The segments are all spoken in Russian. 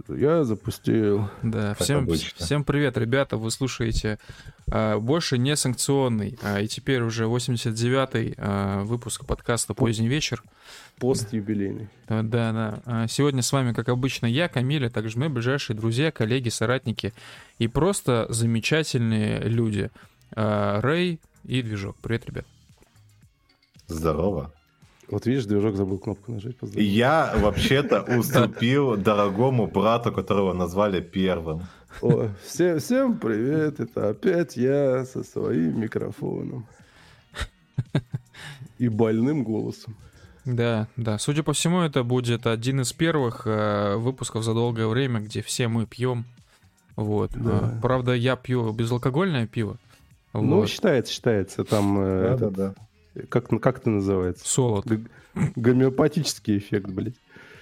Я запустил. Да, Как всем обычно. привет, ребята. Вы слушаете больше не санкционный, и теперь уже 89-й выпуск подкаста «Поздний вечер». Постюбилейный. Да. Сегодня с вами, как обычно, я, Камиль, а также мои ближайшие друзья, коллеги, соратники и просто замечательные люди. Рэй и Движок. Привет, ребят. Здорово. Вот видишь, Движок забыл кнопку нажать. Поздравляю. Я вообще-то уступил дорогому брату, которого назвали первым. О, всем привет, это опять я со своим микрофоном. И больным голосом. Да. Судя по всему, это будет один из первых выпусков за долгое время, где все мы пьем. Вот. Да. Правда, я пью безалкогольное пиво. Ну, Вот. считается. Там, Да. как это называется? Солод. Гомеопатический эффект, блядь.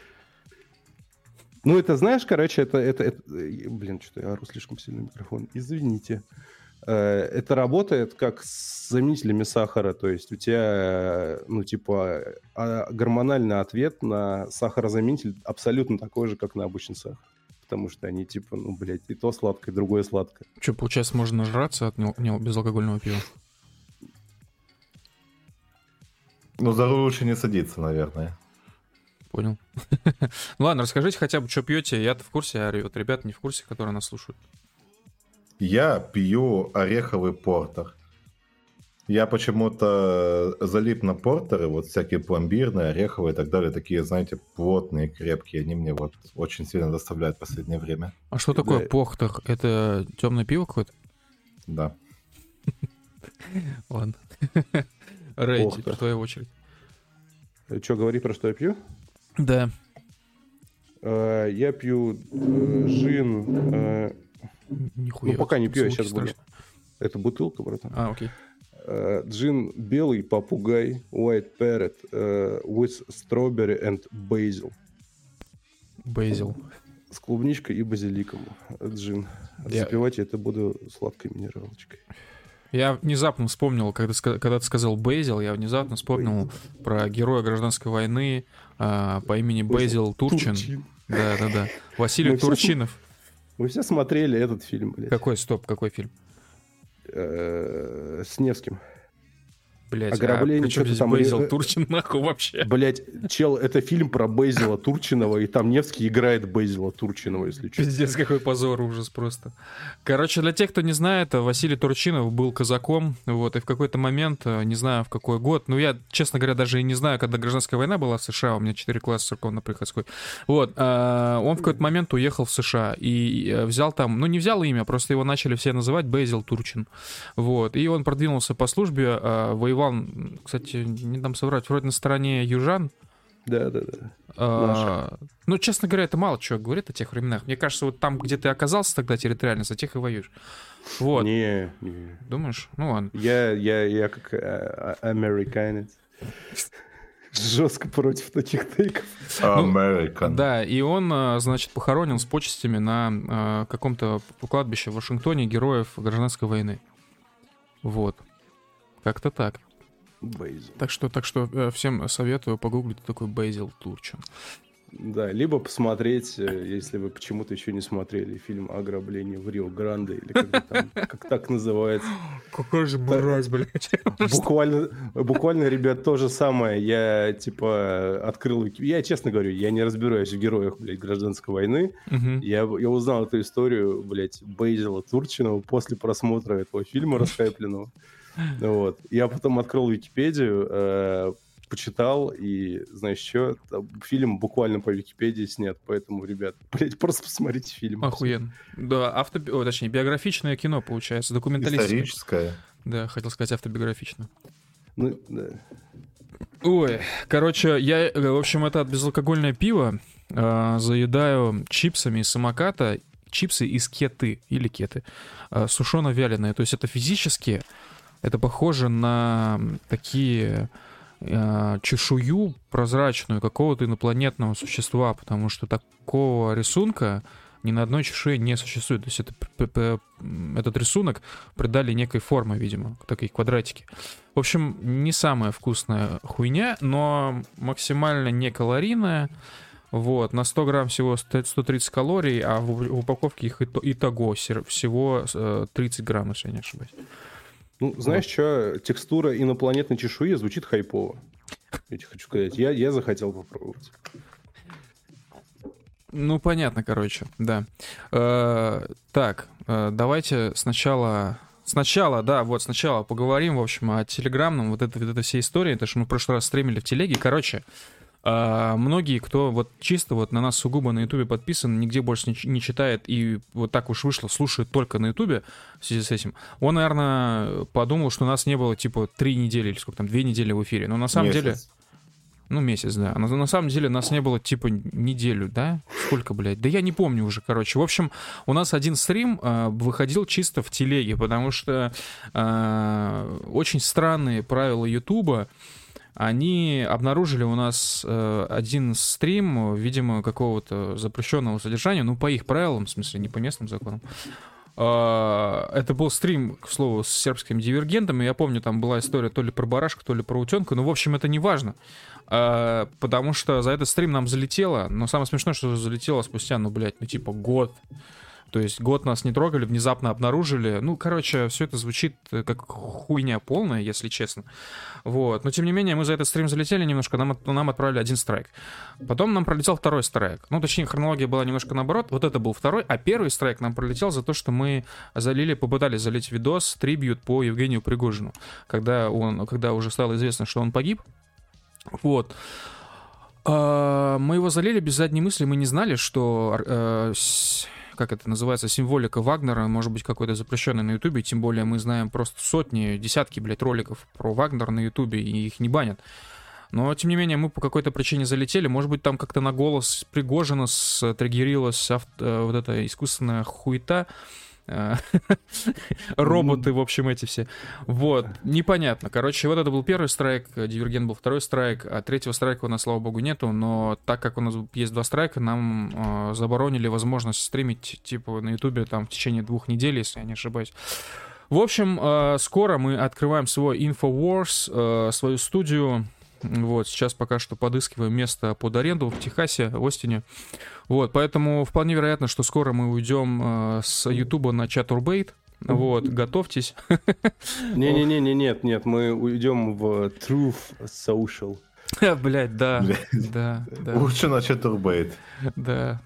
Ну, это, знаешь, короче, это... Блин, что-то я ору слишком сильно в микрофон. Извините. Это работает как с заменителями сахара. То есть у тебя, гормональный ответ на сахарозаменитель абсолютно такой же, как на обычный сахар. Потому что они, и то сладкое, и другое сладкое. Что, получается, можно нажраться от безалкогольного пива? Ну, за руль лучше не садиться, наверное. Понял. Ладно, расскажите хотя бы, что пьете. Я-то в курсе, а вот ребята не в курсе, которые нас слушают. Я пью ореховый портер. Я почему-то залип на портеры, вот всякие пломбирные, ореховые и так далее, такие, знаете, плотные, крепкие. Они мне вот очень сильно доставляют в последнее время. А что такое портер? Это темное пиво какое-то? Да. Ладно. Рэй, Портер. твоя очередь. Что, говори про что я пью? Да. Я пью джин. Нихуя. Пока не пью, я звуки сейчас буду. страшные. Это бутылка, братан. Окей. Джин белый попугай, white parrot, with strawberry and basil. Бейзил. С клубничкой и базиликом. Джин. Запивать я это буду сладкой минералочкой. Я внезапно вспомнил, когда ты сказал Бейзил, я внезапно вспомнил про героя гражданской войны по имени Бейзил Турчин. Да. Василий Турчинов. Вы все смотрели этот фильм, блядь. Какой фильм? С Невским. Блять, Ограбление, при чем что-то здесь там, Бейзил Турчин, нахуй вообще? Блять, чел, это фильм про Бейзила Турчинова, и там Невский играет Бейзила Турчинова, если что. Пиздец, какой позор, ужас просто. Короче, для тех, кто не знает, Василий Турчинов был казаком, вот, и в какой-то момент, не знаю, в какой год, я, честно говоря, даже и не знаю, когда гражданская война была в США, у меня 4 класса церковно-приходской, вот, он в какой-то момент уехал в США и взял там, не взял имя, просто его начали все называть Бейзил Турчин, вот, и он продвинулся по службе, воевал, кстати, не дам соврать, вроде на стороне южан. Да. Честно говоря, это мало чего говорит о тех временах. Мне кажется, вот там, где ты оказался тогда территориально, за тех и воюешь. Вот. Не. Думаешь? Ну ладно. Я как американец. Жестко против таких тейков. American. Да, и он, значит, похоронен с почестями на каком-то кладбище в Вашингтоне героев гражданской войны. Вот. Как-то так. Бейзил. Так что всем советую погуглить такой Бейзил Турчин. Да, либо посмотреть, если вы почему-то еще не смотрели фильм «Ограбление в Рио-Гранде», или как так называется. Какой же мразь, блядь. Буквально, ребят, то же самое. Я, открыл... Я, честно говорю, я не разбираюсь в героях, блядь, гражданской войны. Я узнал эту историю, блядь, Бейзила Турчинова после просмотра этого фильма расхайпленного. Вот. Я потом открыл Википедию, почитал, и, знаешь что, фильм буквально по Википедии снят, поэтому, ребят, блядь, просто посмотрите фильм. Охуенно. Да, точнее, биографичное кино, получается, документалистическое. Историческое. Да, хотел сказать автобиографичное. Ну, да. Ой, короче, я, в общем, это безалкогольное пиво заедаю чипсами из самоката, чипсы из кеты, или кеты, сушено-вяленые, то есть это физически, это похоже на такие... чешую прозрачную какого-то инопланетного существа, потому что такого рисунка ни на одной чешуе не существует. То есть этот рисунок придали некой формы, видимо, такие квадратики. В общем, не самая вкусная хуйня, но максимально некалорийная, Вот, на 100 грамм всего 130 калорий, а в упаковке их итого всего 30 грамм, если я не ошибаюсь. Ну, знаешь что, текстура инопланетной чешуи звучит хайпово. Я тебе хочу сказать, я захотел попробовать. Ну, понятно, короче, да. Так, давайте сначала поговорим, в общем, о телеграмном, вот этой всей истории, потому что мы в прошлый раз стримили в телеге. Короче, многие, кто вот чисто вот на нас сугубо на ютубе подписан, нигде больше не читает и вот так уж вышло, слушает только на ютубе в связи с этим, он, наверное, подумал, что у нас не было, типа, 3 недели или сколько там, 2 недели в эфире. Но на самом деле... Ну, месяц, да. Но на самом деле нас не было, типа, неделю, да? Сколько, блядь? Да я не помню уже, короче. В общем, у нас один стрим выходил чисто в телеге, потому что очень странные правила ютуба. Они обнаружили у нас один стрим, видимо, какого-то запрещенного содержания, ну, по их правилам, в смысле, не по местным законам. Это был стрим, к слову, с сербскими дивергентами. Я помню, там была история то ли про барашка, то ли про утенка. Но, в общем, это не важно. Потому что за этот стрим нам залетело. Но самое смешное, что залетело спустя, типа год. То есть год нас не трогали, внезапно обнаружили. Ну, короче, все это звучит как хуйня полная, если честно. Вот. Но, тем не менее, мы за этот стрим залетели немножко, нам отправили один страйк. Потом нам пролетел второй страйк. Ну, точнее, хронология была немножко наоборот. Вот это был второй, а первый страйк нам пролетел за то, что мы попытались залить видос, трибьют по Евгению Пригожину. Когда уже стало известно, что он погиб. Вот. Мы его залили без задней мысли, мы не знали, что... как это называется, символика Вагнера, может быть, какой-то запрещенный на Ютубе, тем более мы знаем просто сотни, десятки, роликов про Вагнера на Ютубе, и их не банят. Но, тем не менее, мы по какой-то причине залетели, может быть, там как-то на голос Пригожина триггерилась вот эта искусственная хуета, роботы, в общем, эти все. Вот, непонятно. Короче, вот это был первый страйк, Дивергент был второй страйк, а третьего страйка у нас, слава богу, нету, но так как у нас есть 2 страйка, нам заборонили возможность стримить, типа, на ютубе там в течение 2 недель, если я не ошибаюсь. В общем, скоро мы открываем свой InfoWars, свою студию. Вот, сейчас пока что подыскиваем место под аренду в Техасе, в Остине. Вот, поэтому вполне вероятно, что скоро мы уйдем с Ютуба на Chaturbate. Вот, готовьтесь. Нет, мы уйдем в Truth Social. Блять, да. Лучше на Chaturbate. Да.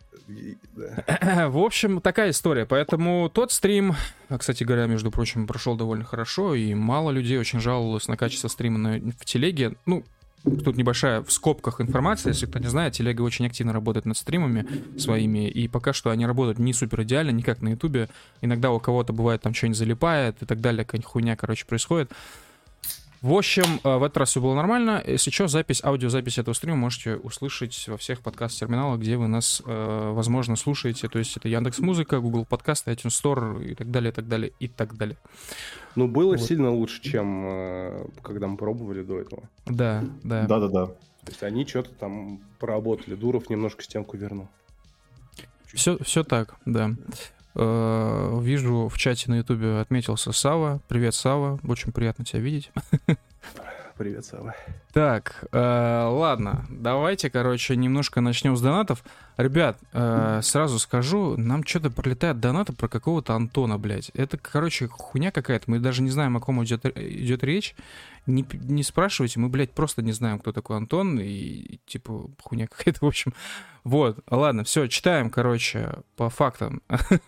В общем, такая история. Поэтому тот стрим, кстати говоря, между прочим, прошел довольно хорошо, и мало людей очень жаловалось на качество стрима в телеге. Ну, тут небольшая в скобках информация, если кто не знает, телега очень активно работает над стримами своими, и пока что они работают не супер идеально, не как на ютубе. Иногда у кого-то бывает там что-нибудь залипает и так далее, какая-нибудь хуйня, происходит. В общем, в этот раз все было нормально. Если что, аудиозапись этого стрима можете услышать во всех подкаст-терминалах, где вы нас, возможно, слушаете. То есть это Яндекс.Музыка, Google Подкасты, iTunes Store и так далее, и так далее, и так далее. Ну, было сильно лучше, чем когда мы пробовали до этого. Да. То есть они что-то там поработали. Дуров немножко стенку вернул. Все так, да. Вижу, в чате на ютубе отметился Сава. Привет, Сава, очень приятно тебя видеть. Привет, Сава. Так, ладно, давайте, немножко начнем с донатов. Ребят, сразу скажу, нам что-то пролетает донаты про какого-то Антона, блядь. Это, хуйня какая-то, мы даже не знаем, о ком идет речь. Не спрашивайте, мы, блядь, просто не знаем, кто такой Антон, и типа, хуйня какая-то, в общем. Вот, ладно, все, читаем, по фактам.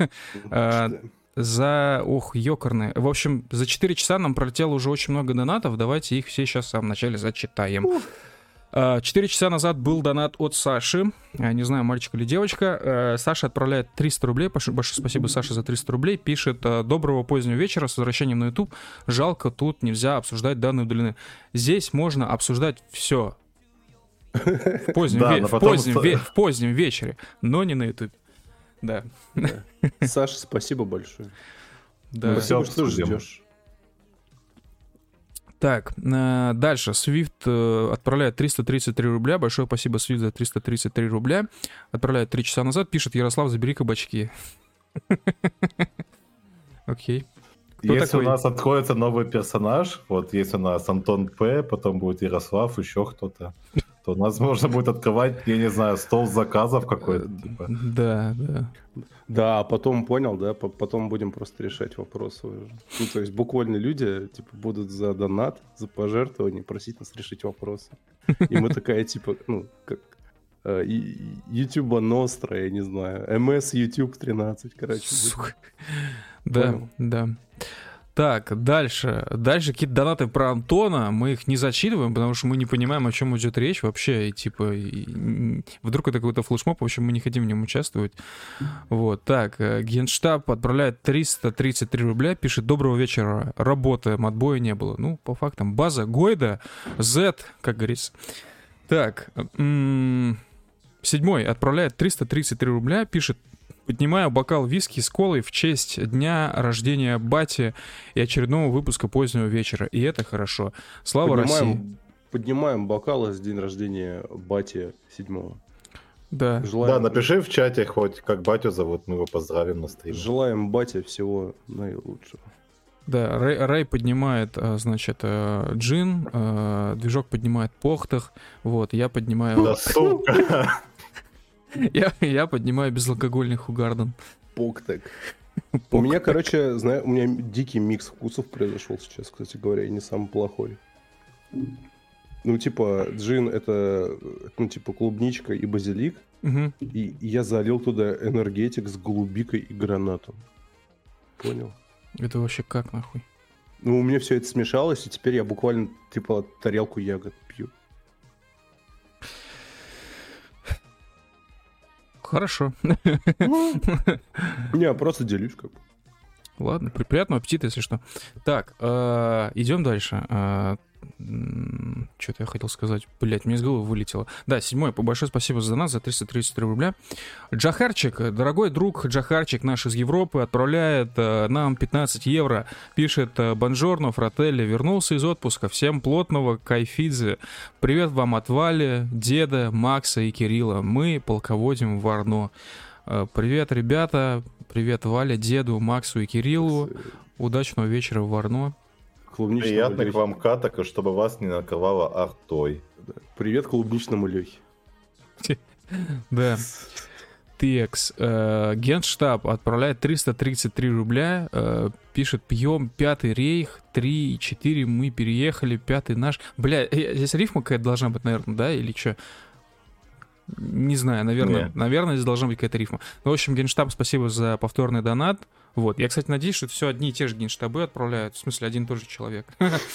Ёкарные. В общем, за 4 часа нам пролетело уже очень много донатов. Давайте их все сейчас в самом начале зачитаем. 4 часа назад был донат от Саши. Я не знаю, мальчик или девочка. Саша отправляет 300 рублей. Большое спасибо, Саша, за 300 рублей. Пишет: доброго позднего вечера с возвращением на YouTube. Жалко, тут нельзя обсуждать данные удалены. Здесь можно обсуждать все. В позднем вечере, но не на YouTube. Да. Саша, спасибо большое. Да. Спасибо, что ждешь. Так, дальше. Swift отправляет 333 рубля. Большое спасибо, Swift, за 333 рубля. Отправляет 3 часа назад. Пишет: Ярослав, забери кабачки. Окей. Если у нас откроется новый персонаж, вот есть у нас Антон П, потом будет Ярослав, еще кто-то. то у нас можно будет открывать, я не знаю, стол заказов какой-то. Типа. Да. Да, а потом, понял, да, потом будем просто решать вопросы уже. Ну, то есть буквально люди, типа, будут за донат, за пожертвование просить нас решить вопросы. И мы такая, типа, ну, как Ютуба Ностра, я не знаю, МС YouTube 13, короче. Сука. Да. Так, дальше какие-то донаты про Антона, мы их не зачитываем, потому что мы не понимаем, о чем идет речь вообще, и типа, вдруг это какой-то флешмоб, в общем, мы не хотим в нем участвовать. Вот, так, Генштаб отправляет 333 рубля, пишет: доброго вечера, работаем, отбоя не было. Ну, по фактам, база Гойда, Z, как говорится. Так, 7-й отправляет 333 рубля, пишет: поднимаю бокал виски с колой в честь дня рождения бати и очередного выпуска позднего вечера. И это хорошо. Слава России. Поднимаем бокалы с день рождения бати 7-го. Да. Да, напиши в чате хоть, как батю зовут, мы его поздравим на стриме. Желаем бате всего наилучшего. Да, Рэй поднимает, значит, джин, движок поднимает похтах, вот, я поднимаю... Да, сука! Я поднимаю безалкогольный хугарден. Поктек. У меня, короче, у меня дикий микс вкусов произошел сейчас, кстати говоря, и не самый плохой. Ну, типа, джин это, ну, типа, клубничка и базилик. Угу. И я залил туда энергетик с голубикой и гранатом. Понял? Это вообще как, нахуй? Ну, у меня все это смешалось, и теперь я буквально, типа, тарелку ягод пью. Хорошо. Не, просто делюсь как бы. Ладно, приятного аппетита, если что. Так, идем дальше. Что-то я хотел сказать. Блять, мне из головы вылетело. Да, 7-й. Большое спасибо за донат, за 333 рубля. Джахарчик, дорогой друг Джахарчик наш из Европы, отправляет нам 15 евро. Пишет: бонжорно, фрателли, вернулся из отпуска. Всем плотного кайфидзе. Привет вам от Вали, деда, Макса и Кирилла. Мы полководим в Варно. Привет, ребята. Привет, Валя, деду, Максу и Кириллу. Удачного вечера в Варно. Приятных Лехе. Вам каток, и чтобы вас не накрывало артой. Привет клубничному Лехе. Да. Текс. Генштаб отправляет 333 рубля. Пишет: пьем 5-й рейх, 3 и 4 мы переехали, 5-й наш. Бля, здесь рифма какая-то должна быть, наверное, да? Или что? Не знаю, наверное, здесь должна быть какая-то рифма. Ну, в общем, Генштаб, спасибо за повторный донат. Вот, я, кстати, надеюсь, что это все одни и те же генштабы отправляют. В смысле, один и тот же человек.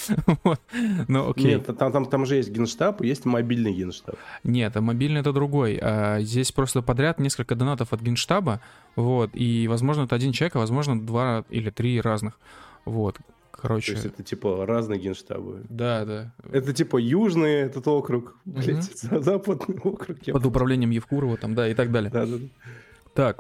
Ну, окей. Нет, там же есть генштаб и есть мобильный генштаб. Нет, а мобильный это другой. Здесь просто подряд несколько донатов от генштаба. Вот, и, возможно, это один человек, а, возможно, 2 или 3 разных. Вот. Короче. То есть это типа разные генштабы. Да. Это типа южный этот округ, блядь, западный округ. Под управлением Евкурова там, да, и так далее. Да. Так,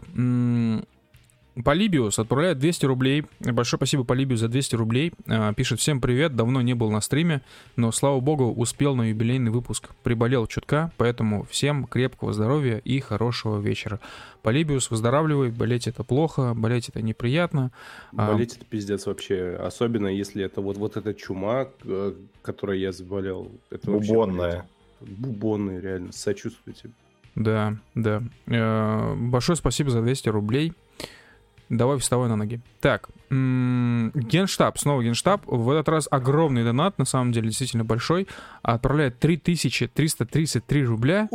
Полибиус отправляет 200 рублей. Большое спасибо Полибиус за 200 рублей. Пишет: всем привет, давно не был на стриме, но, слава богу, успел на юбилейный выпуск. Приболел чутка, поэтому всем крепкого здоровья и хорошего вечера. Полибиус, выздоравливай, болеть это плохо, болеть это неприятно. Болеть это пиздец вообще, особенно если это вот эта чума, которой я заболел. Это бубонная. Бубонная, реально, сочувствуйте. Да. Большое спасибо за 200 рублей. Давай вставай на ноги. Так, Генштаб, снова Генштаб. В этот раз огромный донат, на самом деле действительно большой. Отправляет 3333 рубля.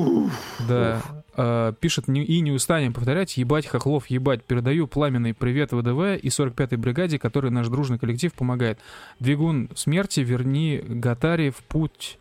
Да. Пишет: и не устанем повторять: ебать хохлов, ебать. Передаю пламенный привет ВДВ и 45-й бригаде, который наш дружный коллектив помогает. Двигун смерти, верни Гатари в путь.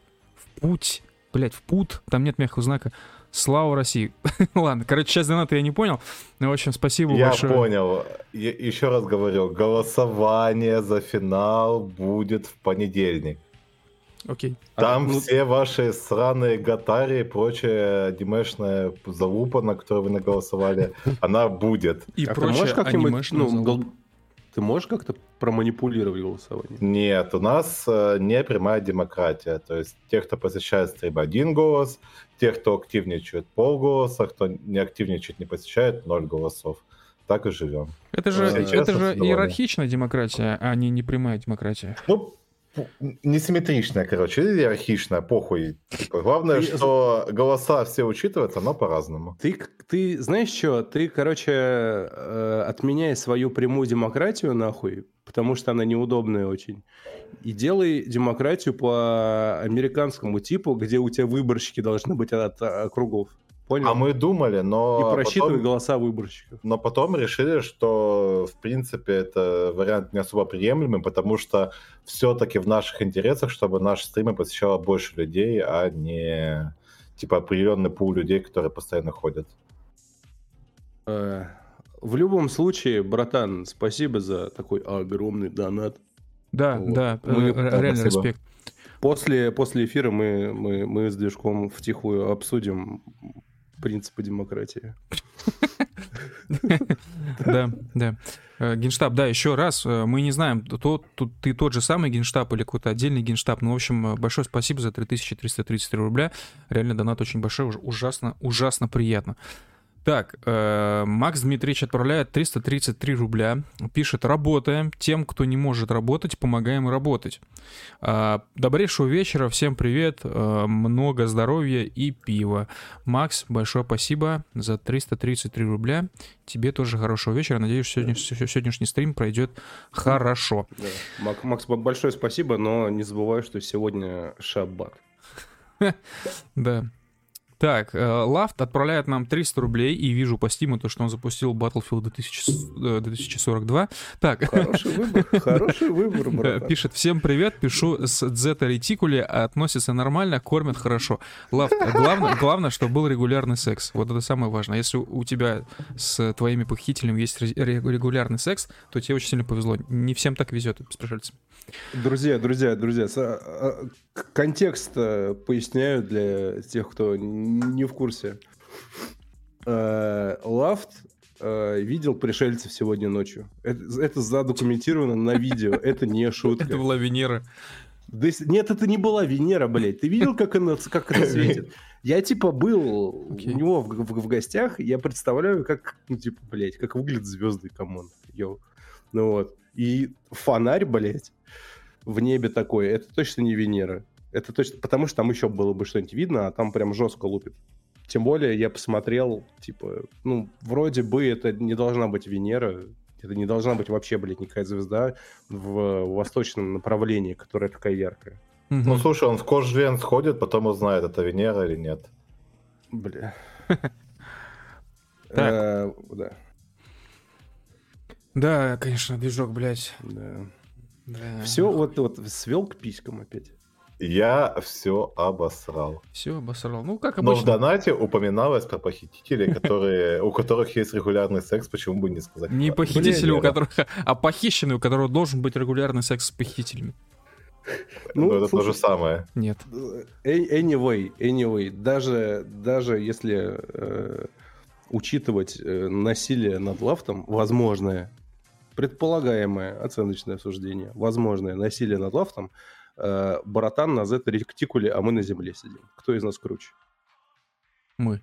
Там нет мягкого знака. Слава России. Ладно, короче, часть доната я не понял. Но, в общем, спасибо большое. Я понял. Еще раз говорю, голосование за финал будет в понедельник. Окей. Там все ваши сраные гатари и прочая анимешная залупа, на которую вы наголосовали, она будет. И прочая анимешная залупа. Ты можешь как-то проманипулировать голосование? Нет, у нас не прямая демократия. То есть те, кто посещает стрим, 1 голос, те, кто активничает, полголоса, кто не активничает, не посещает, 0 голосов. Так и живем. Это же иерархичная демократия, а не непрямая демократия. Ну, несимметричная, короче, или иерархичная, похуй. Типа, главное, что голоса все учитываются, но по-разному. Ты знаешь что? Ты, короче, отменяй свою прямую демократию нахуй, потому что она неудобная очень. И делай демократию по американскому типу, где у тебя выборщики должны быть от округов. Понял? А мы думали, но... И просчитывай голоса выборщиков. Но потом решили, что, в принципе, это вариант не особо приемлемый, потому что все-таки в наших интересах, чтобы наши стримы посещало больше людей, а не, типа, определенный пул людей, которые постоянно ходят. В любом случае, братан, спасибо за такой огромный донат. Да, вот. Да, реально спасибо. респект. После эфира мы с Движком втихую обсудим принципы демократии. Да. Генштаб, да, еще раз, мы не знаем, ты тот же самый Генштаб или какой-то отдельный Генштаб, ну, в общем, большое спасибо за 3333 рубля, реально донат очень большой, ужасно приятно. Так, Макс Дмитриевич отправляет 333 рубля, пишет: работаем, тем, кто не может работать, помогаем работать. Добрейшего вечера, всем привет, много здоровья и пива. Макс, большое спасибо за 333 рубля, тебе тоже хорошего вечера, надеюсь, сегодняшний стрим пройдет хорошо. Да. Макс, большое спасибо, но не забывай, что сегодня шаббат. Да. Так, Лафт отправляет нам 300 рублей, и вижу по Стиму то, что он запустил Battlefield 2042. Так. Хороший выбор, брат. Пишет: всем привет, пишу с Zeta Reticuli, относятся нормально, кормят хорошо. Лафт, главное, что был регулярный секс. Вот это самое важное. Если у тебя с твоими похитителями есть регулярный секс, то тебе очень сильно повезло. Не всем так везет с пришельцами. Друзья, контекст поясняю для тех, кто не в курсе. Лафт видел пришельцев сегодня ночью. Это задокументировано на видео. Это не шутка. Это была Венера. Нет, это не была Венера, блядь. Ты видел, как это светит? Я, типа, был у него в гостях. Я представляю, как, блядь, как выглядят звезды, камон. Йоу. Ну вот. И фонарь, блядь, в небе такой, это точно не Венера. Это точно, потому что там еще было бы что-нибудь видно, а там прям жестко лупит. Тем более я посмотрел, типа, вроде бы это не должна быть Венера, это не должна быть вообще, блядь, никакая звезда в восточном направлении, которая такая яркая. Ну, слушай, он в Кожвен сходит, потом узнает, это Венера или нет. Бля. Да. Да, конечно, движок, блядь. Да. Да. Все вот свел к писькам опять. Я все обосрал. Все обосрал. Ну, как Но обычно. в донате упоминалось про похитителей, у которых есть регулярный секс, почему бы не сказать. Не похитители, у которых, а похищенный, у которого должен быть регулярный секс с похитителями. Ну, это то же самое. Нет. Anyway, даже если учитывать насилие над Лафтом, возможное, предполагаемое оценочное суждение, возможное насилие над Лафтом, братан на Zeta Reticuli, а мы на земле сидим. Кто из нас круче? Мы.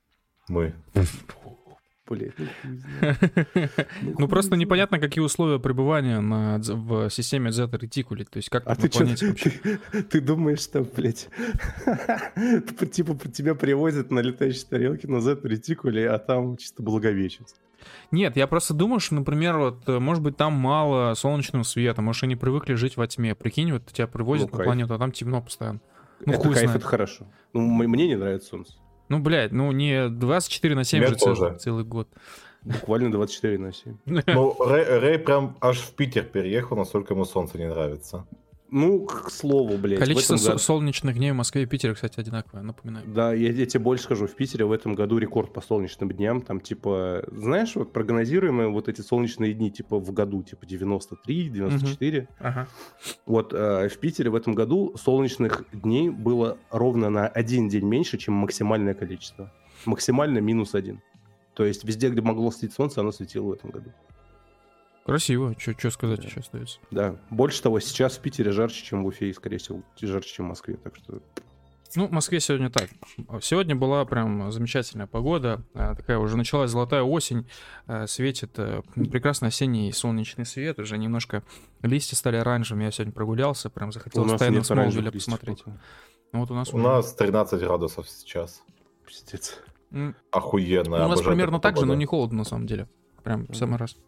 Блин, ну просто непонятно, какие условия пребывания в системе Zeta Reticuli. То есть как на планете вообще? Ты думаешь, что, блядь, типа тебя привозят на летающей тарелке на Zeta Reticuli, а там чисто Благовещенск? Нет, я просто думаю, что, например, вот, может быть, там мало солнечного света, может, они привыкли жить во тьме. Прикинь, вот тебя привозят на планету, а там темно постоянно. Ну, это хуй кайф, знает. это хорошо. Ну, мне не нравится солнце. Ну, блядь, не 24/7 же целый год. Буквально 24/7. Ну, Рэй прям аж в Питер переехал, насколько ему солнце не нравится. Ну, к слову, блядь. Количество солнечных дней в Москве и Питере, кстати, одинаковое, напоминаю. Да, я тебе больше скажу, в Питере в этом году рекорд по солнечным дням. Там, типа, знаешь, вот прогнозируемые вот эти солнечные дни, типа, в году, типа, 93, 94. Ага. Вот в Питере в этом году солнечных дней было ровно на один день меньше, чем максимальное количество. Максимально -1. То есть везде, где могло светить солнце, оно светило в этом году. Красиво, что сказать еще остается. Да, больше того, сейчас в Питере жарче, чем в Уфе, и, скорее всего, жарче, чем в Москве, так что... Ну, в Москве сегодня так. Сегодня была прям замечательная погода. Такая уже началась золотая осень. Светит прекрасный осенний солнечный свет. Уже немножко листья стали оранжевыми. Я сегодня прогулялся. Прям захотелось тайну Смолвиля посмотреть. Вот у нас 13 градусов сейчас. Пиздец. Охуенно. У нас примерно так же, но не холодно на самом деле. Прям в самый раз.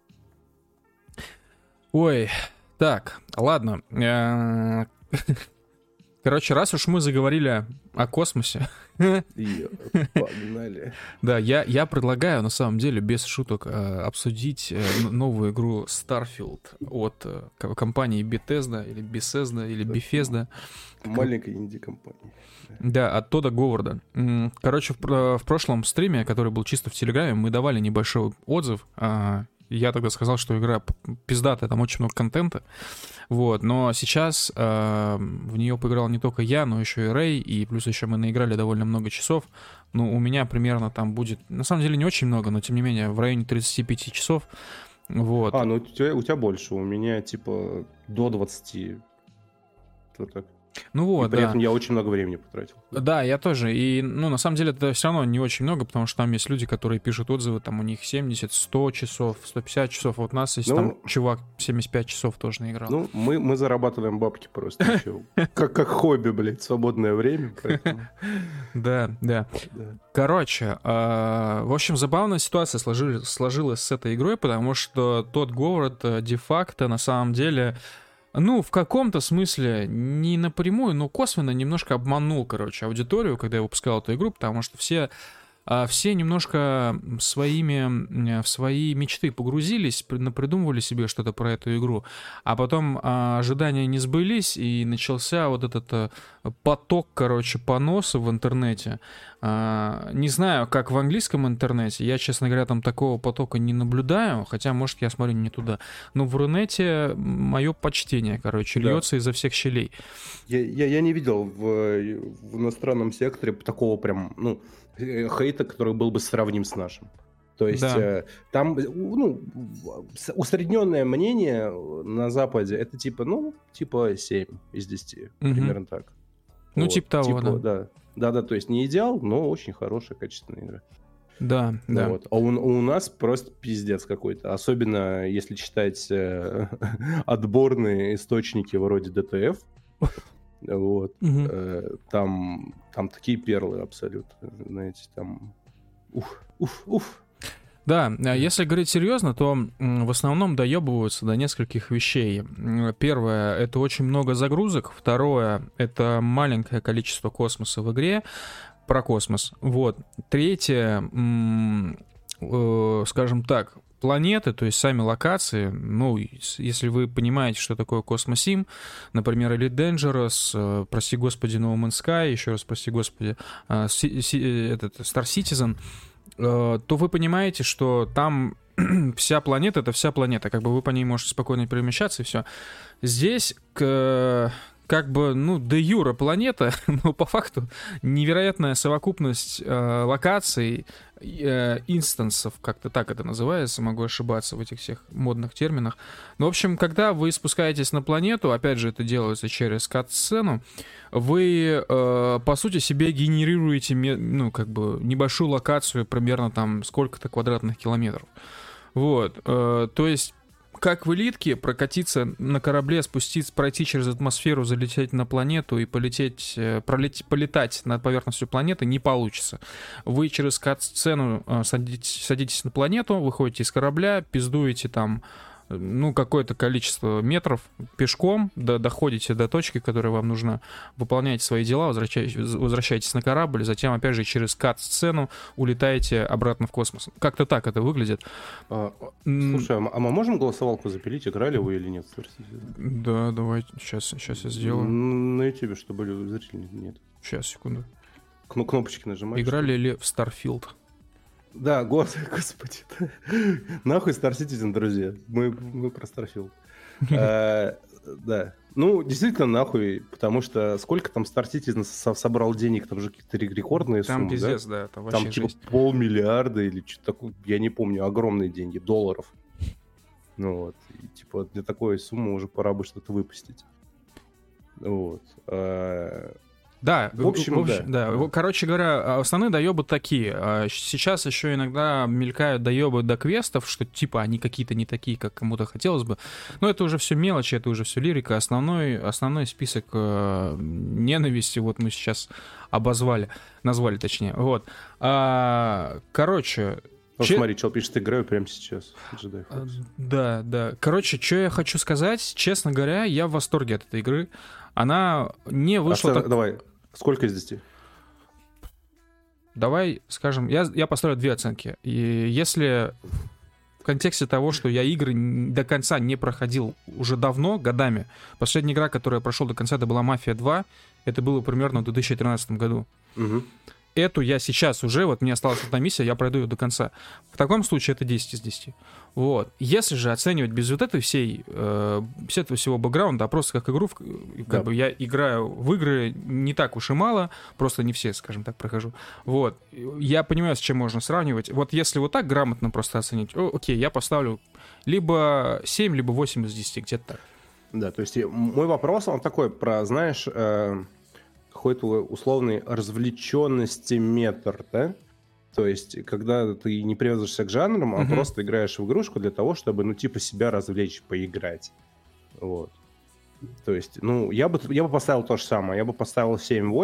Ой, так, ладно. Короче, раз уж мы заговорили о космосе... Погнали. Да, я предлагаю, на самом деле, без шуток, обсудить новую игру Starfield от компании Bethesda, или Bethesda, или Bethesda. Маленькой инди-компании. Да, от Тодда Говарда. Короче, в прошлом стриме, который был чисто в Телеграме, мы давали небольшой отзыв. Я тогда сказал, что игра пиздатая, там очень много контента. Вот, но сейчас в нее поиграл не только я, но еще и Рэй, и плюс еще мы наиграли довольно много часов. Ну, у меня примерно там будет, на самом деле не очень много, но тем не менее в районе 35 часов. Вот. Ну у тебя больше, у меня типа до 20. Вот так. Ну вот, и при этом я очень много времени потратил. Да, я тоже. И, ну, на самом деле, это все равно не очень много, потому что там есть люди, которые пишут отзывы, там у них 70, 100 часов, 150 часов. Вот у нас есть там чувак 75 часов тоже наиграл. Ну, мы зарабатываем бабки просто. Как хобби, блядь, свободное время. Да. Короче, в общем, забавная ситуация сложилась с этой игрой, потому что тот Говард де-факто на самом деле... Ну, в каком-то смысле, не напрямую, но косвенно немножко обманул, короче, аудиторию, когда я выпускал эту игру, потому что все немножко в свои мечты погрузились, придумывали себе что-то про эту игру, а потом ожидания не сбылись, и начался вот этот поток, короче, поносов в интернете. Не знаю, как в английском интернете, я, честно говоря, там такого потока не наблюдаю, хотя, может, я смотрю не туда, но в Рунете мое почтение, короче, льется изо всех щелей. Я не видел в иностранном секторе такого прям, ну, хейта, который был бы сравним с нашим. То есть там, ну, усредненное мнение на Западе, это типа 7 из 10, примерно так. Ну, вот, типа того, да. Да, то есть не идеал, но очень хорошая, качественная игра. Да. Вот. А у нас просто пиздец какой-то. Особенно, если читать отборные источники вроде DTF. Вот. Там такие перлы абсолютно. Знаете, там... Уф. Да, если говорить серьезно, то в основном доебываются до нескольких вещей. Первое — это очень много загрузок. Второе — это маленькое количество космоса в игре. Про космос. Вот. Третье, скажем так, планеты, то есть сами локации, ну, если вы понимаете, что такое Космосим, например, Elite Dangerous, прости господи, No Man's Sky, еще раз прости господи, Star Citizen, то вы понимаете, что там вся планета — это вся планета, как бы вы по ней можете спокойно перемещаться, и все. Здесь как бы, ну, де юре планета, но по факту невероятная совокупность локаций, инстансов, как-то так это называется, могу ошибаться в этих всех модных терминах. Но, в общем, когда вы спускаетесь на планету, опять же, это делается через кат-сцену, вы, по сути, себе генерируете, ну, как бы, небольшую локацию, примерно там сколько-то квадратных километров. Вот, то есть как в элитке прокатиться на корабле, спуститься, пройти через атмосферу, залететь на планету и полетать над поверхностью планеты не получится. Вы через кат-сцену садитесь на планету, выходите из корабля, пиздуете там, ну, какое-то количество метров пешком, доходите до точки, которая вам нужна, выполняете свои дела, возвращаетесь на корабль, затем, опять же, через кат-сцену улетаете обратно в космос. Как-то так это выглядит. Слушай, а мы можем голосовалку запилить, играли вы или нет? Да, давайте, сейчас я сделаю. На YouTube, чтобы зрителей нет. Сейчас, секунду. Кнопочки нажимать. Играли ли в Starfield? Да, господи. Нахуй Star Citizen, друзья. Мы про Starfield. Да. Ну, действительно, нахуй, потому что сколько там Star Citizen собрал денег, там же какие-то рекордные суммы, там пиздец, да? Там вообще типа жесть. 500 миллиарда или что-то такое, я не помню, огромные деньги, долларов. Ну вот, и, типа для такой суммы уже пора бы что-то выпустить. Вот. Да, в общем, да. Короче говоря, основные доебы такие. Сейчас еще иногда мелькают доебы до квестов, что типа они какие-то не такие, как кому-то хотелось бы. Но это уже все мелочи, это уже все лирика. Основной список ненависти вот мы сейчас назвали точнее. Вот. Короче... Смотри, чел пишет, играю прямо сейчас. Да. Короче, что я хочу сказать, честно говоря, я в восторге от этой игры. Она не вышла... Давай, сколько из 10? Давай, скажем, я поставлю 2 оценки. И если в контексте того, что я игры до конца не проходил уже давно, годами, последняя игра, которую я прошел до конца, это была «Мафия 2», это было примерно в 2013 году. Угу. Эту я сейчас уже, вот мне осталась одна миссия, я пройду ее до конца. В таком случае это 10 из 10. Вот. Если же оценивать без вот этой всего бэкграунда, а просто как игру, как бы я играю в игры не так уж и мало, просто не все, скажем так, прохожу. Вот. Я понимаю, с чем можно сравнивать. Вот если вот так грамотно просто оценить, окей, я поставлю либо 7, либо 8 из 10, где-то так. Да, то есть мой вопрос, он такой про, знаешь... какой-то условный развлеченности метр, да? То есть, когда ты не привязываешься к жанрам, а просто играешь в игрушку для того, чтобы, себя развлечь, поиграть. Вот. То есть, я бы поставил то же самое. Я бы поставил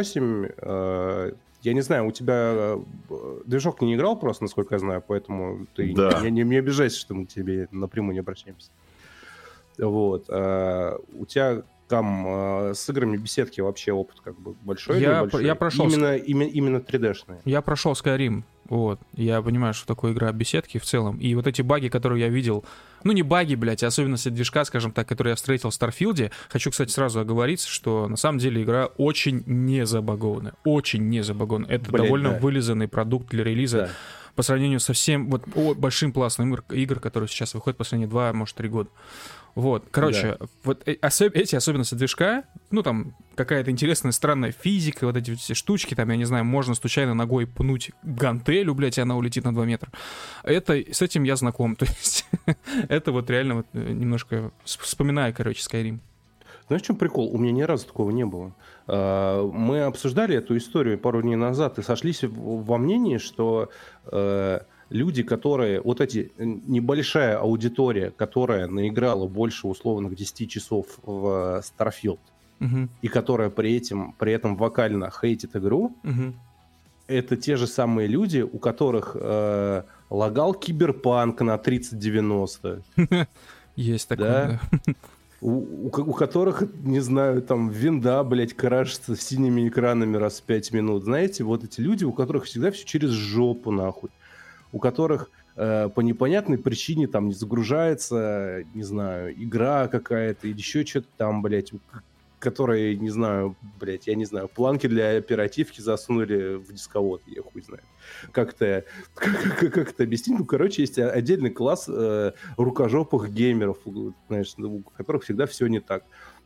7-8. Я не знаю, у тебя движок не играл просто, насколько я знаю, поэтому ты не обижайся, что мы к тебе напрямую не обращаемся. Вот. У тебя... Там с играми беседки вообще опыт как бы большой. Я прошел именно 3D-шные. Я прошел Skyrim. Вот. Я понимаю, что такое игра беседки в целом. И вот эти баги, которые я видел, не баги, блядь, а особенности движка, скажем так, которые я встретил в Starfield'е. Хочу, кстати, сразу оговориться, что на самом деле игра очень не забагованная. Очень не забагованная. Это довольно вылизанный продукт для релиза. Да. По сравнению со всем большим пластом игр, которые сейчас выходят последние 2, может, 3 года. Вот, короче, вот эти особенности движка, там какая-то интересная странная физика, вот эти все штучки, там, я не знаю, можно случайно ногой пнуть гантелю, блядь, и она улетит на 2 метра. С этим я знаком, то есть это вот реально немножко вспоминаю, Skyrim. Знаешь, в чем прикол? У меня ни разу такого не было. Мы обсуждали эту историю пару дней назад и сошлись во мнении, что... люди, которые... Вот эти небольшая аудитория, которая наиграла больше условных 10 часов в Starfield, и которая при этом вокально хейтит игру, это те же самые люди, у которых лагал Киберпанк на 3090. Есть такое, да. У которых, не знаю, там винда, блядь, крашится с синими экранами раз в 5 минут. Знаете, вот эти люди, у которых всегда все через жопу, нахуй. У которых по непонятной причине там не загружается, не знаю, игра какая-то или еще что-то там, блядь, которые, не знаю, блядь, я не знаю, планки для оперативки засунули в дисковод, я хуй знаю. Как-то объяснить? Короче, есть отдельный класс рукожопых геймеров, знаешь, у которых всегда все не так.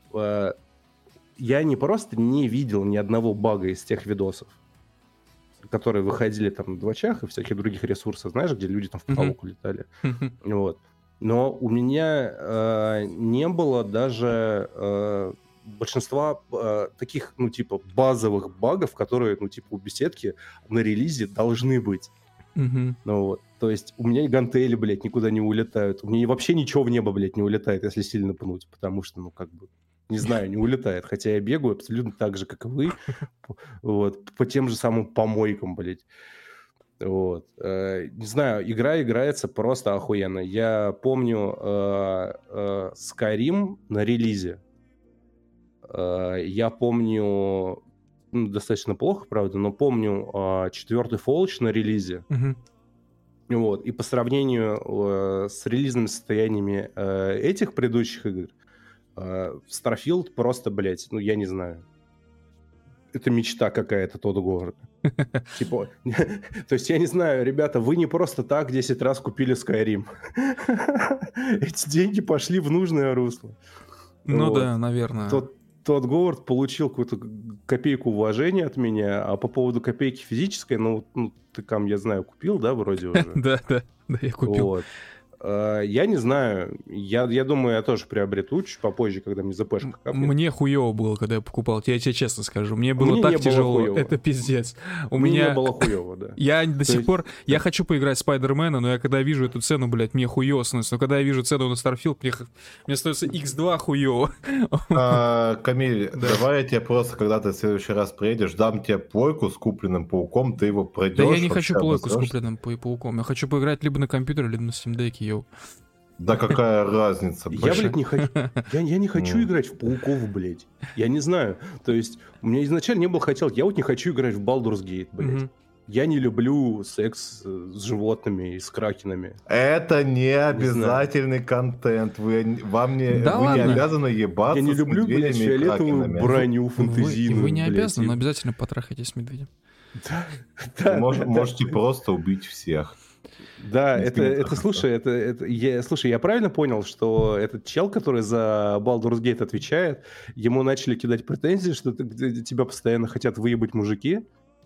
Я не просто не видел ни одного бага из тех видосов, которые выходили там на двачах и всяких других ресурсах, знаешь, где люди там в потолок улетали. Вот. Но у меня не было даже большинства таких, базовых багов, которые, у беседки на релизе должны быть. Вот. То есть у меня гантели, блядь, никуда не улетают. У меня вообще ничего в небо, блядь, не улетает, если сильно пнуть, потому что, не знаю, не улетает. Хотя я бегаю абсолютно так же, как и вы, вот, по тем же самым помойкам, блядь. Вот. Не знаю, игра играется просто охуенно. Я помню Skyrim на релизе. Я помню, достаточно плохо, правда, но помню 4-й Fallout на релизе. Вот. И по сравнению с релизными состояниями этих предыдущих игр, Starfield просто, блядь, я не знаю. Это мечта какая-то Тодда Говарда. Типа, то есть я не знаю, ребята, вы не просто так 10 раз купили Skyrim. Эти деньги пошли в нужное русло. Да, наверное. Тодд Говард получил какую-то копейку уважения от меня, а по поводу копейки физической, ты там, я знаю, купил, да, вроде уже? Да, я купил. Я не знаю. Я думаю, я тоже приобрету чуть попозже, когда мне ЗПшка капнет. Мне хуёво было, когда я покупал. Я тебе честно скажу. Мне было так тяжело. Это пиздец. Мне не было хуёво, да. Я до сих пор... Я хочу поиграть в Спайдермена, но я когда вижу эту цену, блядь, мне хуёво становится. Но когда я вижу цену на Starfield, мне становится X2 хуёво. Камиль, давай я тебе просто, когда ты в следующий раз приедешь, дам тебе плойку с купленным пауком, ты его пройдешь. Да я не хочу плойку с купленным пауком. Я хочу поиграть либо на компьютере, либо на Steam Deck, йоу. Да какая разница? Я, блядь, не хочу. Я не хочу играть в пауков, блядь. Я не знаю. То есть, у меня изначально не было хотелки. Я вот не хочу играть в Baldur's Gate, блядь. Я не люблю секс с животными и с кракенами. Это не обязательный контент. Вы не обязаны ебаться. Я не люблю, блядь, фиолетовую броню фэнтезийную. Вы не обязаны, но обязательно потрахайтесь с медведем. Да. Можете просто убить всех. Да, слушай, я правильно понял, что этот чел, который за Baldur's Gate отвечает, ему начали кидать претензии, что тебя постоянно хотят выебать мужики,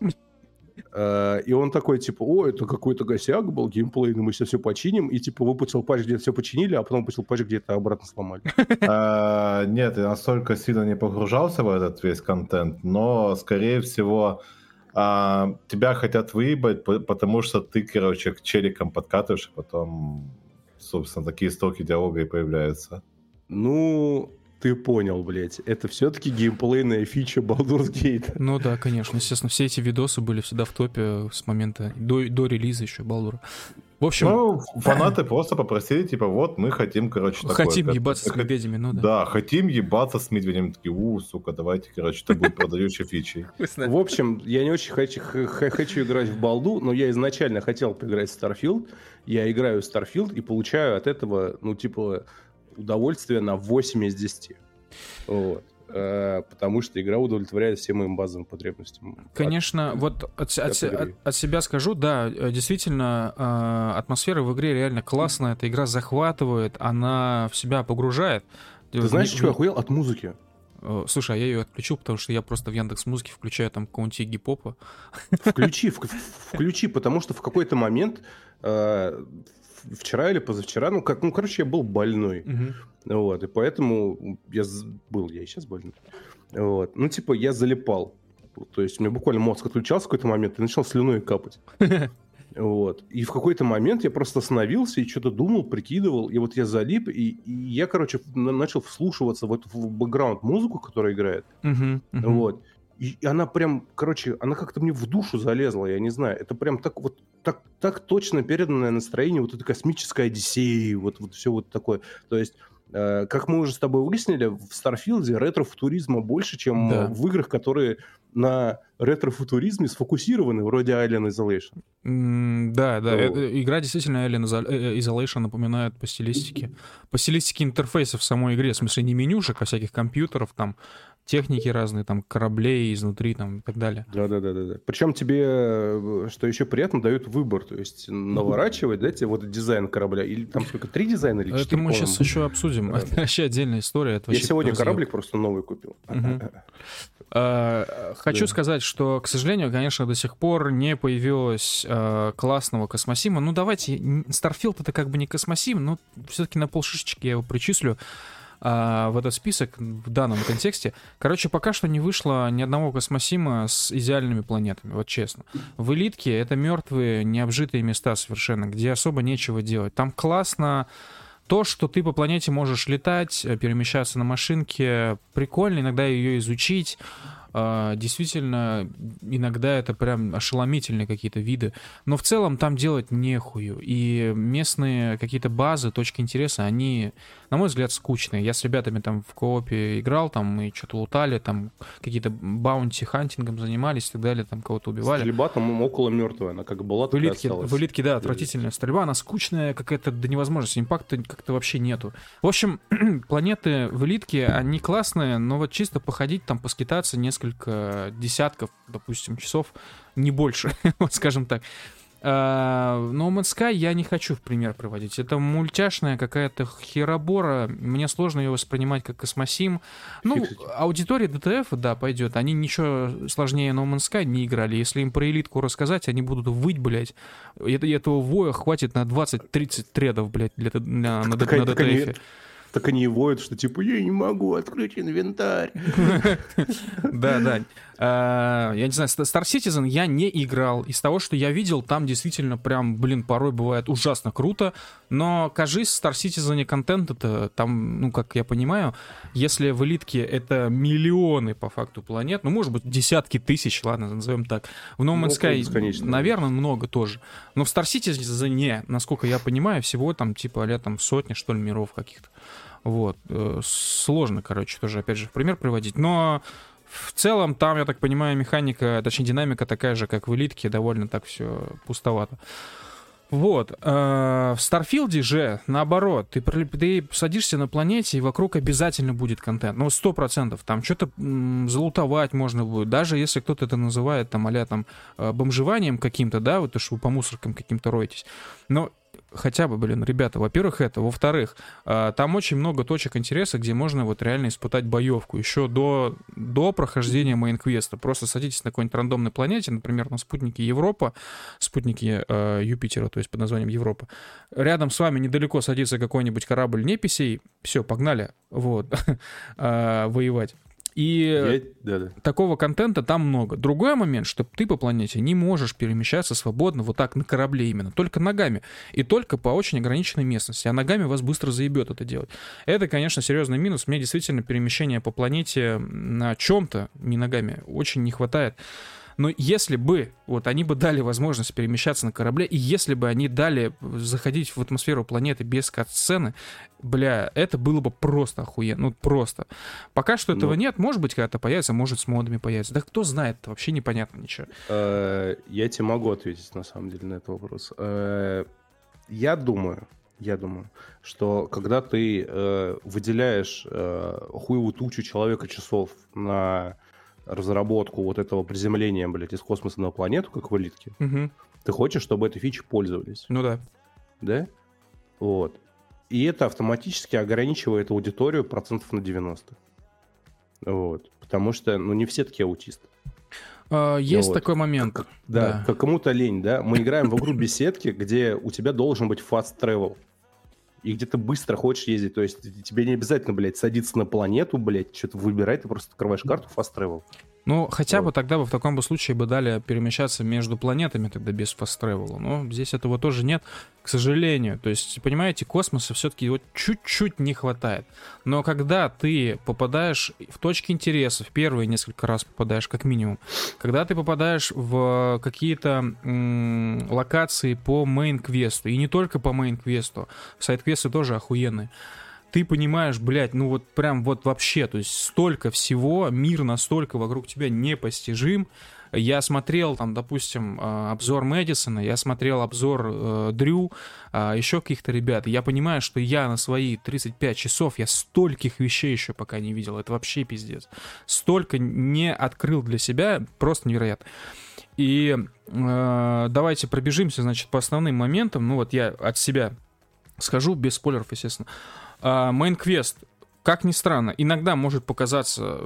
и он такой, типа, это какой-то косяк был геймплейный, мы сейчас все починим, и, типа, выпустил патч, где все починили, а потом выпустил патч, где это обратно сломали. Нет, я настолько сильно не погружался в этот весь контент, но, скорее всего... тебя хотят выебать, потому что ты, короче, к челикам подкатываешь, а потом, собственно, такие строки диалога и появляются. Ну, ты понял, блядь. Это все-таки геймплейная фича Baldur's Gate. Ну да, конечно. Естественно, все эти видосы были всегда в топе с момента до релиза еще Балдура. В общем... Ну, фанаты просто попросили, типа, вот, мы хотим, короче, такое. Хотим ебаться с медведями, ну да. Да, хотим ебаться с медведями. Такие, сука, давайте, короче, это будет продающей фичей. В общем, я не очень хочу играть в балду, но я изначально хотел поиграть в Starfield. Я играю в Starfield и получаю от этого, ну, типа, удовольствие на 8 из 10. Вот. Потому что игра удовлетворяет всем моим базовым потребностям. Конечно, от себя скажу, да, действительно, атмосфера в игре реально классная, эта игра захватывает, она в себя погружает. Ты знаешь, что я охуел? От музыки. Слушай, а я ее отключил, потому что я просто в Яндекс.Музыке включаю там какого-нибудь Игги Попа. Включи, потому что в какой-то момент... вчера или позавчера, короче, я был больной. Вот, и поэтому я и сейчас больной. Вот. Ну, типа, я залипал. То есть у меня буквально мозг отключался в какой-то момент и начал слюной капать. Вот. И в какой-то момент я просто остановился и что-то думал, прикидывал, и вот я залип, и я, короче, начал вслушиваться в эту бэкграунд-музыку, которая играет. Вот. И она прям, короче, она как-то мне в душу залезла, я не знаю. Это прям так точно переданное настроение, вот эта космическая Одиссея, вот все вот такое. То есть, как мы уже с тобой выяснили, в Старфилде ретро-футуризма больше, чем в играх, которые на ретро-футуризме сфокусированы, вроде Alien Isolation. Да. Игра действительно Alien Isolation напоминает по стилистике интерфейса в самой игре, в смысле не менюшек, а всяких компьютеров, там, техники разные, там, кораблей изнутри, там, и так далее. Да. Причем тебе, что еще приятно, дают выбор, то есть наворачивать, да, тебе вот дизайн корабля, или там сколько, 3 дизайна или 4? Это мы сейчас еще обсудим, это вообще отдельная история. Я сегодня кораблик просто новый купил. Хочу сказать, что, к сожалению, конечно, до сих пор не появилось классного космосима. Ну, давайте, Starfield это как бы не космосим, но все-таки на полшишечки я его причислю в этот список в данном контексте. Короче, пока что не вышло ни одного космосима с идеальными планетами, вот честно. В Элитке это мертвые, необжитые места совершенно, где особо нечего делать. Там классно то, что ты по планете можешь летать, перемещаться на машинке, прикольно иногда ее изучить. Действительно, иногда это прям ошеломительные какие-то виды. Но в целом там делать нехую. И местные какие-то базы, точки интереса, они, на мой взгляд, скучные. Я с ребятами там в коопе играл, там мы что-то лутали, там какие-то баунти-хантингом занимались и так далее, там кого-то убивали. Стрельба там около мертвая, она как была, так и осталась. В Элитке, да, отвратительная стрельба, она скучная какая-то до невозможности, импакта как-то вообще нету. В общем, планеты в Элитке, они классные, но вот чисто походить там, поскитаться несколько десятков, допустим, часов, не больше, вот скажем так. No Man's Sky я не хочу в пример приводить. Это мультяшная какая-то херобора. Мне сложно ее воспринимать как космосим. Ну, аудитория ДТФ, да, пойдет. Они ничего сложнее No Man's Sky не играли. Если им про элитку рассказать, они будут выть, блядь. Этого воя хватит на 20-30 тредов, блядь, на ДТФе. Так они и воют, что типа, я не могу открыть инвентарь. Да. Я не знаю, Star Citizen я не играл. Из того, что я видел, там действительно прям, порой бывает ужасно круто. Но, кажись, в Star Citizen контент-то там, ну, как я понимаю, если в элитке это миллионы по факту планет, ну, может быть, десятки тысяч, ладно, назовем так. В No Man's Sky, наверное, много тоже. Но в Star Citizen, насколько я понимаю, всего там, типа, там сотни, что ли, миров каких-то. Вот. Сложно, короче, тоже, опять же, в пример приводить. Но в целом там, я так понимаю, механика, точнее, динамика такая же, как в элитке, довольно так все пустовато. Вот. В Старфилде же, наоборот, ты садишься на планете, и вокруг обязательно будет контент. Ну, 100%. Там что-то залутовать можно будет. Даже если кто-то это называет, там, а-ля, там, бомжеванием каким-то, да, вот то, что вы по мусоркам каким-то роетесь. Но хотя бы, ребята, во-первых, это. Во-вторых, там очень много точек интереса, где можно вот реально испытать боевку. Еще до прохождения мейн-квеста. Просто садитесь на какой-нибудь рандомной планете, например, на спутнике Европа, спутнике Юпитера, то есть под названием Европа. Рядом с вами недалеко садится какой-нибудь корабль неписей. Все, погнали. Вот. Воевать. И такого контента там много. Другой момент, что ты по планете не можешь перемещаться свободно вот так на корабле именно, только ногами. И только по очень ограниченной местности. А ногами вас быстро заебет это делать. Это, конечно, серьезный минус. Мне действительно перемещения по планете на чем-то, не ногами, очень не хватает. Но если бы, вот они бы дали возможность перемещаться на корабле, и если бы они дали заходить в атмосферу планеты без кат-сцены, это было бы просто охуенно, ну просто. Пока что этого нет, может быть, когда-то появится, может, с модами появится. Да кто знает, это вообще непонятно ничего. Я тебе могу ответить, на самом деле, на этот вопрос. Я думаю, что когда ты выделяешь хуевую тучу человека часов на разработку вот этого приземления, из космоса на планету, как в элитке, ты хочешь, чтобы этой фичей пользовались. Ну да. Да? Вот. И это автоматически ограничивает аудиторию процентов на 90. Вот. Потому что, не все такие аутисты. Есть такой момент. Как кому-то лень, да? Мы играем в игру беседки, где у тебя должен быть fast travel. И где ты быстро хочешь ездить. То есть тебе не обязательно, садиться на планету, что-то выбирать. Ты просто открываешь карту fast travel. Ну, хотя бы тогда в таком бы случае бы дали перемещаться между планетами тогда без фаст-тревела. Но здесь этого тоже нет, к сожалению. То есть, понимаете, космоса все-таки вот чуть-чуть не хватает. Но когда ты попадаешь в точки интересов, первые несколько раз попадаешь как минимум, когда ты попадаешь в какие-то локации по мейн-квесту, и не только по мейн-квесту, сайд-квесты тоже охуенные, ты понимаешь, прям вообще, то есть столько всего, мир настолько вокруг тебя непостижим. Я смотрел там, допустим, обзор Мэдисона, я смотрел обзор Дрю, еще каких-то ребят. Я понимаю, что я на свои 35 часов, я стольких вещей еще пока не видел. Это вообще пиздец. Столько не открыл для себя, просто невероятно. И давайте пробежимся, по основным моментам. Я от себя скажу, без спойлеров, естественно. Мейн-квест, как ни странно, иногда может показаться,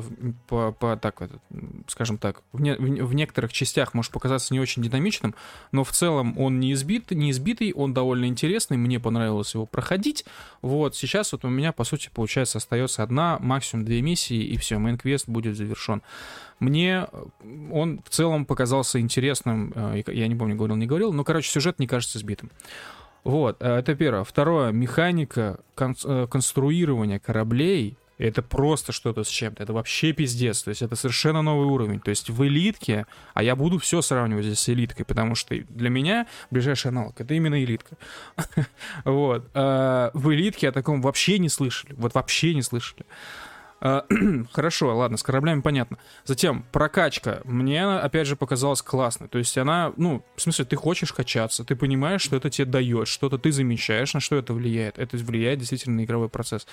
скажем так, в некоторых частях может показаться не очень динамичным, но в целом он не избитый, он довольно интересный, мне понравилось его проходить. Вот, сейчас у меня, по сути, получается, остается одна, максимум 2 миссии, и все, мейн-квест будет завершен. Мне он в целом показался интересным, я не помню, говорил, не говорил, но, сюжет не кажется сбитым. Вот, это первое. Второе, механика конструирования кораблей, это просто что-то с чем-то, это вообще пиздец, то есть это совершенно новый уровень, то есть в элитке, а я буду все сравнивать здесь с элиткой, потому что для меня ближайший аналог — это именно элитка. Вот, в элитке о таком вообще не слышали, вообще не слышали. Хорошо, ладно, с кораблями понятно. Затем прокачка. Мне она, опять же, показалась классной. То есть она, в смысле, ты хочешь качаться, ты понимаешь, что это тебе дает, что-то ты замечаешь, на что это влияет. Это влияет действительно на игровой процесс.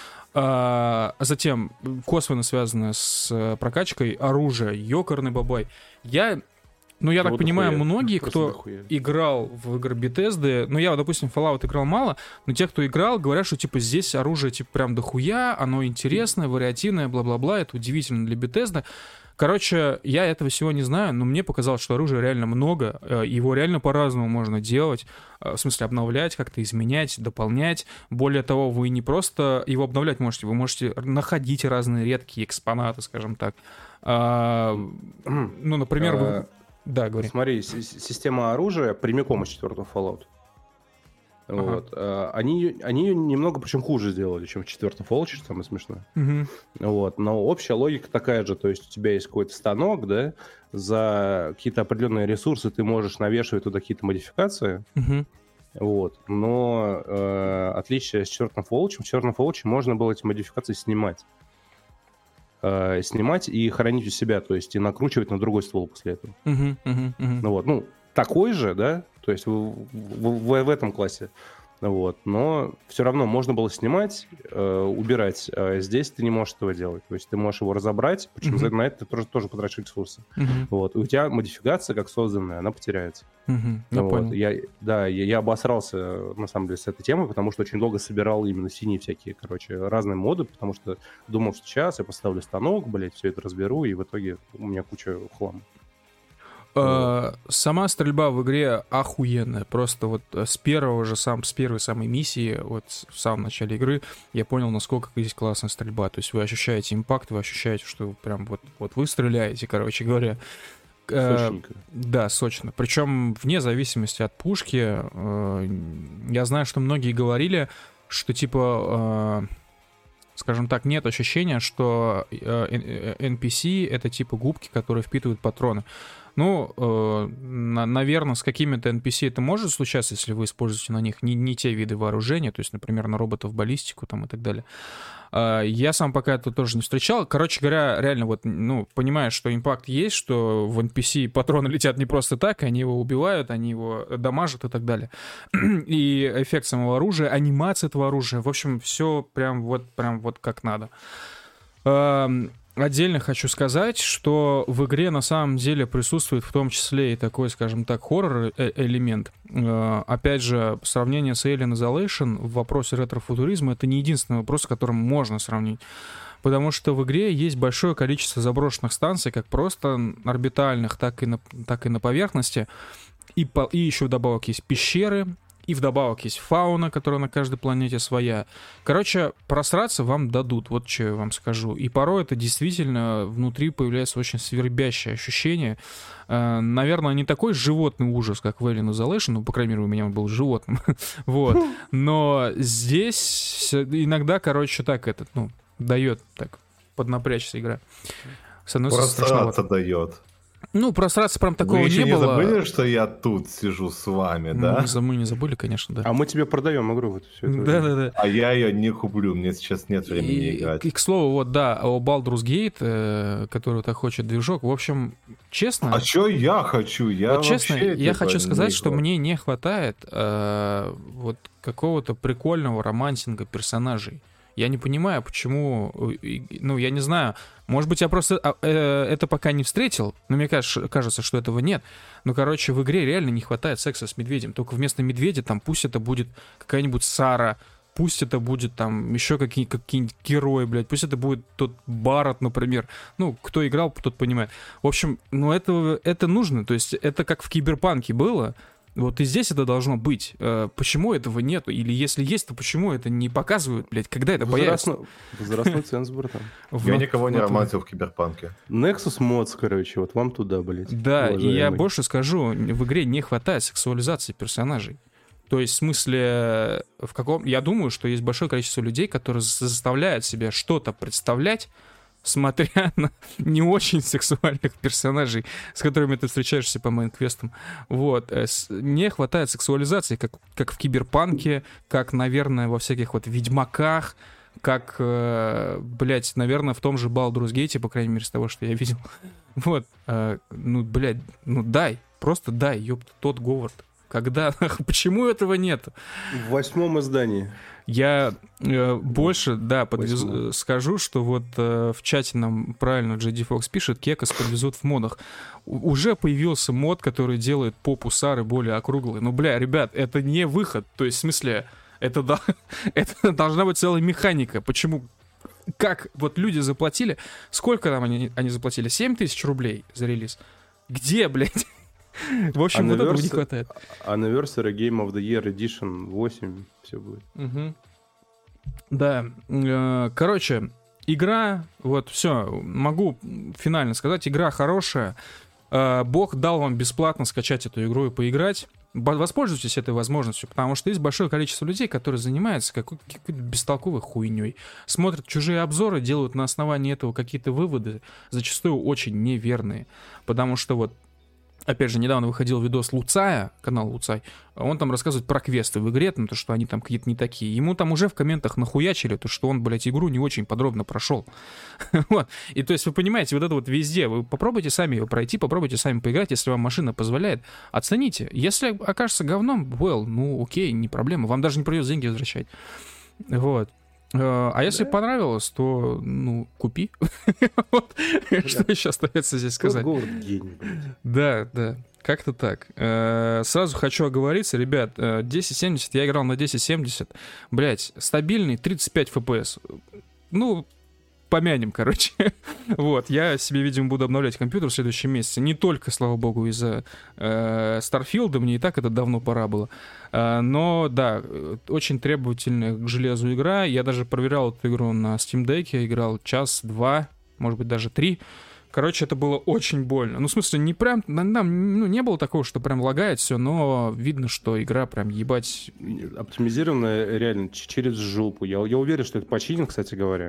Затем косвенно связано с прокачкой оружия. Ёкарный бабай. Я Ну, я так понимаю, многие, кто играл в игры Bethesda, ну, я, допустим, Fallout играл мало, но те, кто играл, говорят, что, типа, здесь оружие, типа, прям дохуя, оно интересное, вариативное, бла-бла-бла, это удивительно для Bethesda. Короче, я этого всего не знаю, но мне показалось, что оружия реально много, его реально по-разному можно делать, в смысле обновлять, как-то изменять, дополнять. Более того, вы не просто его обновлять можете, вы можете находить разные редкие экспонаты, скажем так. Ну, например, вы... Да, говори. Смотри, система оружия прямиком из 4-го Fallout. Ага. Вот. Они ее немного, причем хуже сделали, чем в 4-м Fallout, что самое смешное. Вот. Но общая логика такая же, то есть у тебя есть какой-то станок, да, за какие-то определенные ресурсы ты можешь навешивать туда какие-то модификации. Вот. Но отличие с 4-м Fallout, в 4-м Fallout можно было эти модификации снимать и хранить у себя, то есть и накручивать на другой ствол после этого. Ну вот, ну, такой же, да, то есть в этом классе, вот, но все равно можно было снимать, убирать, здесь ты не можешь этого делать, то есть ты можешь его разобрать, причем на это ты тоже потратишь ресурсы, вот, и у тебя модификация, как созданная, она потеряется. Вот. Я обосрался, на самом деле, с этой темой, потому что очень долго собирал именно синие всякие, короче, разные моды, потому что думал, что сейчас я поставлю станок, блядь, все это разберу, и в итоге у меня куча хлама. Сама стрельба в игре охуенная. Просто вот с первой самой миссии, вот в самом начале игры, я понял, насколько здесь классная стрельба. То есть вы ощущаете импакт, вы ощущаете, что прям вот вы стреляете, короче говоря. Сочненько. Да, сочно. Причем вне зависимости от пушки. Я знаю, что многие говорили, что типа... скажем так, нет ощущения, что NPC — это типа губки, которые впитывают патроны. Ну, наверное, с какими-то NPC это может случаться, если вы используете на них не те виды вооружения, то есть, например, на роботов баллистику там и так далее. Я сам пока это тоже не встречал. Короче говоря, реально вот, ну, понимаешь, что импакт есть, что в NPC патроны летят не просто так, они его убивают, они его дамажат и так далее. И эффект самого оружия, анимация этого оружия, в общем, все прям вот как надо. Отдельно хочу сказать, что в игре на самом деле присутствует в том числе и такой, скажем так, хоррор-элемент. Опять же, сравнение с Alien Isolation в вопросе ретро-футуризма — это не единственный вопрос, с которым можно сравнить. Потому что в игре есть большое количество заброшенных станций, как просто орбитальных, так и на поверхности. И еще вдобавок есть пещеры, и вдобавок есть фауна, которая на каждой планете своя. Короче, просраться вам дадут, вот что я вам скажу. И порой это действительно внутри появляется очень свербящее ощущение. Наверное, не такой животный ужас, как в Alien Isolation, ну, по крайней мере, у меня он был животным. Вот. Но здесь иногда, короче, так дает так поднапрячься игра. С одной стороны, просраться дает. Ну, просраться прям такого вы еще не было. Вы не забыли, что я тут сижу с вами, да? Мы не забыли, конечно, да. А мы тебе продаем игру. Вот, все это да. А я ее не куплю, мне сейчас нет времени играть. И, к слову, вот, да, о Baldur's Gate, который так хочет движок, в общем, честно... А что я хочу? Вот честно, я хочу сказать, что мне не хватает вот какого-то прикольного романсинга персонажей. Я не понимаю, почему... Ну, я не знаю. Может быть, я просто это пока не встретил, но мне кажется, что этого нет. Но, короче, в игре реально не хватает секса с медведем. Только вместо медведя там пусть это будет какая-нибудь Сара, пусть это будет там еще какие-нибудь герои, блядь, пусть это будет тот Барретт, например. Ну, кто играл, тот понимает. В общем, ну это нужно. То есть это как в Киберпанке было. Вот и здесь это должно быть. Почему этого нету? Или если есть, то почему это не показывают, блядь? Когда это появится? Возрастной ценз, братан. Я никого не романтил в Киберпанке. Nexus Mods, короче, вот вам туда, блядь. Да, и я больше скажу, в игре не хватает сексуализации персонажей. То есть, в смысле, я думаю, что есть большое количество людей, которые заставляют себя что-то представлять, смотря на не очень сексуальных персонажей, с которыми ты встречаешься по мейн-квестам. Вот. Не хватает сексуализации, как в Киберпанке, как, наверное, во всяких вот Ведьмаках, как, блядь, наверное, в том же Baldur's Gate, по крайней мере, с того, что я видел. Вот. Ну, блядь, дай. Просто дай, ёпта, тот Говард. Когда? Почему этого нет? В 8 издании. Я больше, да, скажу, что вот в чате нам правильно JD Fox пишет, кекас подвезут в модах. Уже появился мод, который делает попу Сары более округлой. Ну, бля, ребят, это не выход. То есть, в смысле, это должна быть целая механика. Почему? Как вот люди заплатили? Сколько там они заплатили? 7 тысяч рублей за релиз? Где, блядь? В общем, вот этого не хватает. Anniversary Game of the Year Edition 8 все будет. Угу. Да. Короче, игра, вот все, могу финально сказать, игра хорошая. Бог дал вам бесплатно скачать эту игру и поиграть. Воспользуйтесь этой возможностью, потому что есть большое количество людей, которые занимаются какой-то бестолковой хуйней, смотрят чужие обзоры, делают на основании этого какие-то выводы, зачастую очень неверные. Потому что вот, опять же, недавно выходил видос Луцая, канал Луцай, он там рассказывает про квесты в игре, то, что они там какие-то не такие. Ему там уже в комментах нахуячили, то, что он, блядь, игру не очень подробно прошел. Вот. И то есть вы понимаете, вот это вот везде, вы попробуйте сами ее пройти, попробуйте сами поиграть, если вам машина позволяет, оцените. Если окажется говном, ну окей, не проблема, вам даже не придется деньги возвращать. Вот. А если понравилось, то, ну, купи. Что еще остается здесь сказать? Да, как-то так. Сразу хочу оговориться, ребят, 1070, я играл на 1070, блять, стабильный 35 FPS. Ну, помянем, короче. Вот, я себе, видимо, буду обновлять компьютер в следующем месяце. Не только, слава богу, из-за Старфилда, мне и так это давно пора было. Но, да, очень требовательная к железу игра. Я даже проверял эту игру на Steam Deck, играл час-два, может быть, даже 3. Короче, это было очень больно. Ну, в смысле, не прям, ну, не было такого, что прям лагает все, но видно, что игра прям ебать... Оптимизированная реально через жопу. Я уверен, что это починен, кстати говоря.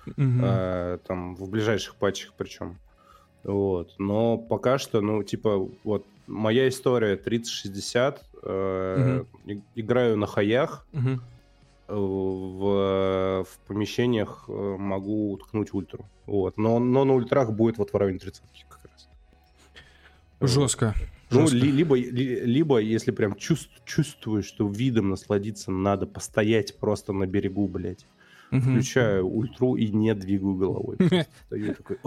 Там в ближайших патчах причем. Вот. Но пока что, ну, типа, вот моя история 3060, играю на хаях, в помещениях могу уткнуть ультру. Вот. Но на ультрах будет вот в районе 30 как раз. Жестко. Ну, либо, если прям чувствуешь, что видом насладиться надо, постоять просто на берегу, блядь. Включаю ультру и не двигаю головой. Стою такой,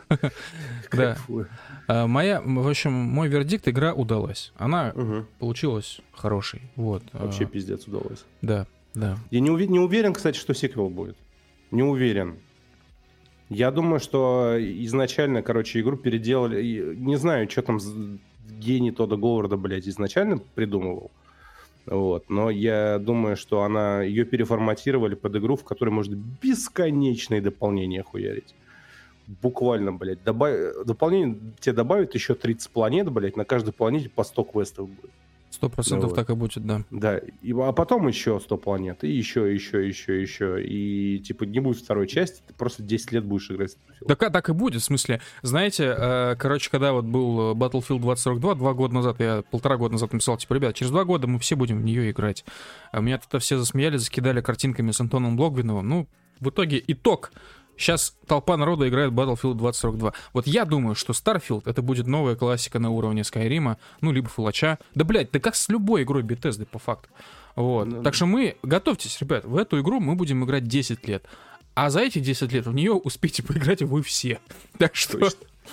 кайфую. В общем, мой вердикт, игра удалась. Она получилась хорошей. Вот. Вообще пиздец удалось. Да. Я не уверен, кстати, что сиквел будет. Не уверен. Я думаю, что изначально, короче, игру переделали. Не знаю, что там гений Тодда Говарда, блядь, изначально придумывал. Вот. Но я думаю, что ее переформатировали под игру, в которой можно бесконечные дополнения хуярить. Буквально, блядь. Дополнение тебе добавят еще 30 планет, блядь. На каждой планете по 100 квестов будет. 100% вот. Так и будет, да. Да. А потом еще 100 планет. И еще. И типа не будет второй части. Ты просто 10 лет будешь играть. Так и будет, в смысле. Знаете, короче, когда вот был Battlefield 2042, 2 года назад, я 1,5 года назад написал, типа, ребят, через 2 года мы все будем в нее играть. А меня тут все засмеяли, закидали картинками с Антоном Блогвиновым. Ну, в итоге итог. Сейчас толпа народа играет в Battlefield 2042. Вот я думаю, что Starfield это будет новая классика на уровне Skyrim'а, ну, либо Fallout'а. Да, блядь, да как с любой игрой Bethesda, по факту. Вот. Так что готовьтесь, ребят, в эту игру мы будем играть 10 лет. А за эти 10 лет в нее успейте поиграть вы все. Так что...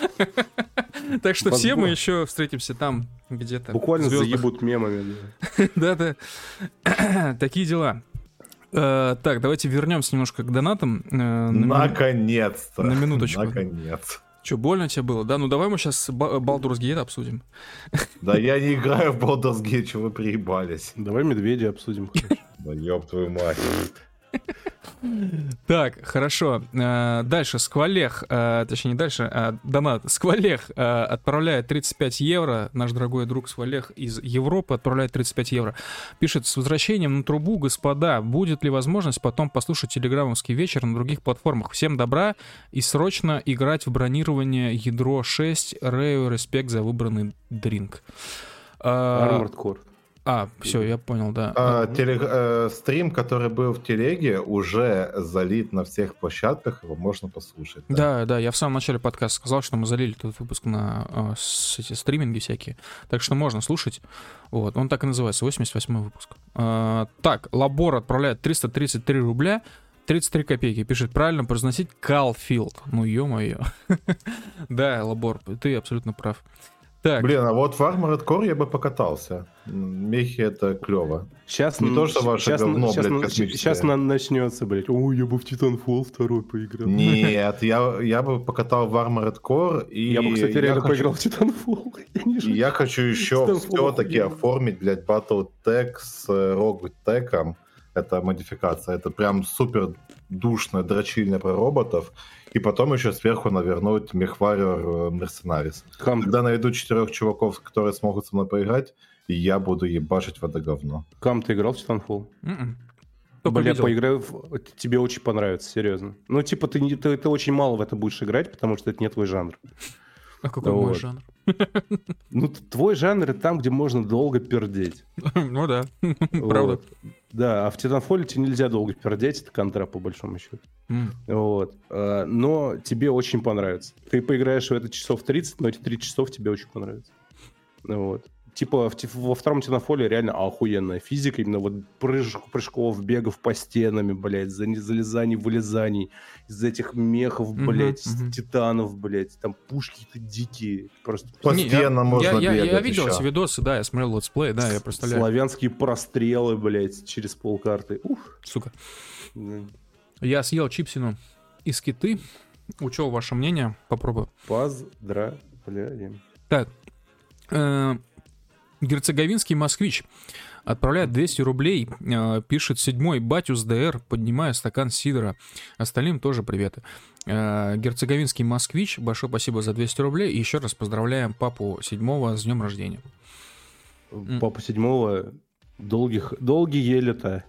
Так что все мы еще встретимся там где-то. Буквально заебут мемами. Да. Такие дела. Так, давайте вернемся немножко к донатам. Наконец-то. На минуточку. Наконец. Че, больно тебе было? Да, ну давай мы сейчас Baldur's Gate обсудим. Да я не играю в Baldur's Gate, чего вы приебались. Давай медведя обсудим. Да ёб твою мать. Так, хорошо. Дальше Сквалех, точнее не дальше, а донат. Сквалех отправляет 35 евро. Наш дорогой друг Сквалех из Европы отправляет 35 евро. Пишет: с возвращением на трубу, господа. Будет ли возможность потом послушать телеграммовский вечер на других платформах? Всем добра и срочно играть в бронирование ядро 6. Рею респект за выбранный дринк. Armored Core. Все, я понял, да. Стрим, который был в телеге, уже залит на всех площадках, его можно послушать. Да, я в самом начале подкаста сказал, что мы залили этот выпуск на эти стриминги всякие, так что можно слушать. Вот, он так и называется, 88-й выпуск. Так, Лабор отправляет 333 рубля, 33 копейки, пишет, правильно произносить Калфилд. Ну, ё-моё. Да, Лабор, ты абсолютно прав. Так. Блин, а вот в Armored Core я бы покатался. Мехи — это клево. Сейчас, не то, что ваше говно, блядь, космическое. Сейчас начнется, блядь. Ой, я бы в Titanfall 2 поиграл. Нет, я бы покатал в Armored Core. И я бы, кстати, реально поиграл в Titanfall. Я хочу еще все-таки оформить, блядь, Battletech с Rogue Tech. Это модификация. Это прям супер душная дрочильня про роботов. И потом еще сверху навернуть MechWarrior Mercenaries. Когда найду 4 чуваков, которые смогут со мной поиграть, и я буду ебашить в это говно. Кам, ты играл в Titanfall? Бля, поиграй, тебе очень понравится, серьезно. Ну, типа, ты очень мало в это будешь играть, потому что это не твой жанр. А какой мой жанр? Ну, твой жанр — это там, где можно долго пердеть. Ну да, правда. Да, а в Titanfall тебе нельзя долго пердеть, это контра, по большому счету. Вот. Но тебе очень понравится. Ты поиграешь в это часов 30, но эти 3 часов тебе очень понравятся. Вот. Типа во втором Titanfall реально охуенная физика, именно вот прыжков, бегов по стенами, блядь, залезаний, вылезаний, из этих мехов, блядь, титанов, блядь, там пушки-то дикие. Просто по стенам можно бегать. Я видел эти видосы, да, я смотрел летсплей, да, я представляю. Славянские прострелы, блядь, через полкарты. Ух. Сука. Я съел чипсину из киты, учел ваше мнение, попробую. Поздравляем. Так, Герцеговинский москвич отправляет 200 рублей, пишет 7-й Батюс ДР, поднимая стакан сидора. Остальным тоже приветы. Герцеговинский москвич, большое спасибо за 200 рублей. И еще раз поздравляем папу 7-го с днем рождения. Папу 7-го долгие лета.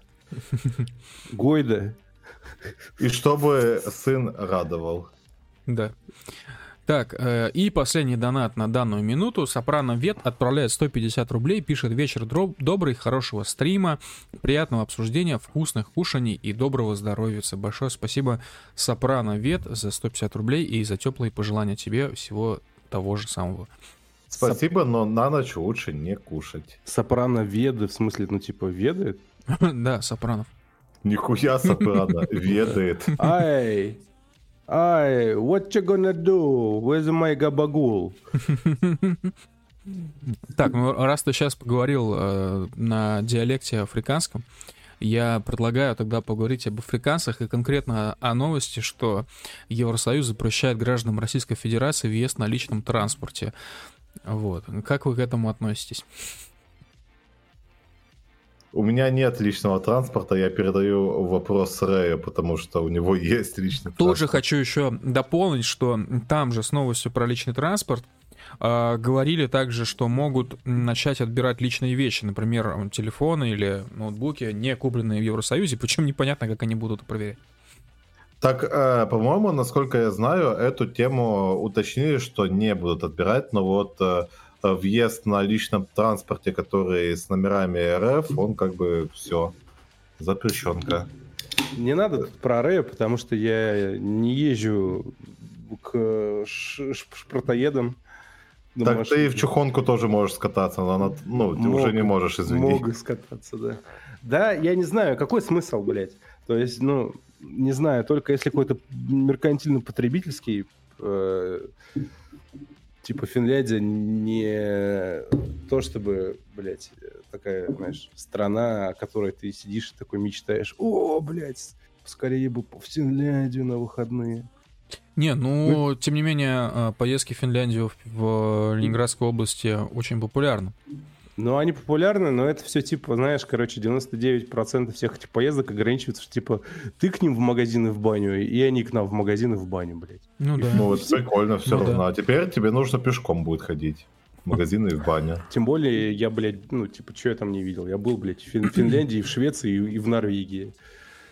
Гойда. И чтобы сын радовал. Да. Так, и последний донат на данную минуту. Сопрано Вет отправляет 150 рублей, пишет: вечер добрый, хорошего стрима, приятного обсуждения, вкусных кушаний и доброго здоровья. Большое спасибо, Сопрано Вет, за 150 рублей и за теплые пожелания тебе всего того же самого. Спасибо, но на ночь лучше не кушать. Сопрано Веды, в смысле, ну типа ведает? Да, Сопранов. Нихуя Сопрано, ведает. Ай, what you gonna do? Where's my габагул? Так, ну раз ты сейчас поговорил на диалекте африканском, я предлагаю тогда поговорить об африканцах и конкретно о новости, что Евросоюз запрещает гражданам Российской Федерации въезд на личном транспорте. Вот. Как вы к этому относитесь? У меня нет личного транспорта, я передаю вопрос Рэю, потому что у него есть личный транспорт. Тут же хочу еще дополнить, что там же с новостью про личный транспорт говорили также, что могут начать отбирать личные вещи, например, телефоны или ноутбуки, не купленные в Евросоюзе, причем непонятно, как они будут это проверять. Так, по-моему, насколько я знаю, эту тему уточнили, что не будут отбирать, но вот въезд на личном транспорте, который с номерами РФ, он как бы все, запрещенка. Не надо тут про РФ, потому что я не езжу к шпортоедам. Так ты в чухонку тоже можешь скататься, но ты уже не можешь, извини. Могу скататься, да. Да, я не знаю, какой смысл, блядь. То есть, не знаю, только если какой-то меркантильно-потребительский... Типа Финляндия не то чтобы, блядь, такая, знаешь, страна, о которой ты сидишь и такой мечтаешь: о, блядь, скорее бы в Финляндию на выходные. Не, тем не менее, поездки в Финляндию в Ленинградской области очень популярны. Ну, они популярны, но это все, типа, знаешь, 99% всех этих поездок ограничиваются, что, типа, ты к ним в магазин и в баню, и они к нам в магазин и в баню, блядь. Ну, да. Ну, это прикольно все равно. Да. А теперь тебе нужно пешком будет ходить в магазин и в баню. Тем более, я, блядь, что я там не видел? Я был, блядь, в Финляндии, в Швеции и в Норвегии.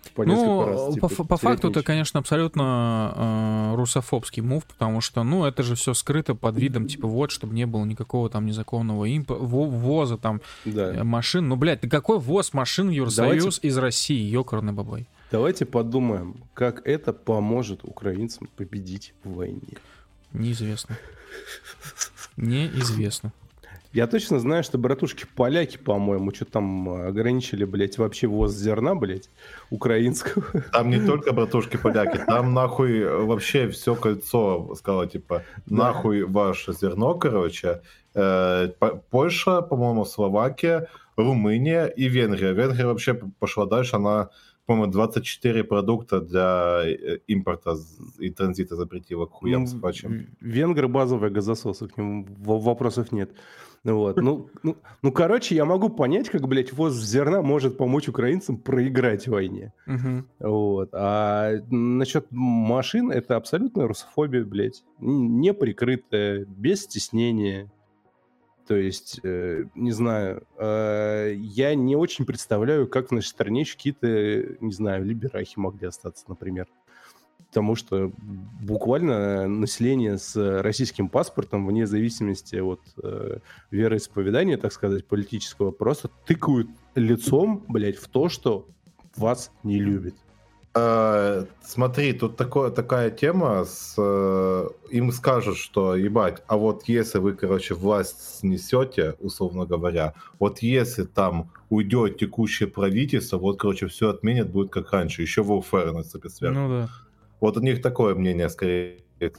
по несколько раз. Типа, по факту это, конечно, абсолютно русофобский мув, потому что, ну, это же все скрыто под видом, типа, вот, чтобы не было никакого там незаконного ввоза там машин. Ну, блядь, да какой ввоз машин в Евросоюз из России, ёкарный бабай? Давайте подумаем, как это поможет украинцам победить в войне. Неизвестно. Неизвестно. Я точно знаю, что братушки-поляки, по-моему, что там ограничили, блядь, вообще ввоз зерна, блядь, украинского. Там не только братушки-поляки, там нахуй вообще все кольцо сказала, типа, нахуй ваше зерно, короче. Польша, по-моему, Словакия, Румыния и Венгрия. Венгрия вообще пошла дальше, она, по-моему, 24 продукта для импорта и транзита запретила к хуям собачьим. Венгры базовые газососы, к ним вопросов нет. Вот. Ну, короче, я могу понять, как, блядь, ввоз зерна может помочь украинцам проиграть в войне. Вот. А насчет машин, это абсолютно русофобия, блядь. Неприкрытая, без стеснения. То есть, не знаю, я не очень представляю, как в нашей стране какие-то, не знаю, либерахи могли остаться, например. Потому что буквально население с российским паспортом, вне зависимости от вероисповедания, так сказать, политического, просто тыкают лицом, блядь, в то, что вас не любит. Смотри, тут такая тема, им скажут, что, ебать, а вот если вы, короче, власть снесете, условно говоря, вот если там уйдет текущее правительство, вот, короче, все отменят, будет как раньше, еще warfare наступит сверху. Ну да. Вот у них такое мнение, скорее.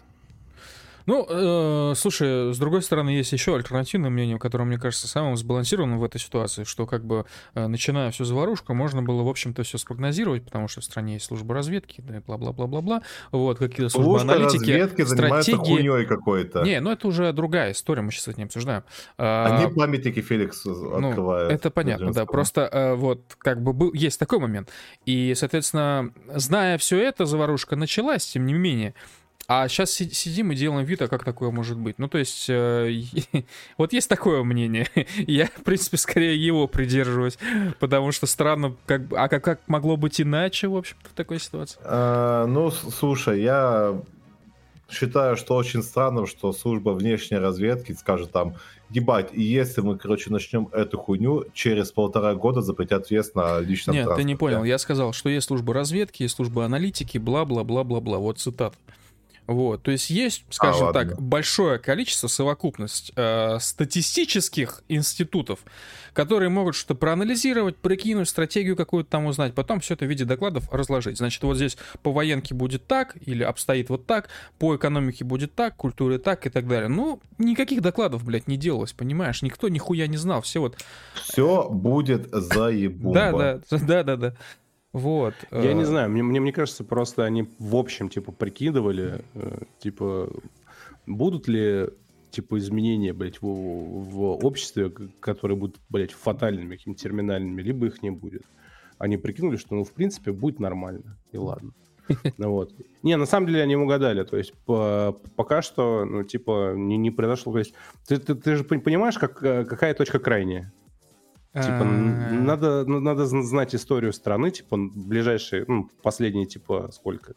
Ну, слушай, с другой стороны, есть еще альтернативное мнение, которое, мне кажется, самым сбалансированным в этой ситуации, что, как бы, начиная всю заварушку, можно было, в общем-то, все спрогнозировать, потому что в стране есть служба разведки, да, бла-бла-бла-бла-бла, вот, какие-то службы аналитики, разведки занимается хуйней какой-то. Не, ну это уже другая история, мы сейчас это не обсуждаем. Они памятники Феликс открывают. Ну, это понятно, да, просто вот, как бы, есть такой момент. И, соответственно, зная все это, заварушка началась, тем не менее. А сейчас сидим и делаем вид, а как такое может быть? Ну, то есть, вот есть такое мнение. Я, в принципе, скорее его придерживаюсь, потому что странно, как могло быть иначе, в общем-то, в такой ситуации? Ну, слушай, я считаю, что очень странно, что служба внешней разведки скажет там, ебать, и если мы, короче, начнем эту хуйню, через 1,5 года запретят въезд на личном транспорте. Нет, ты не понял. Я сказал, что есть служба разведки, есть служба аналитики, бла-бла-бла-бла-бла. Вот цитата. Вот, то есть есть, скажем так, большое количество, совокупность статистических институтов, которые могут что-то проанализировать, прикинуть, стратегию какую-то там узнать, потом все это в виде докладов разложить. Значит, вот здесь по военке будет так, или обстоит вот так, по экономике будет так, культуре так и так далее. Ну, никаких докладов, блядь, не делалось, понимаешь? Никто нихуя не знал, все вот... Все будет заебумба. Да. Вот. Я не знаю, мне кажется, просто они в общем, типа, прикидывали, типа, будут ли, типа, изменения, блядь, в обществе, которые будут, блядь, фатальными, какими-то терминальными, либо их не будет. Они прикинули, что, ну, в принципе, будет нормально, и ладно. Вот. Не, на самом деле они угадали, то есть пока что, ну, типа, не произошло. То есть ты же понимаешь, какая точка крайняя? Типа, надо знать историю страны, типа, ближайшие, ну, последние, типа, сколько?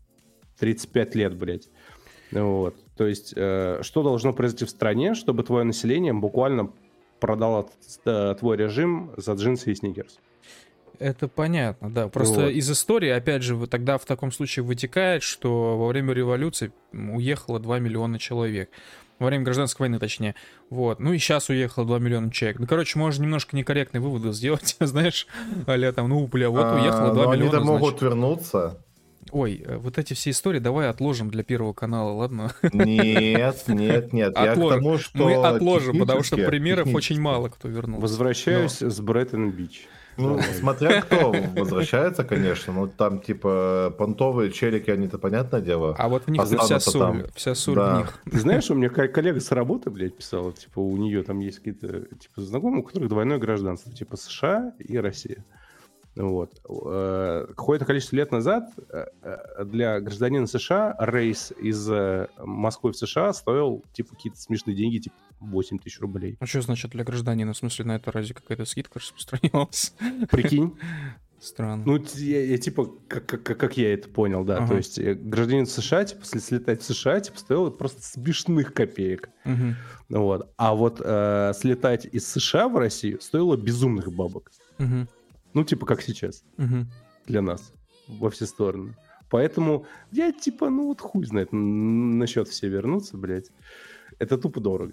35 лет, блядь. Вот. То есть, что должно произойти в стране, чтобы твое население буквально продало твой режим за джинсы и сникерс? Это понятно, да. Просто вот. Из истории, опять же, тогда в таком случае вытекает, что во время революции уехало 2 миллиона человек. Во время гражданской войны, точнее. Вот. Ну и сейчас уехало 2 миллиона человек. Ну, короче, можно немножко некорректные выводы сделать, знаешь, а-ля там, ну, бля, вот уехало 2 миллиона, они-то могут вернуться. Ой, вот эти все истории давай отложим для Первого канала, ладно? Нет. Я к тому, что мы отложим, потому что примеров очень мало кто вернулся. Возвращаюсь с Бреттон-Бич. Ну, смотря кто возвращается, конечно, но там, типа, понтовые челики, они-то, понятное дело. А вот в них вся соль в них. Ты знаешь, у меня коллега с работы, блядь, писала, типа, у нее там есть какие-то, типа, знакомые, у которых двойное гражданство, типа, США и Россия. Вот. Какое-то количество лет назад для гражданина США рейс из Москвы в США стоил, типа, какие-то смешные деньги, типа, 8 тысяч рублей. А что значит для гражданина? В смысле, на это разве какая-то скидка распространялась? Прикинь. Странно. Ну, я типа, как я это понял, да. Ага. То есть гражданин США, типа, слетать в США, типа, стоило просто смешных копеек. Угу. Вот. А вот слетать из США в Россию стоило безумных бабок. Угу. Ну, типа, как сейчас. Угу. Для нас. Во все стороны. Поэтому я, типа, ну, вот хуй знает, насчет все вернуться, блядь. Это тупо дорого.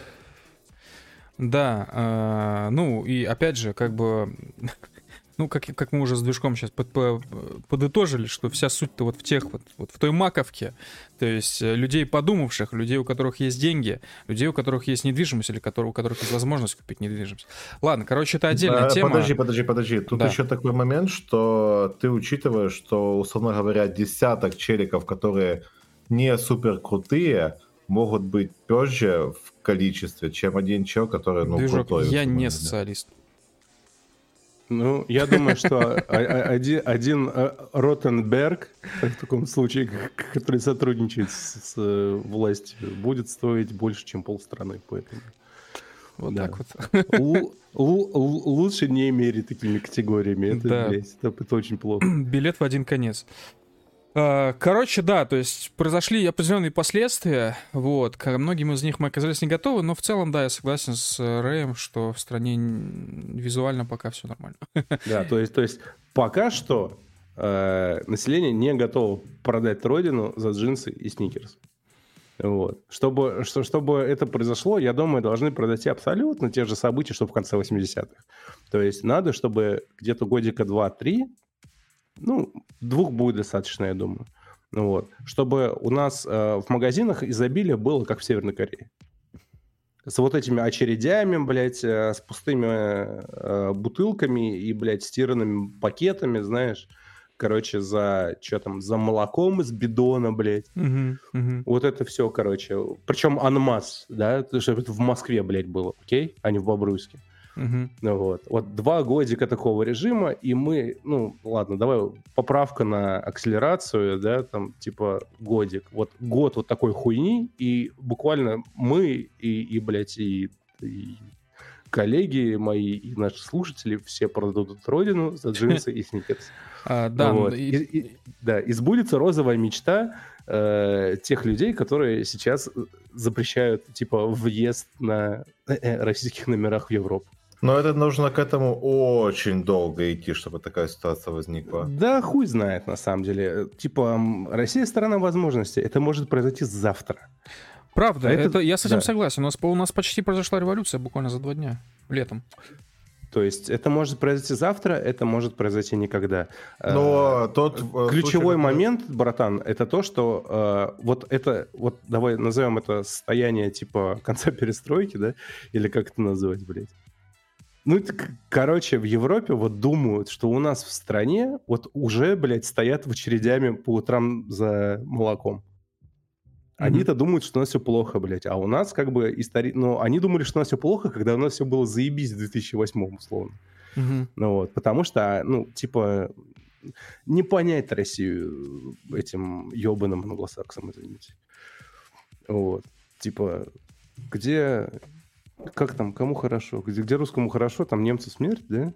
Да, ну и опять же, как бы, ну как мы уже с движком сейчас подытожили, что вся суть-то вот в тех вот в той маковке, то есть людей подумавших, людей, у которых есть деньги, людей, у которых есть недвижимость или у которых есть возможность купить недвижимость. Ладно, короче, это отдельная тема. Подожди. Тут еще такой момент, что ты учитываешь, что, условно говоря, десяток челиков, которые не супер крутые, могут быть позже в количестве, чем один чел, который, ну, Движок, крутой. я не социалист. Ну, я думаю, что один Ротенберг, в таком случае, который сотрудничает с властью, будет стоить больше, чем полстраны. Поэтому вот так вот. Лучше не мерить такими категориями. Это, да. Блядь, это очень плохо. Билет в один конец. Короче, да, то есть произошли определенные последствия, вот, к многим из них мы оказались не готовы, но в целом, да, я согласен с Рэем, что в стране визуально пока все нормально. Да, то есть пока что население не готово продать родину за джинсы и сникерс. Вот. Чтобы это произошло, я думаю, должны произойти абсолютно те же события, что в конце 80-х. То есть надо, чтобы где-то годика 2-3, ну, 2 будет достаточно, я думаю. Вот. Чтобы у нас в магазинах изобилие было, как в Северной Корее. С вот этими очередями, блядь, с пустыми бутылками и, блядь, стиранными пакетами, знаешь. Короче, за молоком из бидона, блядь. Вот это все, короче. Причем анмасс, да, чтобы это в Москве, блядь, было, окей? А не в Бобруйске. Вот 2 годика такого режима, и мы, ну, ладно, давай поправка на акселерацию, да, там, типа, годик. Вот год вот такой хуйни, и буквально мы, блядь, и коллеги мои, и наши слушатели все продадут родину за джинсы и сникерс. Да, вот. Да, и сбудется розовая мечта тех людей, которые сейчас запрещают, типа, въезд на российских номерах в Европу. Но это нужно к этому очень долго идти, чтобы такая ситуация возникла. Да, хуй знает, на самом деле. Типа, Россия — страна возможностей. Это может произойти завтра. Правда, это я с этим согласен. У нас почти произошла революция буквально за 2 дня, летом. То есть это может произойти завтра, это может произойти никогда. Но ключевой момент, братан, это то, что вот давай назовем это состояние типа конца перестройки, да? Или как это назвать, блядь? Ну, короче, в Европе вот думают, что у нас в стране вот уже, блядь, стоят в очередями по утрам за молоком. Они-то думают, что у нас все плохо, блядь. А у нас как бы ну, они думали, что у нас все плохо, когда у нас все было заебись в 2008-м, условно. Ну вот, потому что, ну, типа, не понять Россию этим ёбаным англосаксам, извините. Вот. Типа, где... Как там, кому хорошо? Где русскому хорошо, там немцу смерть, да?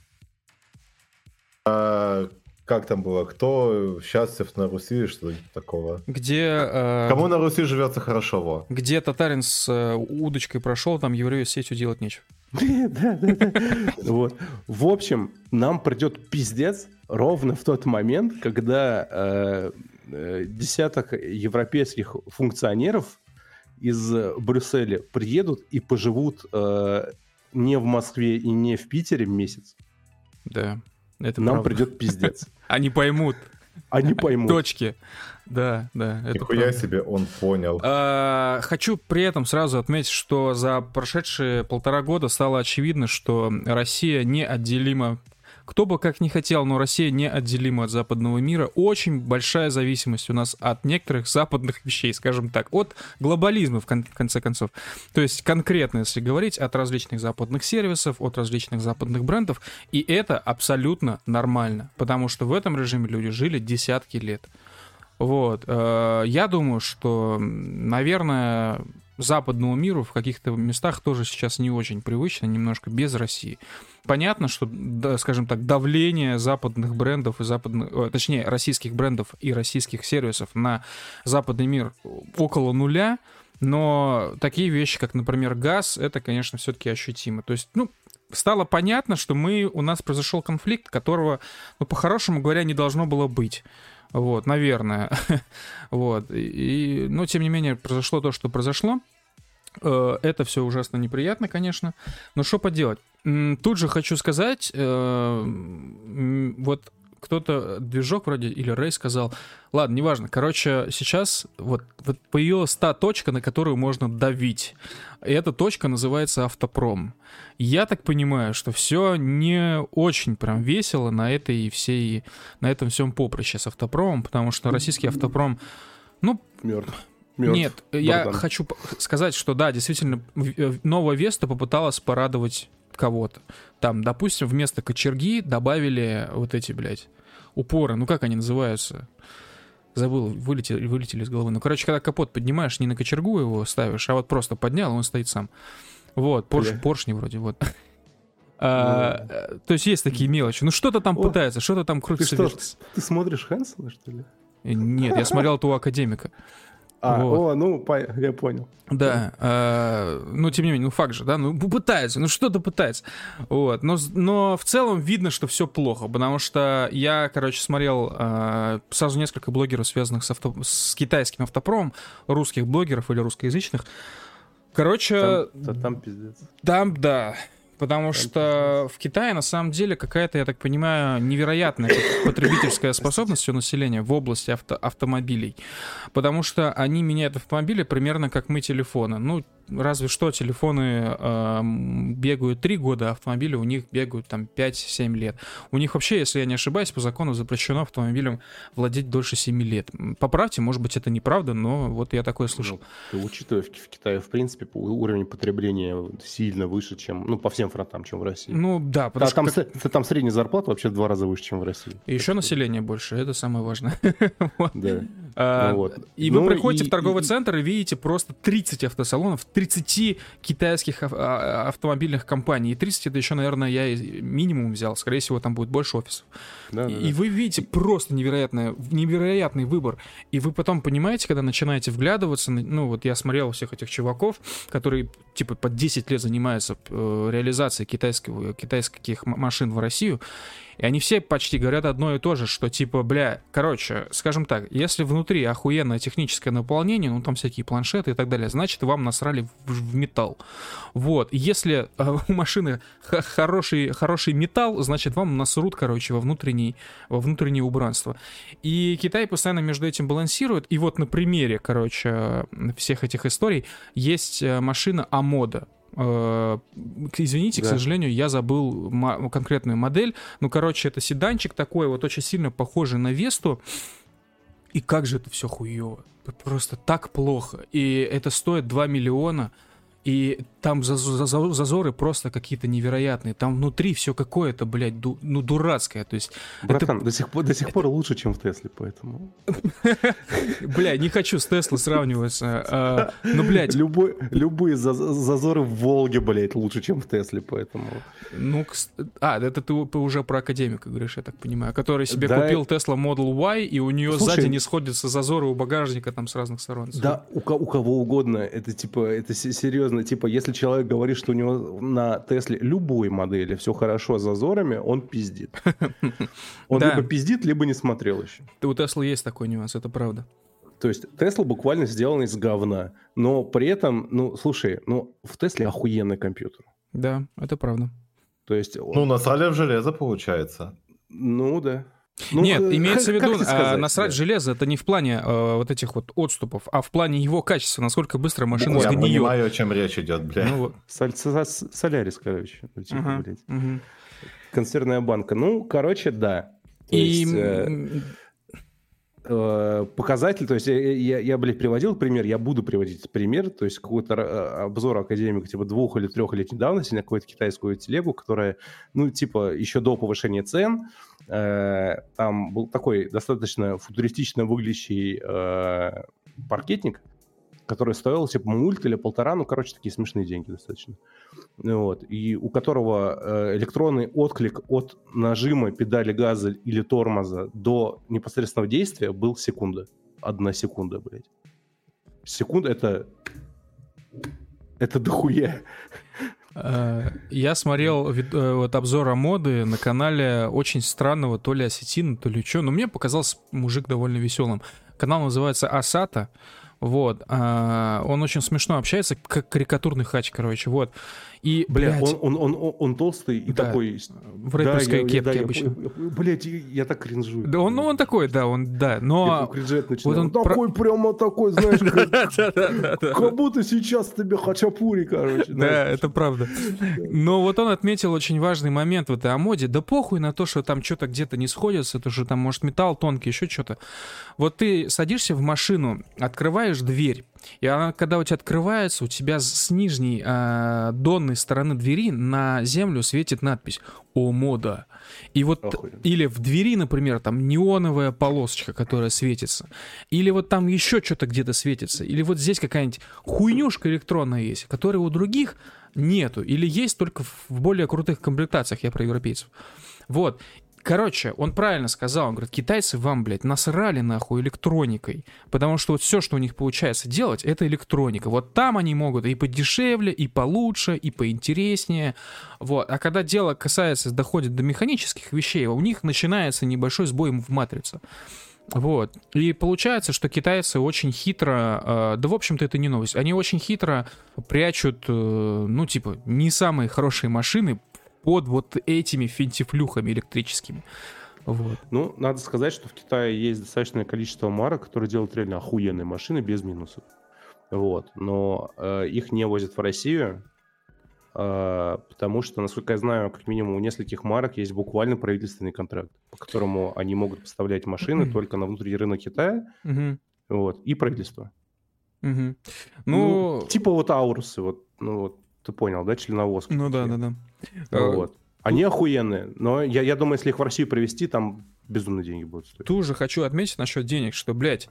Как там было? Кто счастлив на Руси, что-то такого? Где... Кому на Руси живется хорошо, во? Где татарин с удочкой прошел, там еврею с сетью делать нечего. Да. Вот. В общем, нам придет пиздец ровно в тот момент, когда десяток европейских функционеров из Брюсселя приедут и поживут не в Москве и не в Питере месяц. Да, это нам правда. Придет пиздец. Они поймут. Точки. Да. Нихуя себе, он понял. Хочу при этом сразу отметить, что за прошедшие 1,5 года стало очевидно, что Россия неотделима. Кто бы как ни хотел, но Россия неотделима от западного мира. Очень большая зависимость у нас от некоторых западных вещей, скажем так. От глобализма, в конце концов. То есть конкретно, если говорить, от различных западных сервисов, от различных западных брендов. И это абсолютно нормально. Потому что в этом режиме люди жили десятки лет. Вот. Я думаю, что, наверное, западному миру в каких-то местах тоже сейчас не очень привычно, немножко без России. Понятно, что, скажем так, давление западных брендов и точнее, российских брендов и российских сервисов на западный мир около нуля, но такие вещи, как, например, газ, это, конечно, все-таки ощутимо. То есть, стало понятно, что у нас произошел конфликт, которого, по-хорошему говоря, не должно было быть. Вот, наверное. Вот. Но, тем не менее, произошло то, что произошло. Это все ужасно неприятно, конечно. Но что поделать? Тут же хочу сказать, вот кто-то, движок вроде, или Рэй сказал, ладно, неважно, короче, сейчас вот появилась та точка, на которую можно давить. И эта точка называется автопром. Я так понимаю, что все не очень прям весело на этом всем поприще с автопромом, потому что российский автопром, Мертв. Нет, я хочу сказать, что да, действительно, новая Веста попыталась порадовать кого-то. Там, допустим, вместо кочерги добавили вот эти, упоры. Как они называются? Забыл, вылетели из головы. Короче, когда капот поднимаешь, не на кочергу его ставишь, а вот просто поднял, он стоит сам. Вот, поршни вроде, вот. То есть есть такие мелочи. Что-то там пытается, что-то там крутится. Ты смотришь Хэнсона, что ли? Нет, я смотрел этого академика. Я понял. Да, тем не менее, факт же, да, пытается, что-то пытается. Вот, но в целом видно, что все плохо, потому что я, смотрел сразу несколько блогеров, связанных с китайским автопромом, русских блогеров или русскоязычных. Там пиздец. Там, да. Потому что в Китае, на самом деле, какая-то, я так понимаю, невероятная потребительская способность у населения в области автомобилей. Потому что они меняют автомобили примерно как мы телефоны. Разве что телефоны бегают 3 года, а автомобили у них бегают там 5-7 лет. У них вообще, если я не ошибаюсь, по закону запрещено автомобилем владеть дольше 7 лет. Поправьте, может быть, это неправда, но вот я такое слышал. Учитывая, в Китае, в принципе, уровень потребления сильно выше, чем, по всем фронтам, чем в России. Да, потому что там средняя зарплата вообще в 2 раза выше, чем в России. И еще население больше, это самое важное. Да. И вы приходите в торговый центр и видите просто 30 автосалонов, 30 китайских автомобильных компаний. И 30 это еще, наверное, я минимум взял. Скорее всего, там будет больше офисов. И вы видите просто невероятный выбор. И вы потом понимаете, когда начинаете вглядываться, я смотрел всех этих чуваков, которые по 10 лет занимаются реализацией китайских машин в Россию, и они все почти говорят одно и то же, что скажем так, если внутри охуенное техническое наполнение, там всякие планшеты и так далее, значит, вам насрали в металл. Вот. Если у машины хороший металл, значит, вам насрут, во внутреннее убранство. И Китай постоянно между этим балансирует. И вот на примере, всех этих историй есть машина Амода. Извините, да. К сожалению, я забыл конкретную модель. Это седанчик такой, очень сильно похожий на Весту. И как же это все хуёво. Просто так плохо. И это стоит 2 миллиона. И там зазоры просто какие-то невероятные. Там внутри все какое-то, дурацкое. То есть братан, до сих пор лучше, чем в Тесле, поэтому... Не хочу с Теслой сравниваться. Любые зазоры в Волге, лучше, чем в Тесле, поэтому... Это ты уже про академика говоришь, я так понимаю, который себе купил Tesla Model Y, и у нее сзади не сходятся зазоры у багажника там с разных сторон. Да, у кого угодно. Это серьезно. Если человек говорит, что у него на Тесле любой модели все хорошо с зазорами, он пиздит. Он либо пиздит, либо не смотрел еще. У Теслы есть такой нюанс, это правда. То есть Тесла буквально сделана из говна. Но при этом, слушай, в Тесле охуенный компьютер. Да, это правда. То есть... насрали в железо, получается. Да. Нет, имеется в виду, насрать железо, это не в плане вот этих вот отступов, а в плане его качества, насколько быстро машина сгниет. Я понимаю, о чем речь идет, блядь. Солярис, консервная банка. Да. Показатель, то есть я приводил пример, я буду приводить пример, то есть какой-то обзор академика 2 или 3-летней давности на какую-то китайскую телегу, которая, еще до повышения цен, там был такой достаточно футуристично выглядящий паркетник, который стоил типа мульт или 1,5, ну, короче, такие смешные деньги достаточно. Вот. И у которого электронный отклик от нажима педали газа или тормоза до непосредственного действия был секунда. 1 секунда, блядь. Секунда это дохуя. Я смотрел вот обзор моды на канале очень странного то ли осетина, то ли что, но мне показался мужик довольно веселым. Канал называется Асата. Вот. Он очень смешно общается, как карикатурный хач, короче. Вот. И, блядь, он толстый и такой... В рэперской кепке обычно. Блядь, я так кринжую. Да, он такой, да, но... Вот он такой, прямо такой, знаешь, как будто сейчас тебе хачапури, короче. Да, это правда. Но вот он отметил очень важный момент в этой моде. Да похуй на то, что там что-то где-то не сходится, то, что там, может, металл тонкий, еще что-то. Вот ты садишься в машину, открываешь дверь, и она, когда у тебя открывается, у тебя с нижней донной стороны двери на землю светит надпись «О, мода». И вот, или в двери, например, там неоновая полосочка, которая светится. Или вот там еще что-то где-то светится. Или вот здесь какая-нибудь хуйнюшка электронная есть, которой у других нету. Или есть только в более крутых комплектациях, я про европейцев. Вот. Короче, он правильно сказал, он говорит, китайцы вам, блядь, насрали нахуй электроникой, потому что вот все, что у них получается делать, это электроника. Вот там они могут и подешевле, и получше, и поинтереснее, вот. А когда дело доходит до механических вещей, у них начинается небольшой сбой в матрице. Вот. И получается, что китайцы очень хитро, да, в общем-то, это не новость, они очень хитро прячут, ну, типа, не самые хорошие машины под вот этими финтифлюхами электрическими. Вот. Ну, надо сказать, что в Китае есть достаточное количество марок, которые делают реально охуенные машины без минусов. Вот. Но их не возят в Россию, потому что, насколько я знаю, как минимум у нескольких марок есть буквально правительственный контракт, по которому они могут поставлять машины только на внутренний рынок Китая, вот, и правительство. Ну, типа вот Аурусы, вот, ну вот, ты понял, да, членовозки. Ну да. Вот. Они охуенные, но я думаю, если их в Россию привезти, там безумные деньги будут стоить. Тоже хочу отметить насчет денег, что, блядь,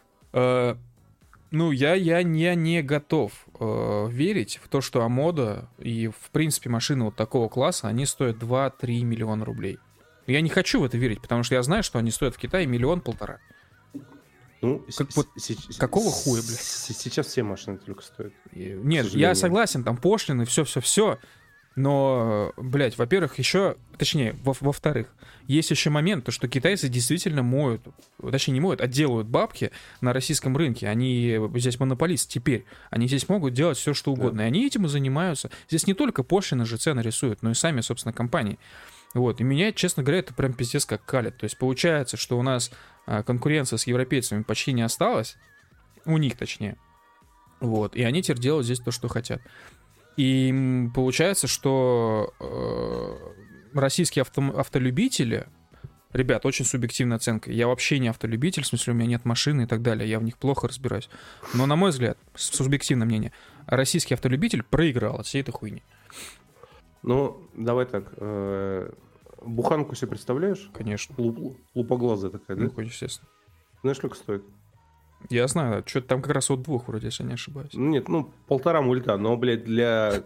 ну, я не готов верить в то, что Амода и, в принципе, машины вот такого класса, они стоят 2-3 миллиона рублей. Я не хочу в это верить, потому что я знаю, что они стоят в Китае 1,5 миллиона. Ну, какого хуя, блядь? Сейчас все машины только стоят. Нет, я согласен, там пошлины, все. Но, блядь, во-первых, еще, точнее, во-вторых, есть еще момент, то, что китайцы действительно моют, точнее не моют, а делают бабки на российском рынке. Они здесь монополист теперь. Они здесь могут делать все, что угодно. Да. И они этим и занимаются. Здесь не только пошлины же цены рисуют, но и сами, собственно, компании. Вот. И меня, честно говоря, это прям пиздец как калит. То есть получается, что у нас конкуренция с европейцами почти не осталась. У них, точнее. Вот. И они теперь делают здесь то, что хотят. И получается, что российские автолюбители, ребят, очень субъективная оценка. Я вообще не автолюбитель, в смысле, у меня нет машины и так далее, я в них плохо разбираюсь. Но, на мой взгляд, субъективное мнение, российский автолюбитель проиграл от всей этой хуйни. Ну, давай так. Буханку себе представляешь? Конечно. Лупоглазая такая, да? Ну, естественно. Знаешь, сколько стоит? Я знаю, что-то там как раз от 2, вроде, если я не ошибаюсь. Нет, 1,5 мульта, но, блядь, для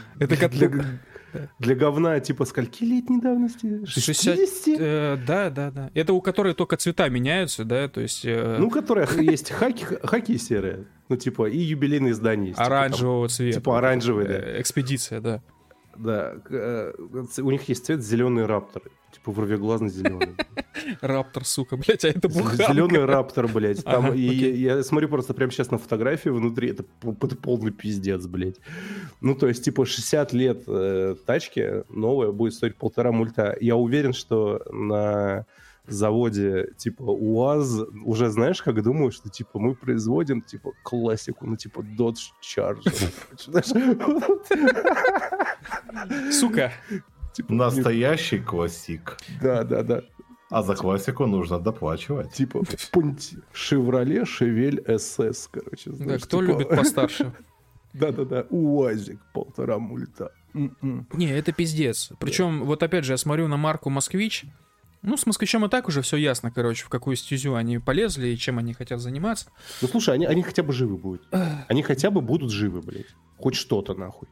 говна типа скольки летней давности? 60? Да. Это у которой только цвета меняются, да, то есть... Ну, у которых есть хаки серые, ну, типа, и юбилейные издания есть. Оранжевого цвета. Типа оранжевый, да. Экспедиция, да. Да, у них есть цвет зеленый раптор, типа вровеглазный зеленый. Раптор, сука, блядь, а это буханка. Зеленый раптор, блядь. Там, я смотрю просто прямо сейчас на фотографии внутри, это полный пиздец, блядь. Ну, то есть, типа, 60 лет тачки новая будет стоить 1,5 мульта. Я уверен, что на заводе, типа, УАЗ уже, знаешь, как думают, что, типа, мы производим, типа, классику, ну, типа, Dodge Charger. Сука. Настоящий классик. Да. А за классику нужно доплачивать. Типа, Chevrolet Chevelle SS, короче. Да, кто любит постарше? Да, УАЗик 1,5 мульта. Не, это пиздец. Причем, вот опять же, я смотрю на марку «Москвич», Ну, с «Москвичом» и так уже все ясно, короче, в какую стезю они полезли и чем они хотят заниматься. Ну, слушай, они хотя бы живы будут. Они хотя бы будут живы, блядь. Хоть что-то, нахуй.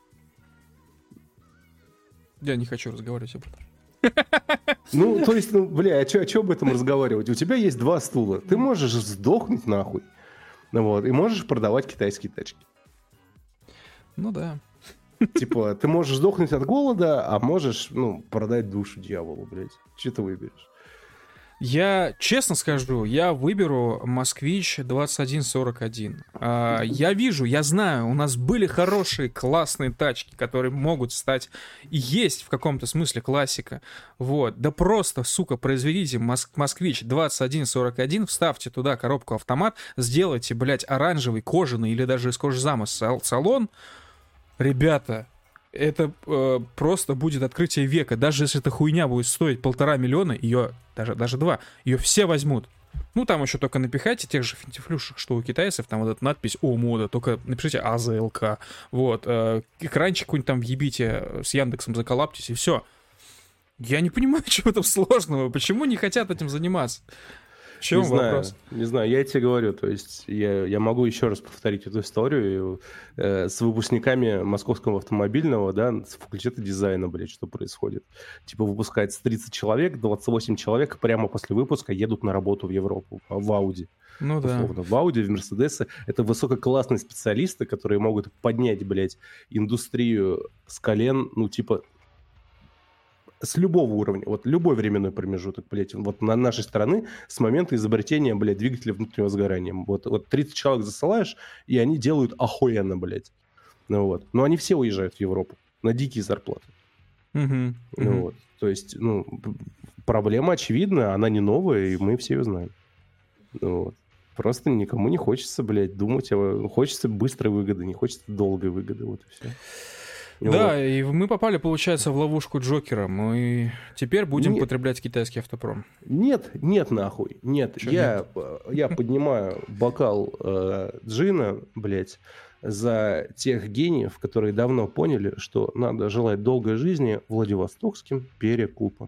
Я не хочу разговаривать об этом. Ну, то есть, ну, бля, а чё об этом разговаривать? У тебя есть 2 стула. Ты можешь сдохнуть, нахуй. Вот, и можешь продавать китайские тачки. Ну да. Типа, ты можешь сдохнуть от голода, а можешь, ну, продать душу дьяволу, блядь. Что ты выберешь? Я, честно скажу, я выберу «Москвич» 2141. Я вижу, я знаю, у нас были хорошие, классные тачки, которые могут стать и есть в каком-то смысле классика. Вот. Да просто, сука, произведите «Москвич» 2141, вставьте туда коробку автомат, сделайте, блядь, оранжевый, кожаный или даже из кожзама салон. Ребята, это просто будет открытие века. Даже если эта хуйня будет стоить 1,5 миллиона, ее, даже 2, ее все возьмут. Ну, там еще только напихайте тех же финтифлюшек, что у китайцев, там вот эта надпись «О, мода», только напишите АЗЛК. Вот. Экранчик какой-нибудь там въебите с Яндексом, заколаптесь, и все. Я не понимаю, чего там сложного. Почему не хотят этим заниматься? В чем вопрос? Не знаю, я тебе говорю, то есть я могу еще раз повторить эту историю с выпускниками Московского автомобильного, да, с факультета дизайна, блядь, что происходит. Типа выпускается 30 человек, 28 человек прямо после выпуска едут на работу в Европу, в Ауди. Ну да. Условно, в Ауди, в Мерседесе. Это высококлассные специалисты, которые могут поднять, блядь, индустрию с колен, ну, типа... С любого уровня, вот любой временной промежуток, блядь, вот на нашей стороны с момента изобретения, блядь, двигателя внутреннего сгорания. Вот 30 человек засылаешь, и они делают охуенно, блядь. Ну вот. Но они все уезжают в Европу на дикие зарплаты. Ну вот. То есть, ну, проблема очевидна, она не новая, и мы все ее знаем. Ну вот. Просто никому не хочется, блядь, думать, хочется быстрой выгоды, не хочется долгой выгоды, вот и все. Да, вот. и мы попали, получается, в ловушку Джокера. Мы теперь будем потреблять китайский автопром. Нет, нахуй. Нет, я поднимаю бокал джина, блядь, за тех гениев, которые давно поняли, что надо желать долгой жизни Владивостокским перекупам.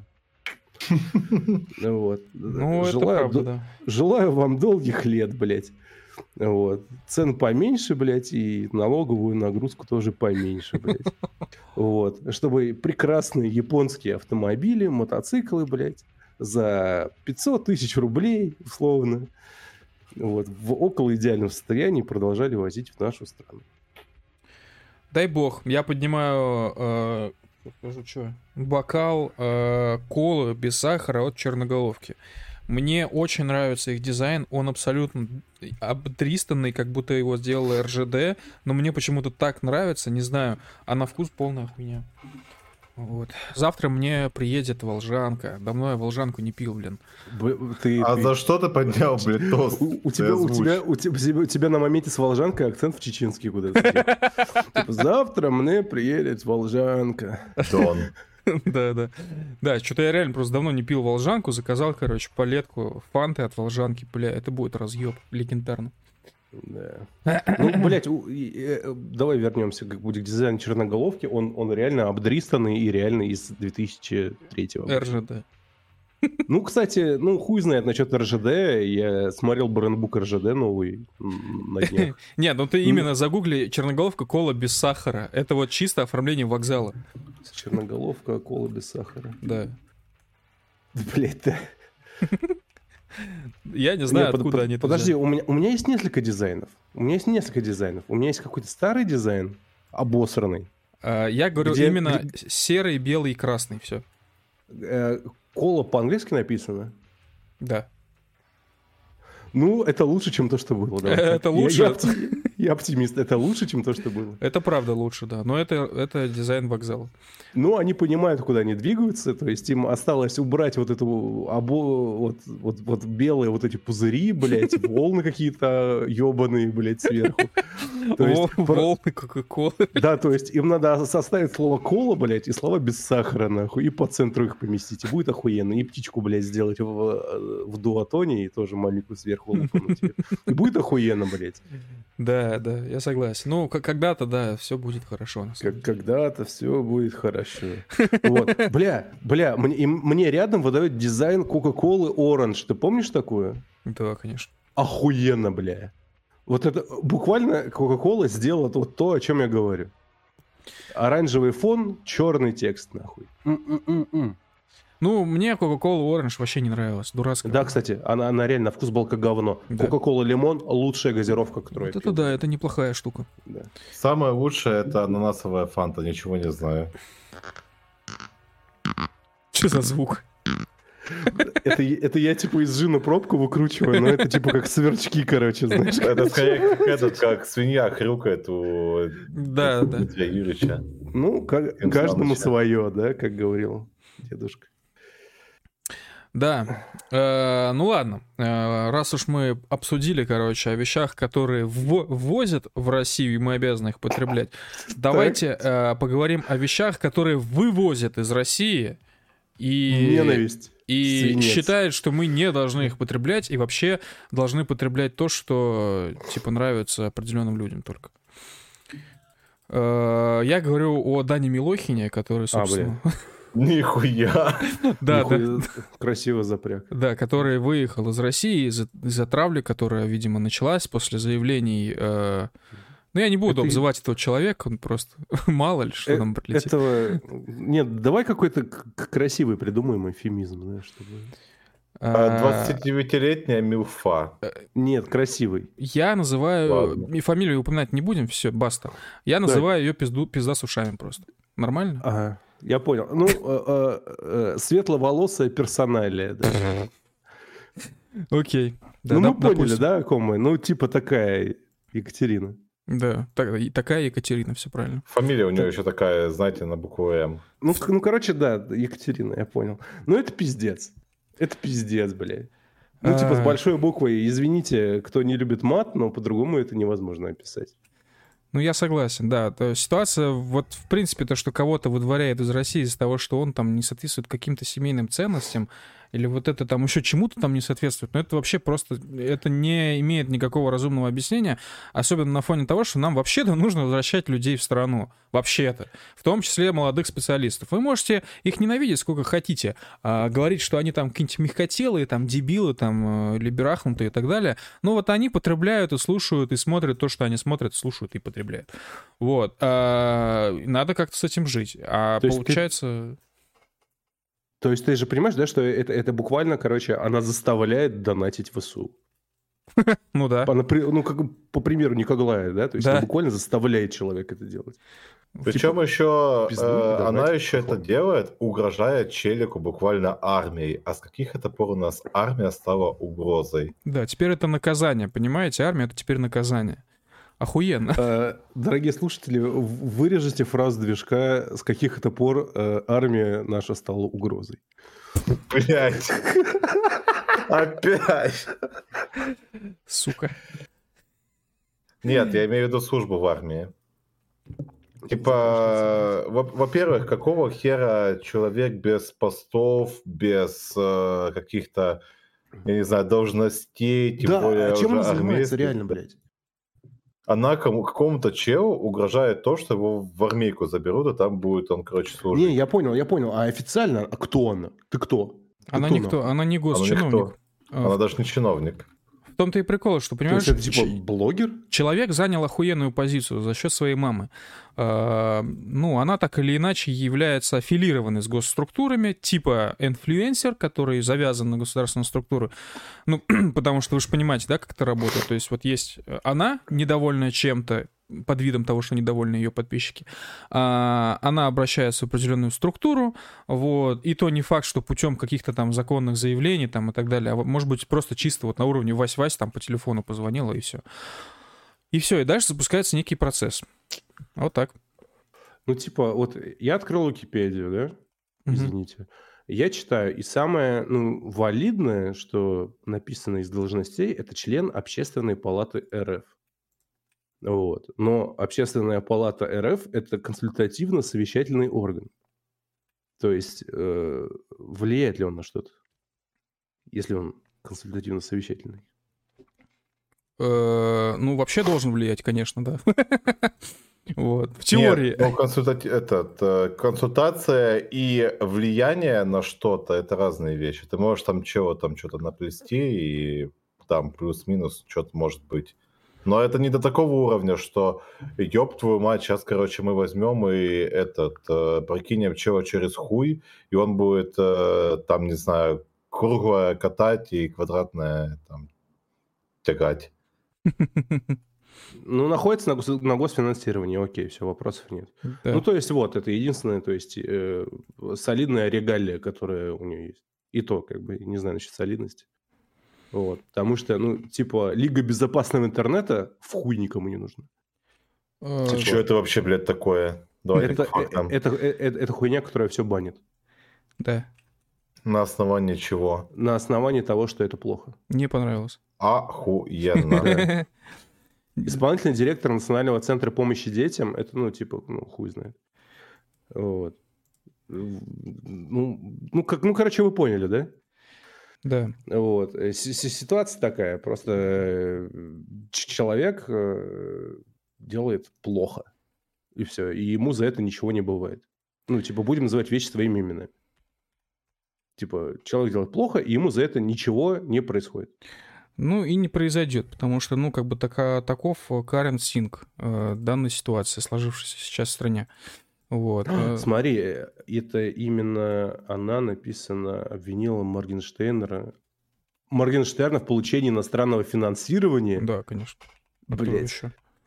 Вот. Ну, это правда, да. Желаю вам долгих лет, блядь. Вот. Цен поменьше, блядь, и налоговую нагрузку тоже поменьше, блядь. Вот. Чтобы прекрасные японские автомобили, мотоциклы, блядь, за 500 тысяч рублей, условно, вот, в около идеальном состоянии продолжали возить в нашу страну. Дай бог, я поднимаю бокал колы без сахара от Черноголовки. Мне очень нравится их дизайн, он абсолютно обдристанный, как будто его сделала РЖД, но мне почему-то так нравится, не знаю, а на вкус полная хуйня. Вот. Завтра мне приедет волжанка. Давно я волжанку не пил, блин. За что ты поднял, блин, тост? У тебя на моменте с волжанкой акцент в чеченский куда-то. Завтра мне приедет волжанка. Дон. Да. Да, что-то я реально просто давно не пил волжанку, заказал, короче, палетку фанты от волжанки. Бля, это будет разъеб легендарно. Да. Ну, блядь, давай вернемся к дизайну Черноголовки. Он реально обдристанный и реально из 2003-го. РЖД. Ну, кстати, хуй знает насчет РЖД. Я смотрел брендбук РЖД новый на днях. Не, ну ты именно загугли «Черноголовка кола без сахара». Это вот чисто оформление вокзала. Черноголовка кола без сахара. Да. Блядь, да. Я не знаю, откуда они это Подожди, у меня есть несколько дизайнов. У меня есть какой-то старый дизайн, обосранный. Я говорю именно серый, белый и красный, все. Кола по-английски написано? Да. Ну, это лучше, чем то, что было. Да. Это лучше? Я оптимист. Это лучше, чем то, что было. Это правда лучше, да. Но это дизайн вокзала. Ну, они понимают, куда они двигаются. То есть им осталось убрать вот эту вот белые вот эти пузыри, блядь, волны какие-то ебаные, блядь, сверху. Волны Кока-Колы. Да, то есть им надо составить слово кола, блядь, и слова без сахара, нахуй, и по центру их поместить. И будет охуенно. И птичку, блядь, сделать в дуатоне, и тоже маленькую сверху лупануть. И будет охуенно, блядь. Да, я согласен. Ну, когда-то, да, все будет хорошо. На самом деле. Когда-то все будет хорошо. Вот. Бля, мне рядом выдают дизайн Coca-Cola Orange. Ты помнишь такую? Да, конечно. Охуенно, бля. Вот это буквально Coca-Cola сделала вот то, о чем я говорю. Оранжевый фон, черный текст, нахуй. Ну, мне Coca-Cola Orange вообще не нравилась. Дурацкая. Да, кстати, она реально на вкус был как говно. Да. Coca-Cola Лимон — лучшая газировка, которую Вот я это пил. да, это неплохая штука. Да. Самое лучшее это ананасовая фанта, ничего не знаю. Что за звук? Это я типа из джина пробку выкручиваю, но это типа как сверчки, короче, знаешь. Это скорее как свинья хрюкает у Да. Дмитрия Юрьевича. Ну, каждому свое, да, как говорил дедушка. Да. Ну ладно. Раз уж мы обсудили, короче, о вещах, которые ввозят в Россию, и мы обязаны их потреблять, давайте поговорим о вещах, которые вывозят из России и Ненависть. и Свинец. считают, что мы не должны их потреблять, и вообще должны потреблять то, что типа нравится определенным людям только. Я говорю о Дане Милохине, который, собственно... Нихуя. Да. Красиво запряг. Да, который выехал из России из-за травли, которая, видимо, началась после заявлений... Ну, я не буду обзывать этого человека, он просто мало ли что нам прилетит. Нет, давай какой-то красивый придумаем эвфемизм, знаешь, чтобы... 29-летняя милфа. Нет, красивый. Я называю... Ладно. И фамилию упоминать не будем, все, баста. Я называю ее пизда с ушами просто. Нормально? Ага, я понял. Ну, светловолосая персоналия, да. Окей. Ну, мы поняли, да, о ком мы? Ну, типа такая Екатерина. Да, такая Екатерина, все правильно. Фамилия у нее еще такая, знаете, на букву М. Ну, короче, да, Екатерина, я понял. Ну, это пиздец. Это пиздец, блядь. Ну, типа с большой буквой. Извините, кто не любит мат, но по-другому это невозможно описать. Ну, я согласен, да. Ситуация, вот, в принципе, то, что кого-то выдворяет из России из-за того, что он там не соответствует каким-то семейным ценностям, или вот это там еще чему-то там не соответствует, но это вообще просто, это не имеет никакого разумного объяснения, особенно на фоне того, что нам вообще-то нужно возвращать людей в страну. Вообще-то. В том числе молодых специалистов. Вы можете их ненавидеть сколько хотите, говорить, что они там какие-нибудь мягкотелые, там дебилы, там либерахнутые и так далее, но вот они потребляют и слушают, и смотрят то, что они смотрят, слушают и потребляют. Вот. Надо как-то с этим жить. А то получается... То есть ты же понимаешь, да, что это буквально, короче, она заставляет донатить ВСУ. Ну да. Ну, как по примеру Николая, да? То есть она буквально заставляет человека это делать. Причем типа, еще пизду, она еще это делает, угрожая челику буквально армией. А с каких это пор у нас армия стала угрозой? Да, теперь это наказание, понимаете? Армия — это теперь наказание. Охуенно. Дорогие слушатели, вырежите фразу движка, с каких это пор армия наша стала угрозой. Блять. Опять. Сука. Нет, я имею в виду службу в армии. Типа, во-первых, какого хера человек без постов, без каких-то, я не знаю, должностей, тем более а чем уже он занимается армейских, реально, блядь? она какому-то челу угрожает то, что его в армейку заберут, и там будет он, короче, служить. Не, я понял. А официально, кто она? Ты кто? Она никто, она не госчиновник. Она даже не чиновник. В том-то и прикол, что, понимаешь... То есть это типа блогер? Человек занял охуенную позицию за счет своей мамы. Ну, она так или иначе является аффилированной с госструктурами, типа инфлюенсер, который завязан на государственную структуру. Ну, потому что вы же понимаете, да, как это работает. То есть вот есть она, недовольная чем-то, под видом того, что недовольны ее подписчики, она обращается в определенную структуру, вот, и то не факт, что путем каких-то там законных заявлений там и так далее, а может быть просто чисто вот на уровне Вась-Вась там по телефону позвонила и все. И все, и дальше запускается некий процесс. Вот так. Ну, типа, вот я открыл Википедию, да? Извините. Я читаю, и самое, валидное, что написано из должностей, это член Общественной палаты РФ. Вот. Но Общественная палата РФ – это консультативно-совещательный орган. То есть влияет ли он на что-то, если он консультативно-совещательный? Ну, вообще должен влиять, конечно, да. Вот, в теории. Нет, консультация и влияние на что-то — это разные вещи. Ты можешь там что-то наплести, и там плюс-минус что-то может быть. Но это не до такого уровня, что ёб твою мать, сейчас, короче, мы возьмем и прокинем чего через хуй, и он будет там, не знаю, круглое катать и квадратное там тягать. Ну, находится на госфинансировании, окей, все, вопросов нет. Да. Ну, то есть, вот, это единственное, то есть, солидная регалия, которая у нее есть. И то, как бы, не знаю насчет солидности. Вот, потому что, ну, типа, Лига безопасного интернета в хуй никому не нужна. Что это вообще, блядь, такое? Это хуйня, которая все банит. Да. На основании чего? На основании того, что это плохо. Не понравилось. Охуенно. Исполнительный директор Национального центра помощи детям, это, ну, типа, ну, хуй знает. Вот. Короче, вы поняли, да? Да. Вот. Ситуация такая, просто человек делает плохо, и все, и ему за это ничего не бывает. Ну, типа, будем называть вещи своими именами. Типа, человек делает плохо, и ему за это ничего не происходит. Ну, и не произойдет, потому что, ну, как бы таков current thing данной ситуации, сложившейся сейчас в стране. Вот. Смотри, это именно она написана, обвинила Моргенштерна в получении иностранного финансирования. Да, конечно. Блять.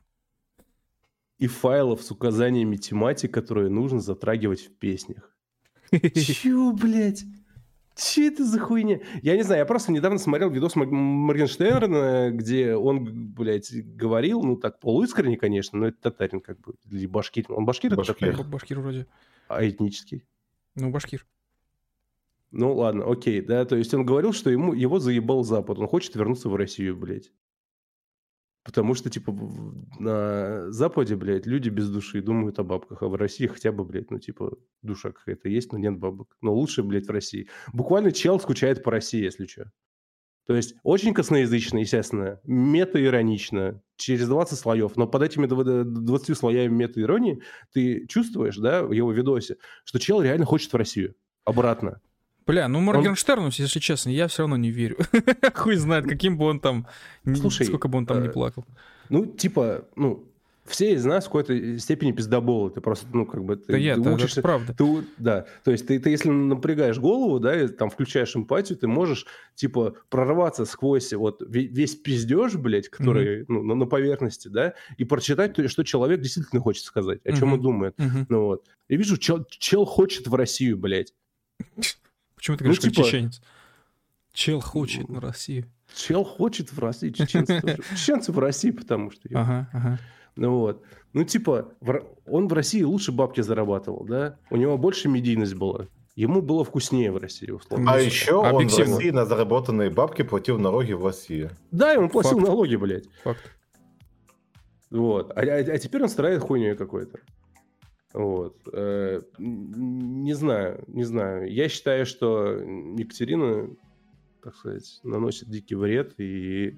И файлов с указаниями тематик, которые нужно затрагивать в песнях. Чё, блядь? Че это за хуйня? Я не знаю, я просто недавно смотрел видос Моргенштерна, где он, блядь, говорил, ну так полуискренне, конечно, но это татарин как бы, или башкир. Он башкир? Башкир вроде. А этнический? Ну, башкир. Ну ладно, окей, да, то есть он говорил, что его заебал Запад, он хочет вернуться в Россию, блядь. Потому что, типа, на Западе, блядь, люди без души думают о бабках, а в России хотя бы, блядь, ну, типа, душа какая-то есть, но нет бабок. Но лучше, блядь, в России. Буквально чел скучает по России, если что. То есть очень косноязычно, естественно, мета-иронично, через 20 слоев, но под этими 20 слоями мета-иронии ты чувствуешь, да, в его видосе, что чел реально хочет в Россию. Обратно. Бля, ну Моргенштерну, если честно, я все равно не верю. Хуй знает, каким бы он там... Слушай, сколько бы он там не плакал. Ну, типа, ну, все из нас в какой-то степени пиздоболы. Ты просто, ну, как бы... Ты учишься, это правда. Да, то есть ты если напрягаешь голову, да, и там включаешь эмпатию, ты можешь, типа, прорваться сквозь вот весь пиздеж, блядь, который на поверхности, да, и прочитать, что человек действительно хочет сказать, о чем он думает. Ну вот. И вижу, чел хочет в Россию, блядь. Почему ты говоришь, как чеченец? Чел хочет на Россию. Чел хочет в Россию, чеченцы тоже. Чеченцы в России, потому что... Ага. Ну вот. Ну типа, он в России лучше бабки зарабатывал, да? У него больше медийность была. Ему было вкуснее в России, условно. А еще он в России на заработанные бабки платил налоги в России. Да, ему платил налоги, блядь. Факт. Вот. А теперь он строит хуйню какой-то. Вот. Не знаю. Я считаю, что Екатерина, так сказать, наносит дикий вред, и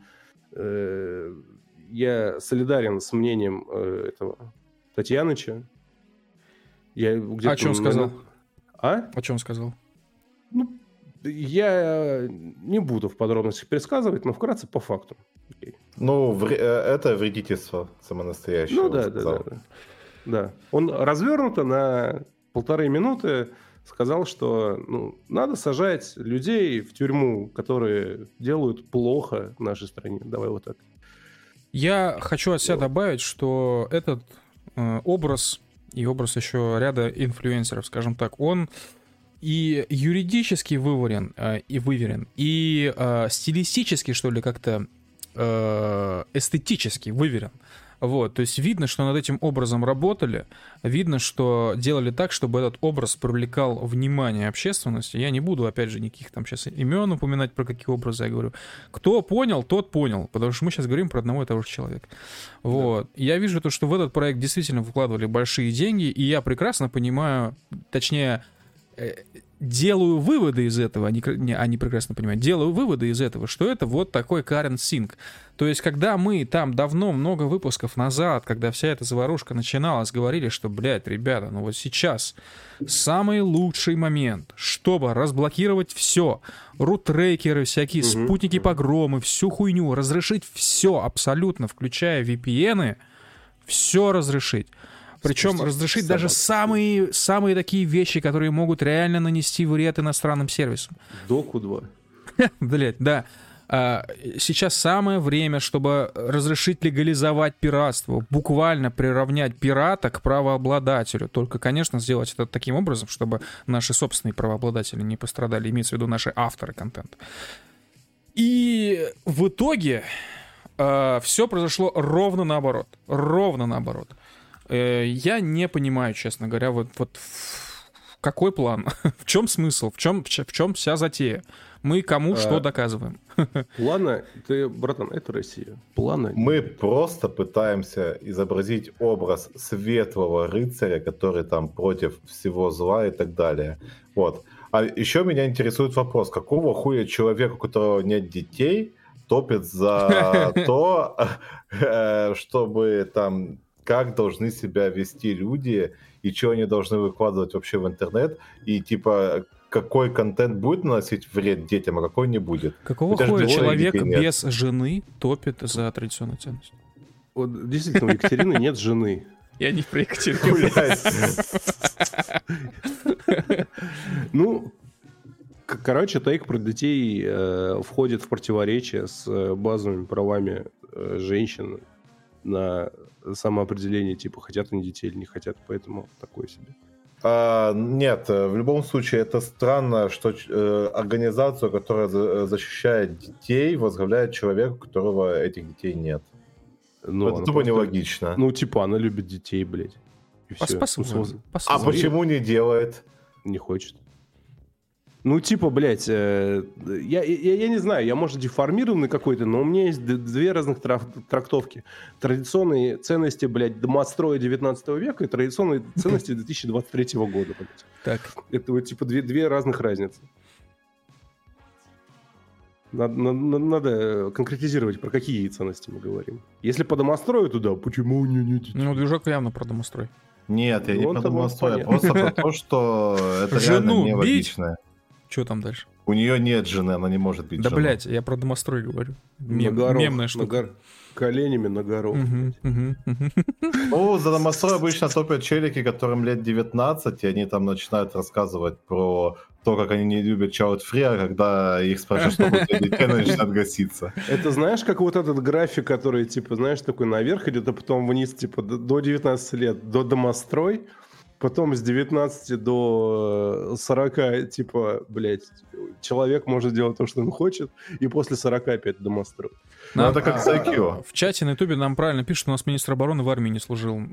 я солидарен с мнением этого Татьяныча. О чем сказал? О чем сказал? Ну, я не буду в подробностях пересказывать, но вкратце по факту. Ну, это вредительство самонастоящее. Ну да. Да, он развернуто на 1,5 минуты сказал, что надо сажать людей в тюрьму, которые делают плохо в нашей стране. Давай вот так. Я хочу от себя добавить, что этот образ и образ еще ряда инфлюенсеров, скажем так, он и юридически выверен, и стилистически, что ли, как-то эстетически выверен. Вот, то есть видно, что над этим образом работали, видно, что делали так, чтобы этот образ привлекал внимание общественности. Я не буду, опять же, никаких там сейчас имен упоминать, про какие образы я говорю. Кто понял, тот понял, потому что мы сейчас говорим про одного и того же человека. Вот. Да. Я вижу то, что в этот проект действительно вкладывали большие деньги, и я прекрасно понимаю, точнее, делаю выводы из этого, они прекрасно понимают, делаю выводы из этого, что это вот такой current sync. То есть, когда мы там давно, много выпусков назад, когда вся эта заварушка начиналась, говорили, что, блядь, ребята, ну вот сейчас самый лучший момент, чтобы разблокировать все, рут-трекеры всякие, спутники-погромы, всю хуйню, разрешить все абсолютно, включая VPN-ы, все разрешить. Причем разрешить даже самые такие вещи, которые могут реально нанести вред иностранным сервисам. Доку 2. Блять, да. Сейчас самое время, чтобы разрешить легализовать пиратство, буквально приравнять пирата к правообладателю. Только, конечно, сделать это таким образом, чтобы наши собственные правообладатели не пострадали, имеется в виду наши авторы контента. И в итоге все произошло ровно наоборот. Ровно наоборот. Я не понимаю, честно говоря, вот какой план, в чем смысл, в чем вся затея. Мы кому что доказываем. Планы, братан, это Россия. Планы. Мы просто пытаемся изобразить образ светлого рыцаря, который там против всего зла и так далее. Вот. А еще меня интересует вопрос, какого хуя человеку, у которого нет детей, топит за то, чтобы там... как должны себя вести люди, и что они должны выкладывать вообще в интернет, и типа какой контент будет наносить вред детям, а какой не будет. Какого хуя человек без жены топит за традиционную ценность? Вот действительно, у Екатерины нет жены. Я не про Екатерину. Ну, короче, тейк про детей входит в противоречие с базовыми правами женщин на самоопределение, типа, хотят они детей или не хотят, поэтому такое себе. Нет, в любом случае, это странно, что организацию, которая защищает детей, возглавляет человек, у которого этих детей нет. Ну, это тупо нелогично. Ну, типа, она любит детей, блядь. А почему не делает? Не хочет. Ну, типа, блядь, я не знаю, я, может, деформированный какой-то, но у меня есть две разных трактовки. Традиционные ценности, блядь, домостроя 19 века и традиционные ценности 2023 года, блядь. Так. Это вот, типа, две разных разницы. Надо конкретизировать, про какие ценности мы говорим. Если по домострою, то да, почему у нее нет детей? Ну, движок явно про домострой. Нет, я не про домострой, я просто про то, что это реально нелогично. Что там дальше? У нее нет жены, она не может быть женой. Да, блядь, я про домострой говорю. Мемная штука. Коленями на горох. Ну, за домострой обычно топят челики, которым лет 19, и они там начинают рассказывать про то, как они не любят child free, а когда их спрашивают, что будет для детей, они начинают гаситься. Это знаешь, как вот этот график, который, типа, знаешь, такой наверх идет, а потом вниз, типа, до 19 лет, до домострой, потом с 19 до 40, типа, блядь, человек может делать то, что он хочет, и после 40 опять домострой. Ну, это как за IQ. В чате на ютубе нам правильно пишут, что у нас министр обороны в армии не служил.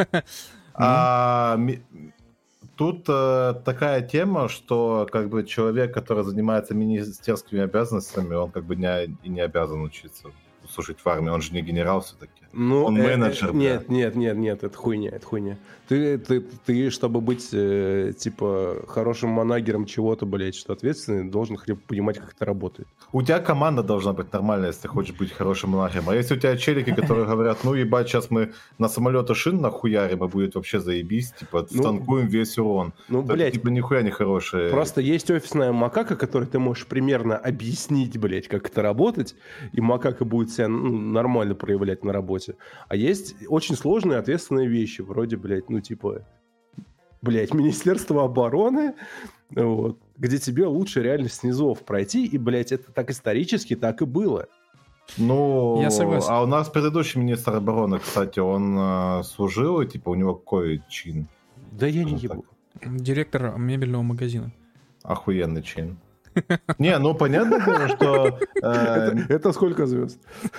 Тут такая тема, что как бы человек, который занимается министерскими обязанностями, он как бы не обязан учиться служить в армии, он же не генерал все-таки. Ну, он менеджер. Нет, это хуйня. Ты, чтобы быть, типа, хорошим манагером чего-то, блядь, что ответственный, должен хотя бы понимать, как это работает. У тебя команда должна быть нормальная, если ты хочешь быть хорошим манагером. А если у тебя челики, которые говорят, ну, ебать, сейчас мы на самолеты шин нахуярим, и будет вообще заебись, типа, станкуем весь урон. Ну, блядь. Типа, нихуя не хорошие. Просто есть офисная макака, которой ты можешь примерно объяснить, блядь, как это работать, и макака будет себя нормально проявлять на работе. А есть очень сложные ответственные вещи, вроде, блядь, ну, типа, блядь, Министерство обороны, вот, где тебе лучше реально с низов пройти, и, блядь, это так исторически так и было. Ну, я согласен. А у нас предыдущий министр обороны, кстати, он служил, и, типа, у него какой чин? Да я не ебу. Директор мебельного магазина. Охуенный чин. Не, ну, понятно было, что... Это сколько звезд?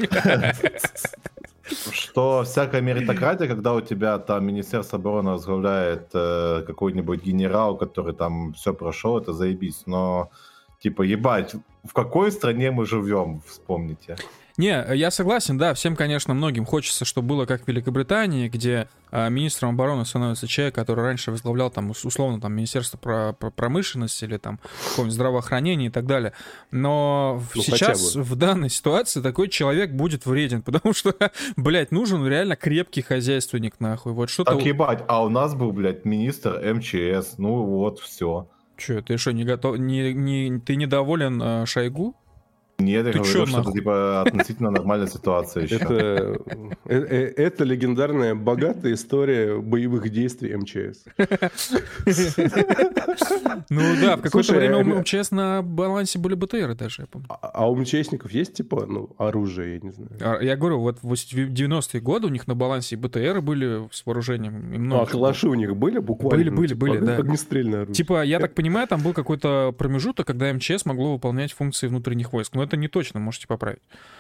Что всякая меритократия, когда у тебя там Министерство обороны возглавляет какой-нибудь генерал, который там все прошел, это заебись. Но, типа, ебать, в какой стране мы живем, вспомните. Не, я согласен, да, всем, конечно, многим хочется, чтобы было как в Великобритании, где министром обороны становится человек, который раньше возглавлял там условно там Министерство промышленности или там какого-нибудь здравоохранения и так далее. Но сейчас в данной ситуации такой человек будет вреден, потому что, блядь, нужен реально крепкий хозяйственник, нахуй. Вот что-то... Так ебать, а у нас был, блядь, министр МЧС, ну вот, все. Че, ты что, не готов... ты недоволен Шойгу? Нет, я говорю, что это типа относительно нормальная ситуация еще. Это легендарная, богатая история боевых действий МЧС. Ну да, в какое-то время у МЧС на балансе были БТРы даже, я помню. А у МЧСников есть типа оружие, я не знаю? Я говорю, вот в 90-е годы у них на балансе БТРы были с вооружением. А калаши у них были буквально? Были, да. Огнестрельное оружие. Типа, я так понимаю, там был какой-то промежуток, когда МЧС могло выполнять функции внутренних войск. Но это не точно, можете поправить.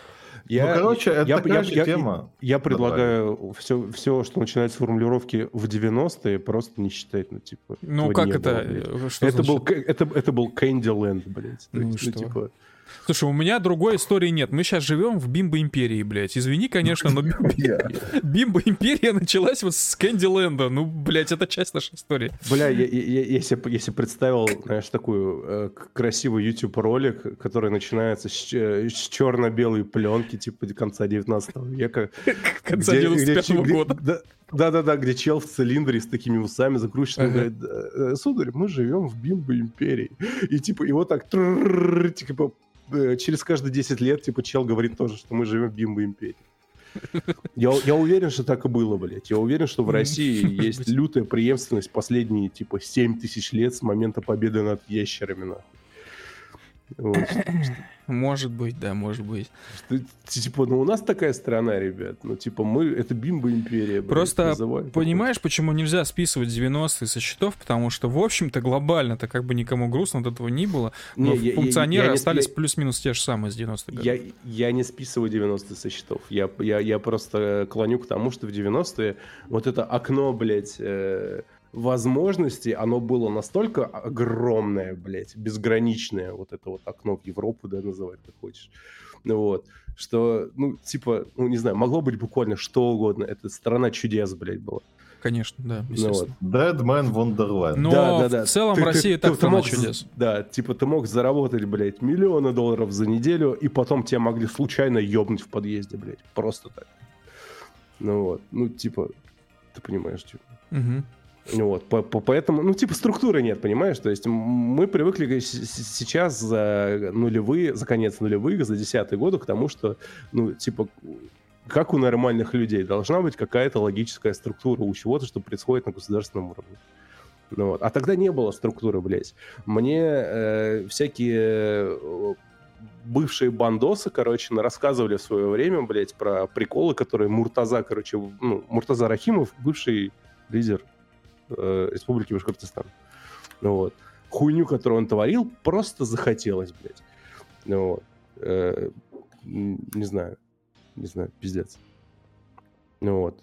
Это такая же тема. Я предлагаю все, что начинается с формулировки в 90-е, просто не считать, типа... Ну, как это? Это был Candyland, блядь. Ну, что? Слушай, у меня другой истории нет. Мы сейчас живем в Бимбо-империи, блядь. Извини, конечно, но Бимбо-империя началась вот с Кэндиленда. Ну, блядь, это часть нашей истории. Бля, если представил, знаешь, такую красивый YouTube-ролик, который начинается с черно-белой пленки, типа конца 19 века. Конца 95-го года. Да-да-да, где чел в цилиндре с такими усами закрученными говорит: сударь, мы живем в Бимбо-империи. И типа его так... типа через каждые 10 лет, типа, чел говорит тоже, что мы живем в Бимбо-империи. Я уверен, что так и было, блядь. Я уверен, что в России есть лютая преемственность последние, типа, 7 тысяч лет с момента победы над ящерами, нахуй. Вот. Может быть, да, может быть. Типа, ну у нас такая страна, ребят. Ну, типа, это Бимбо-империя. Просто понимаешь, почему нельзя списывать 90-е со счетов? Потому что, в общем-то, глобально-то как бы никому грустно от этого не было. Но функционеры остались плюс-минус те же самые с 90-х годов. Я не списываю 90-е со счетов. Я просто клоню к тому, что в 90-е вот это окно, блядь, возможностей, оно было настолько огромное, блядь, безграничное, вот это вот окно в Европу, да, называть как хочешь, вот, что, ну, типа, ну, не знаю, могло быть буквально что угодно, это страна чудес, блядь, была. Конечно, да, естественно. Dead Man Wonderland. Но в целом Россия так страна чудес. Да, типа ты мог заработать, блядь, $1 000 000 за неделю, и потом тебя могли случайно ёбнуть в подъезде, блядь, просто так. Ну вот, ну, типа, ты понимаешь, типа. Угу. Вот, поэтому, ну, типа, структуры нет, понимаешь? То есть мы привыкли сейчас за конец нулевых, за 10-е годы к тому, что, ну, типа, как у нормальных людей должна быть какая-то логическая структура у чего-то, что происходит на государственном уровне. Ну, вот. А тогда не было структуры, блядь. Мне всякие бывшие бандосы, короче, рассказывали в свое время, блядь, про приколы, которые Муртаза, короче, ну, Муртаза Рахимов, бывший лидер Республики Башкортостан. Ну, вот. Хуйню, которую он творил, просто захотелось, блядь. Ну, вот. Не знаю, пиздец. Ну вот.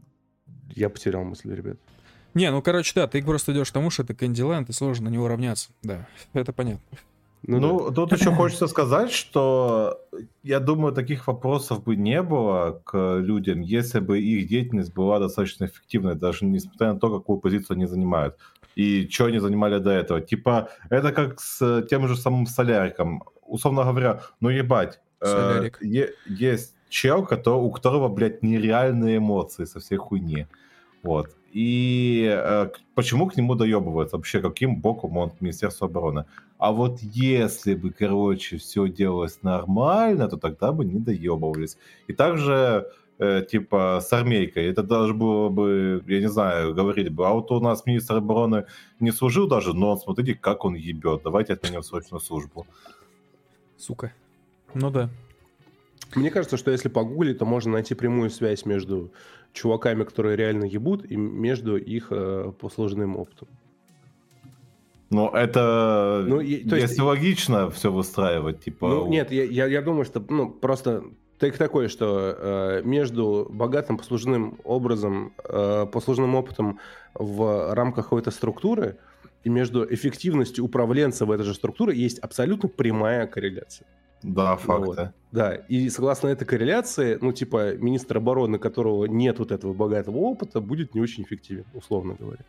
Я потерял мысль, ребят. Не, ну, короче, да, ты просто идешь к тому, что это Кэндиленд, и сложно на него равняться. Да, это понятно. Ну, тут еще хочется сказать, что я думаю, таких вопросов бы не было к людям, если бы их деятельность была достаточно эффективной, даже несмотря на то, какую позицию они занимают и что они занимали до этого. Типа, это как с тем же самым Соляриком. Условно говоря, ну ебать, есть чел, у которого, блядь, нереальные эмоции со всей хуйни. Вот. И почему к нему доебываются? Вообще, каким боком он к Министерству обороны? А вот если бы, короче, все делалось нормально, то тогда бы не доебывались. И также, типа, с армейкой. Это даже было бы, я не знаю, говорили бы, а вот у нас министр обороны не служил даже, но смотрите, как он ебет. Давайте отменим срочную службу. Сука. Ну да. Мне кажется, что если погуглить, то можно найти прямую связь между чуваками, которые реально ебут, и между их послужным опытом. Ну, это если логично все выстраивать, типа... Ну, нет, я думаю, что, ну, просто тейк такой, что между богатым послужным опытом в рамках какой-то структуры и между эффективностью управленца в этой же структуре есть абсолютно прямая корреляция. Да, факт. Вот. Да, и согласно этой корреляции, ну, типа, министр обороны, у которого нет вот этого богатого опыта, будет не очень эффективен, условно говоря.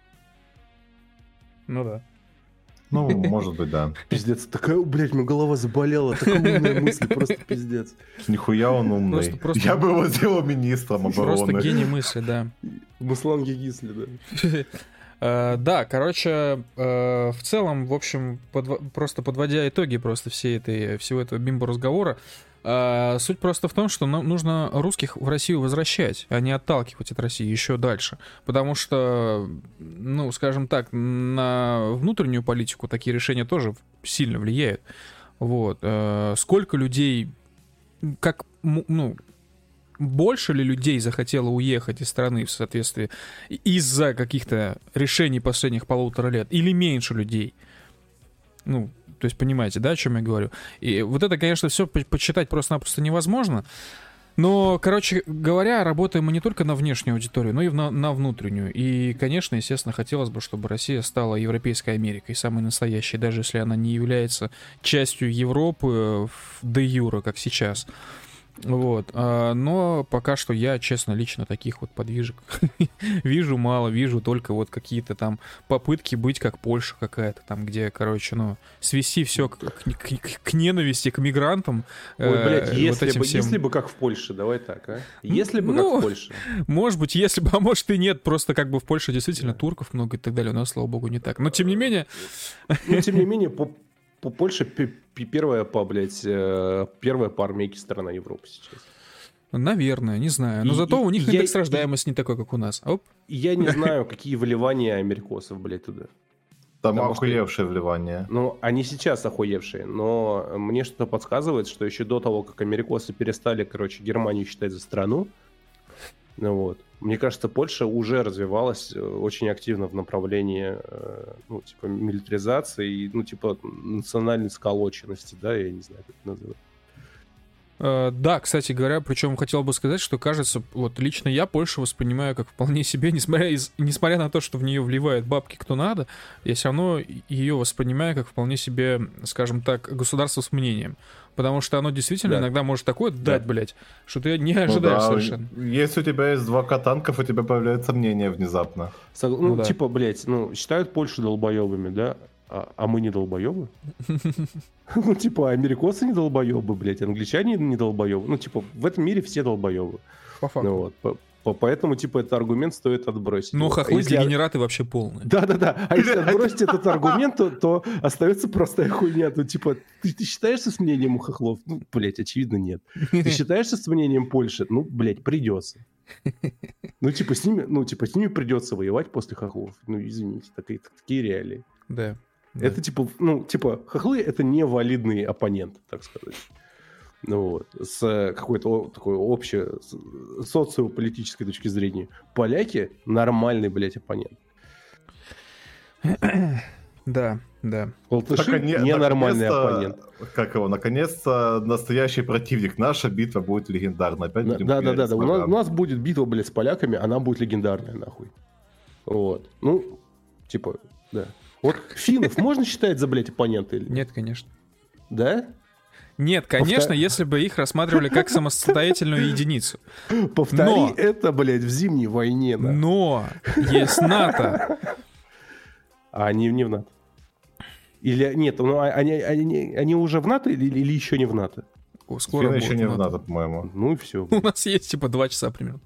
Ну да. Ну, может быть, да. Пиздец, такая, блядь, моя голова заболела, такая умная мысль, просто пиздец. Нихуя он умный. Просто... Я бы его сделал министром обороны. Просто гений мысли, да. Муслан Гигисли, да. Да, короче, в целом, в общем, просто подводя итоги просто всего этого бимбо-разговора, суть просто в том, что нам нужно русских в Россию возвращать, а не отталкивать от России еще дальше. Потому что, ну, скажем так, на внутреннюю политику такие решения тоже сильно влияют. Вот. Сколько людей, как, ну, больше ли людей захотело уехать из страны в соответствии из-за каких-то решений последних 1,5 лет, или меньше людей? Ну, то есть понимаете, да, о чем я говорю? И вот это, конечно, все почитать просто-напросто невозможно. Но, короче говоря, работаем мы не только на внешнюю аудиторию, но и на внутреннюю. И, конечно, естественно, хотелось бы, чтобы Россия стала Европейской Америкой, самой настоящей, даже если она не является частью Европы де юре, как сейчас. Вот. Но пока что я, честно, лично таких вот подвижек вижу мало, вижу только вот какие-то там попытки быть как Польша какая-то там, где, короче, ну, свести все к ненависти, к мигрантам. Ой, блядь, вот если бы как в Польше, давай так, а? Если бы как в Польше. Может быть, если бы, а может и нет, просто как бы в Польше действительно турков много и так далее, у нас, слава богу, не так. Но тем не менее... Ну, тем не менее, Польша первая по армейке страна Европы сейчас. Наверное, не знаю. Но зато у них индекс рождаемости не такой, как у нас. Оп. Я не знаю, какие вливания америкосов, блядь, туда. Там охуевшие вливания. Ну, они сейчас охуевшие, но мне что-то подсказывает, что еще до того, как америкосы перестали, короче, Германию считать за страну, ну вот, мне кажется, Польша уже развивалась очень активно в направлении, ну, типа, милитаризации, ну, типа, национальной сколоченности, да, я не знаю, как это называть. Да, кстати говоря, причем хотел бы сказать, что кажется, вот лично я Польшу воспринимаю как вполне себе, несмотря на то, что в нее вливают бабки кто надо, я все равно ее воспринимаю как вполне себе, скажем так, государство с мнением. Потому что оно действительно иногда может такое дать, блядь, что ты не ожидаешь совершенно. Если у тебя есть 2 танков, у тебя появляется мнение внезапно. Ну, типа, блядь, ну, считают Польшу долбоебами, да? А мы не долбоебы? Ну, типа, америкосы не долбоебы, блядь, англичане не долбоебы. Ну, типа, в этом мире все долбоебы. По факту. Поэтому, типа, этот аргумент стоит отбросить. Но хохлы-дегенераты вообще полные. Да-да-да. А если отбросить этот аргумент, то остается простая хуйня. Ну, типа, ты считаешься с мнением у хохлов? Ну, блядь, очевидно, нет. Ты считаешься с мнением Польши? Ну, блядь, придется. Ну, типа, с ними придется воевать после хохлов. Ну, извините, такие реалии. Да. Это типа, хохлы — это невалидный оппонент, так сказать. Ну вот, с какой-то такой общей социополитической точки зрения. Поляки — нормальный, блядь, оппонент. Да, да. Латыши — ненормальный оппонент. Как его? Наконец-то настоящий противник. Наша битва будет легендарна. Опять Да. У нас будет битва, блядь, с поляками, она будет легендарная, нахуй. Вот. Ну, типа, да. Вот финнов можно считать за, блядь, оппонента или нет? Нет, конечно. Да? Нет, конечно, если бы их рассматривали как самостоятельную единицу. Повтори это, блядь, в зимней войне. Да. Но есть НАТО. А они не в НАТО? Или нет, ну они уже в НАТО или еще не в НАТО? Скоро еще не в НАТО, по-моему. Ну и все. У нас есть типа 2 часа примерно.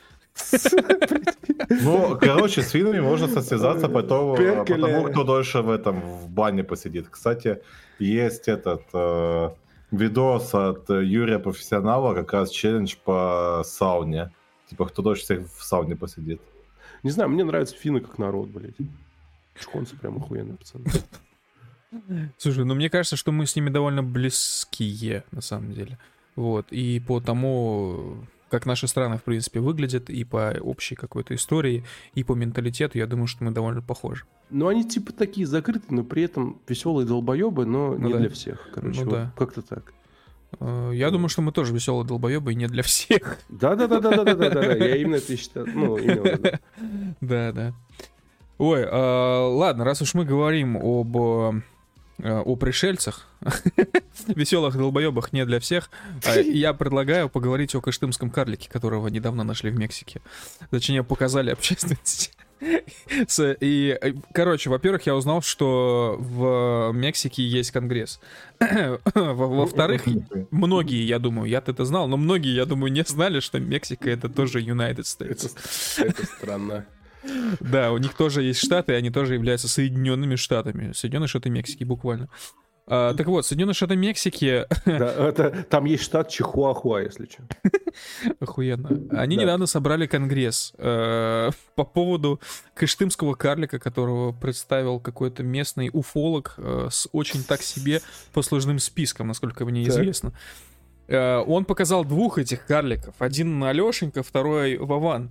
Ну, короче, с финнами можно состязаться потому, кто дольше в бане посидит. Кстати, есть этот видос от Юрия Профессионала, как раз челлендж по сауне. Типа, кто дольше всех в сауне посидит. Не знаю, мне нравятся финны как народ, блядь. Чухонцы прям охуенные, пацаны. Слушай, ну мне кажется, что мы с ними довольно близкие, на самом деле. Вот, и по тому, как наши страны, в принципе, выглядят, и по общей какой-то истории, и по менталитету, я думаю, что мы довольно похожи. Ну, они типа такие закрытые, но при этом веселые долбоебы, но не для всех, короче. Ну, да. Как-то так. Я думаю, что мы тоже веселые долбоебы, и не для всех. Да, я именно это и считаю. Ну, именно. Да. Ой, ладно, раз уж мы говорим о пришельцах, веселых долбоебах не для всех, я предлагаю поговорить о кыштымском карлике, которого недавно нашли в Мексике. Точнее, показали общественности. И, короче, во-первых, я узнал, что в Мексике есть Конгресс. Во-вторых, многие, я думаю, я-то это знал, но многие, я думаю, не знали, что Мексика — это тоже United States. Это странно. Да, у них тоже есть штаты, и они тоже являются Соединенными Штатами. Соединенные Штаты Мексики, буквально. Так вот, Соединенные Штаты Мексики... Да, там есть штат Чихуахуа, если что. Охуенно. Они недавно собрали конгресс по поводу кыштымского карлика, которого представил какой-то местный уфолог с очень так себе послужным списком, насколько мне известно. Он показал двух этих карликов. Один Алешенька, второй Вован.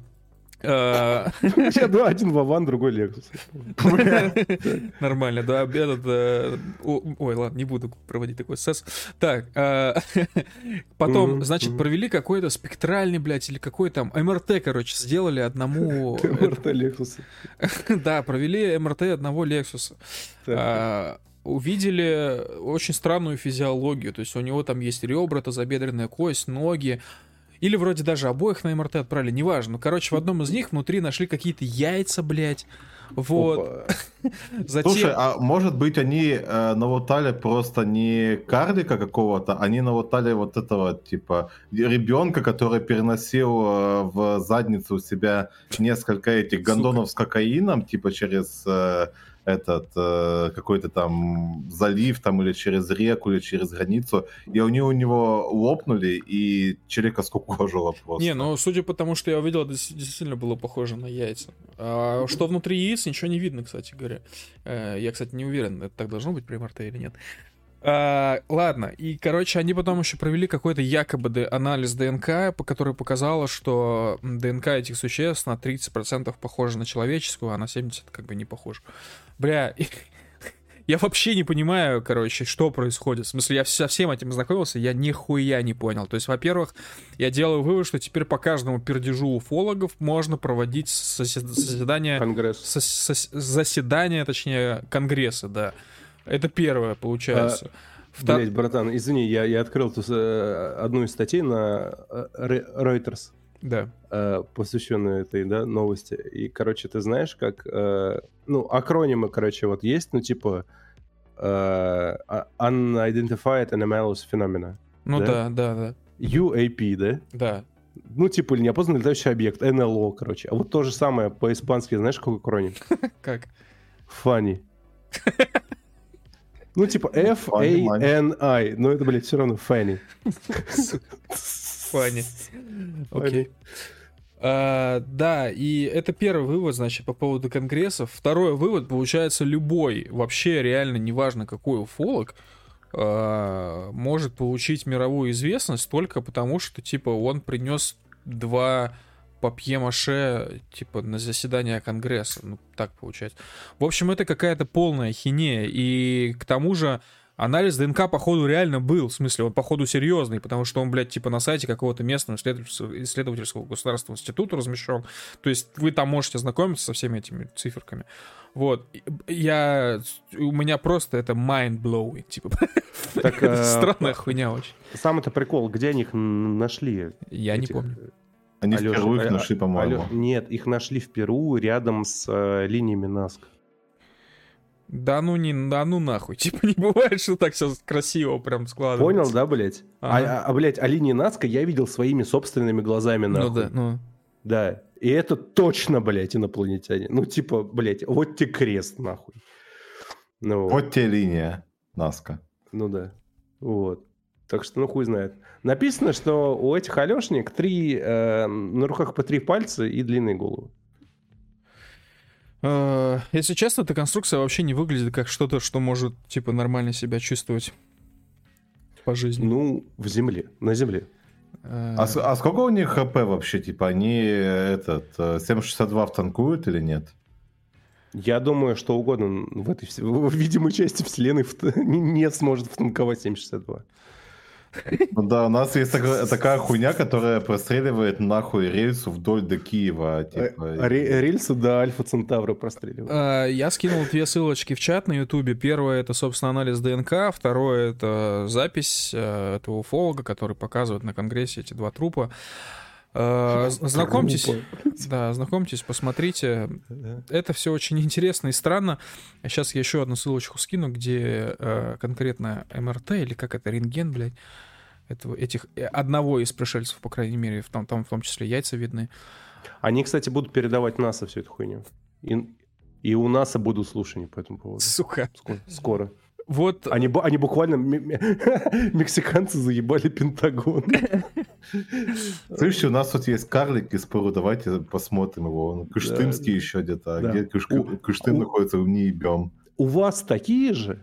Один Вован, другой Лексус. Нормально, да. Ой, ладно, не буду проводить такой сесс. Так, потом, значит, провели какой-то спектральный, блядь, или какой там МРТ, короче, сделали одному... МРТ Лексуса. Да, провели МРТ одного Лексуса. Увидели очень странную физиологию, то есть у него там есть ребра, тазобедренная кость, ноги. Или вроде даже обоих на МРТ отправили, неважно. Ну, короче, в одном из них внутри нашли какие-то яйца, блядь. Вот. Затем... Слушай, а может быть они навотали просто не карлика какого-то, они навотали вот этого, типа, ребенка, который переносил в задницу у себя несколько этих гондонов с кокаином, типа через... какой-то там залив там или через реку, или через границу, и они у него лопнули, и челика скукожило просто. Не, ну, судя по тому, что я увидел, это действительно было похоже на яйца. А что внутри яиц, ничего не видно, кстати говоря. Я, кстати, не уверен, это так должно быть при МРТ или нет. Ладно, и, короче, они потом еще провели какой-то якобы анализ ДНК, который показало, что ДНК этих существ на 30% похожа на человеческую, а на 70% как бы не похожа. Бля, я вообще не понимаю, короче, что происходит. В смысле, я со всем этим знакомился, я нихуя не понял. То есть, во-первых, я делаю вывод, что теперь по каждому пердежу уфологов можно проводить заседания... Заседания, точнее, конгресса, да. Это первое, получается. Блять, братан, извини, я открыл одну из статей на Reuters, да, посвященную этой, да, новости. И, короче, ты знаешь, как... ну, акронимы, короче, вот есть, ну, типа Unidentified Anomalous Phenomena. Ну да. UAP, да? Да. Ну, типа, неопознанный летающий объект, НЛО, короче. А вот то же самое по-испански, знаешь, какой акроним? Как? Funny. Ну, типа F-A-N-I. Но это, блядь, все равно Fanny. Funny. Окей. Да, и это первый вывод, значит, по поводу конгрессов. Второй вывод, получается, любой, вообще реально неважно какой уфолог, может получить мировую известность только потому, что, типа, он принес 2 папье-маше, типа, на заседание Конгресса. Ну, так получается. В общем, это какая-то полная хинея. И к тому же анализ ДНК, походу, реально был. В смысле, он, походу, серьезный, потому что он, блядь, типа, на сайте какого-то местного исследовательского государственного института размещен. То есть вы там можете ознакомиться со всеми этими циферками. Вот. У меня просто это mind-blowing, типа. Странная хуйня очень. Сам-то прикол, где они их нашли? Я не помню. Они в Перу их нашли, по-моему. Нет, их нашли в Перу рядом с линиями Назка. Да ну нахуй. Типа не бывает, что так все красиво прям складывается. Понял, да, блядь? Ага. Блядь, линии Назка я видел своими собственными глазами, нахуй. Ну да, ну. Да, и это точно, блядь, инопланетяне. Ну, типа, блядь, вот тебе крест, нахуй. Ну, вот тебе линия Назка. Ну да, вот. Так что, ну, хуй знает. Написано, что у этих Алешник на руках по 3 пальца и длинные головы. Если честно, эта конструкция вообще не выглядит как что-то, что может, типа, нормально себя чувствовать по жизни. Ну, на земле. А сколько у них ХП вообще? Типа, они 7,62 втанкуют или нет? Я думаю, что угодно в видимой части вселенной не сможет втанковать 7,62. Ну да, у нас есть такая хуйня, которая простреливает нахуй рельсу вдоль до Киева. Типа. Рельсу до Альфа Центавра простреливает. Я скинул 2 ссылочки в чат на Ютубе. Первое — это, собственно, анализ ДНК. Второе — это запись этого уфолога, который показывает на Конгрессе эти 2 трупа. Знакомьтесь, посмотрите. Это все очень интересно и странно. Сейчас я еще одну ссылочку скину, где конкретно МРТ, или как это, рентген, блядь, одного из пришельцев, по крайней мере, там в том числе яйца видны. Они, кстати, будут передавать НАСА всю эту хуйню. И у НАСА будут слушания по этому поводу. Сука. Скоро. Вот. Они буквально мексиканцы заебали Пентагон. Слышите, у нас тут есть карлик из Перу, давайте посмотрим его. Он Кыштымский еще где-то. Да. Где Кыштым находится, мы не ебем. У вас такие же?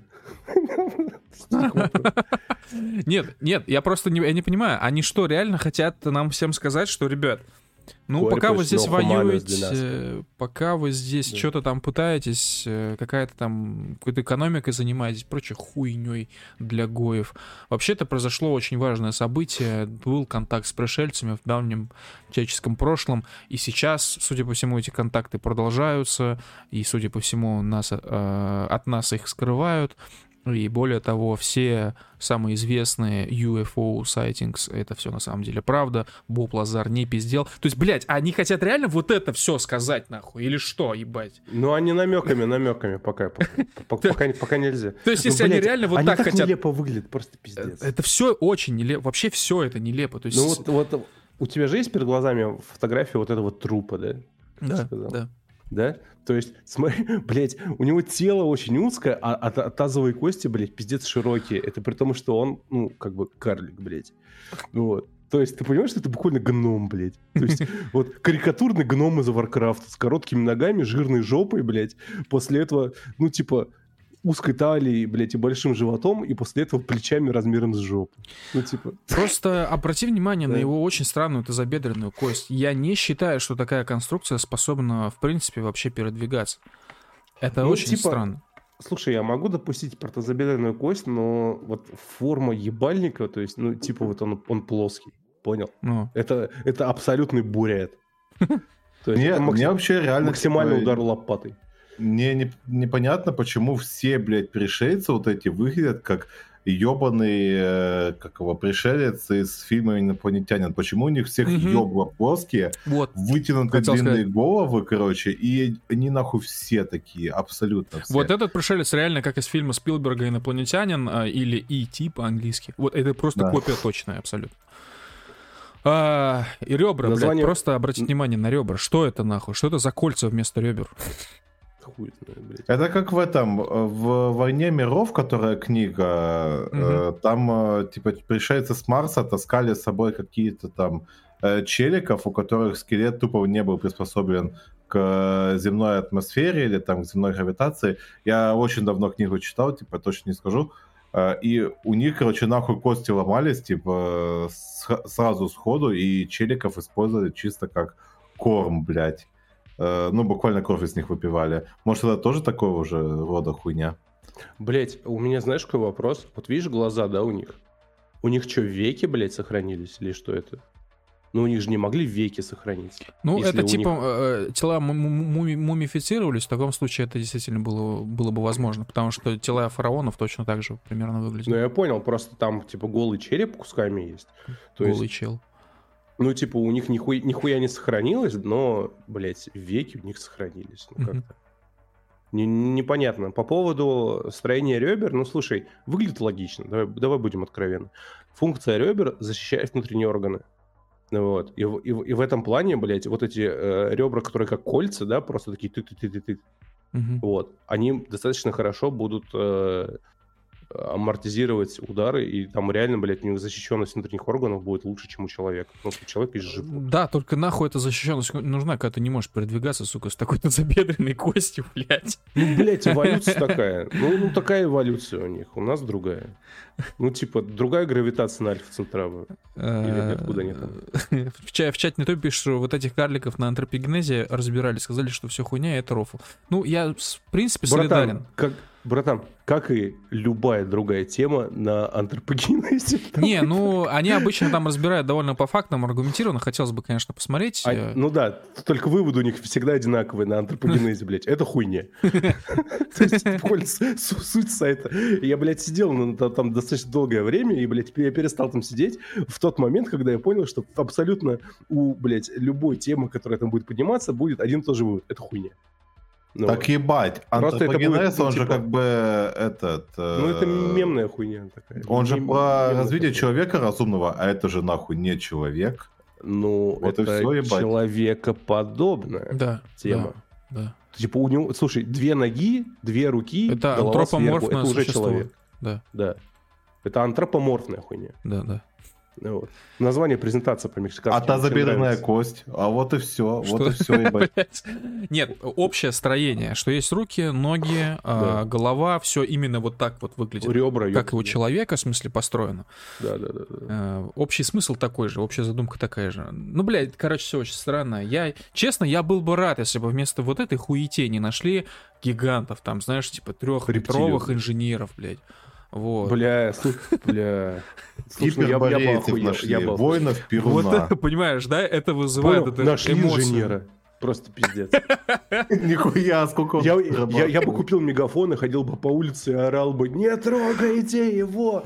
Нет, я просто не понимаю, они что, реально хотят нам всем сказать, что, ребят, ну, пока вы здесь воюете, пока вы здесь что-то там пытаетесь, какая-то экономикой занимаетесь, прочей хуйней для гоев. Вообще-то произошло очень важное событие, был контакт с пришельцами в давнем человеческом прошлом, и сейчас, судя по всему, эти контакты продолжаются, и, судя по всему, от нас их скрывают. И более того, все самые известные UFO sightings, это все на самом деле правда. Боб Лазар не пиздел. То есть, блядь, они хотят реально вот это все сказать, нахуй? Или что, ебать? Ну, они намеками пока нельзя. То есть, если они реально вот так хотят... нелепо выглядит, просто пиздец. Это все очень нелепо. Вообще все это нелепо. То есть... Ну, вот у тебя же есть перед глазами фотография вот этого трупа, да? Да. Да? То есть, смотри, блядь, у него тело очень узкое, а тазовые кости, блядь, пиздец широкие. Это при том, что он, ну, как бы карлик, блядь. Вот. То есть, ты понимаешь, что это буквально гном, блядь. То есть, вот карикатурный гном из Warcraft с короткими ногами, жирной жопой, блядь. После этого, ну, типа, узкой талией, блядь, и большим животом, и после этого плечами размером с жопу. Ну, типа... Просто обрати внимание на его очень странную тазобедренную кость. Я не считаю, что такая конструкция способна, в принципе, вообще передвигаться. Это очень странно. Слушай, я могу допустить про тазобедренную кость, но вот форма ебальника, то есть, ну, типа, вот он плоский. Понял? Это абсолютный бурят. Мне вообще реально... Максимальный удар лопатой. Мне непонятно, почему все, блядь, пришельцы вот эти выглядят как ебаный, пришелец из фильма «Инопланетянин». Почему у них всех ебла плоские, вытянутые длинные головы, короче, и они нахуй все такие, абсолютно все. Вот этот пришелец реально как из фильма Спилберга «Инопланетянин» или «И.Т.» по-английски. Вот это просто копия точная, абсолютно. И ребра, блядь, просто обратите внимание на ребра. Что это нахуй? Что это за кольца вместо ребер? Это как в «Войне миров», которая книга, там, типа, пришельцы с Марса таскали с собой какие-то там челиков, у которых скелет тупо не был приспособлен к земной атмосфере или там к земной гравитации. Я очень давно книгу читал, типа, точно не скажу. И у них, короче, нахуй кости ломались, типа, сразу сходу, и челиков использовали чисто как корм, блядь. Ну, буквально кровь из них выпивали. Может, это тоже такого же рода хуйня? Блять, у меня, знаешь, какой вопрос? Вот видишь глаза, да, у них? У них что, веки, блядь, сохранились? Или что это? Ну, у них же не могли веки сохраниться. Ну, это типа тела мумифицировались. В таком случае это действительно было бы возможно. Потому что тела фараонов точно так же примерно выглядят. Ну, я понял. Просто там, типа, голый череп кусками есть. Голый чел. Ну, типа, у них нихуя не сохранилось, но, блядь, веки у них сохранились. Ну, как-то. Непонятно. По поводу строения ребер, ну, слушай, выглядит логично. Давай будем откровенны. Функция ребер защищает внутренние органы. Вот. И в этом плане, блядь, вот эти ребра, которые как кольца, да, просто такие ты-ты-ты-ты-ты. Вот. Они достаточно хорошо будут амортизировать удары, и там реально, блядь, у них защищенность внутренних органов будет лучше, чем у человека. Ну, у человека есть жив. Да, только нахуй эта защищенность нужна, когда ты не можешь передвигаться, сука, с такой забедренной костью, блядь. Ну, блядь, эволюция такая. Ну, такая эволюция у них. У нас другая. Ну, типа, другая гравитация на Альфа Центавра. Или откуда они там? В чате не то пишут, что вот этих карликов на антропогенезе разбирали, сказали, что все хуйня, и это рофл. Ну, я, в принципе, солидарен. Братан, как и любая другая тема на антропогенезе. Не, ну, они обычно там разбирают довольно по фактам, аргументированно. Хотелось бы, конечно, посмотреть. Ну да, только выводы у них всегда одинаковые на антропогенезе, блядь. Это хуйня. То есть, буквально суть сайта. Я, блядь, сидел там достаточно долгое время, и, блядь, я перестал там сидеть в тот момент, когда я понял, что абсолютно у, блядь, любой темы, которая там будет подниматься, будет один и тот же вывод. Это хуйня. Ну, так ебать, антропогенез, он же как бы этот... Ну, это мемная хуйня такая. Он же про развитие человека разумного, а это же нахуй не человек. Ну, вот это человекоподобная тема. Да. Типа у него, слушай, 2 ноги, 2 руки, это антропоморфное это уже существо. Человек. Да. Это антропоморфная хуйня. Да. Вот. Название презентации по-мексикански. А тазобедренная кость. А вот и все. Что? Вот и все, ебать. Нет, общее строение, что есть руки, ноги, голова, все именно вот так вот выглядит. Ребра. Как и у человека, в смысле, построено. Да. Общий смысл такой же, общая задумка такая же. Ну, блядь, короче, все очень странно. Честно, я был бы рад, если бы вместо вот этой хуетени нашли гигантов, там, знаешь, типа 3-метровых инженеров, блядь. Вот. Слушай, я бы охуел. Воинов Перуна. Вот это, понимаешь, да? Это вызывает эту нашли эмоцию. инженера. Просто пиздец. Нихуя, сколько он я бы купил мегафон и ходил бы по улице и орал бы: не трогайте его!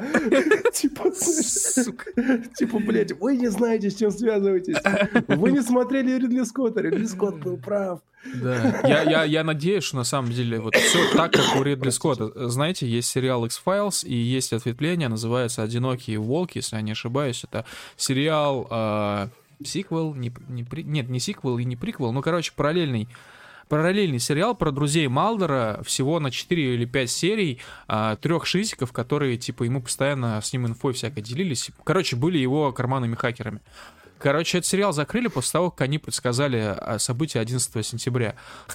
Типа, блядь, вы не знаете, с чем связываетесь. Вы не смотрели Ридли Скотта. Ридли Скотт был прав. Да, я надеюсь, что на самом деле вот все так, как у Ридли Скотта. Знаете, есть сериал X-Files и есть ответвление, называется «Одинокие волки», если я не ошибаюсь. Это сериал... Сиквел, не сиквел и не приквел, ну, короче, параллельный сериал про друзей Малдера, всего на 4 или 5 серий, 3 шизиков, которые, типа, ему постоянно с ним инфой всякой делились. Короче, были его карманными хакерами. Короче, этот сериал закрыли после того, как они предсказали события 11 сентября.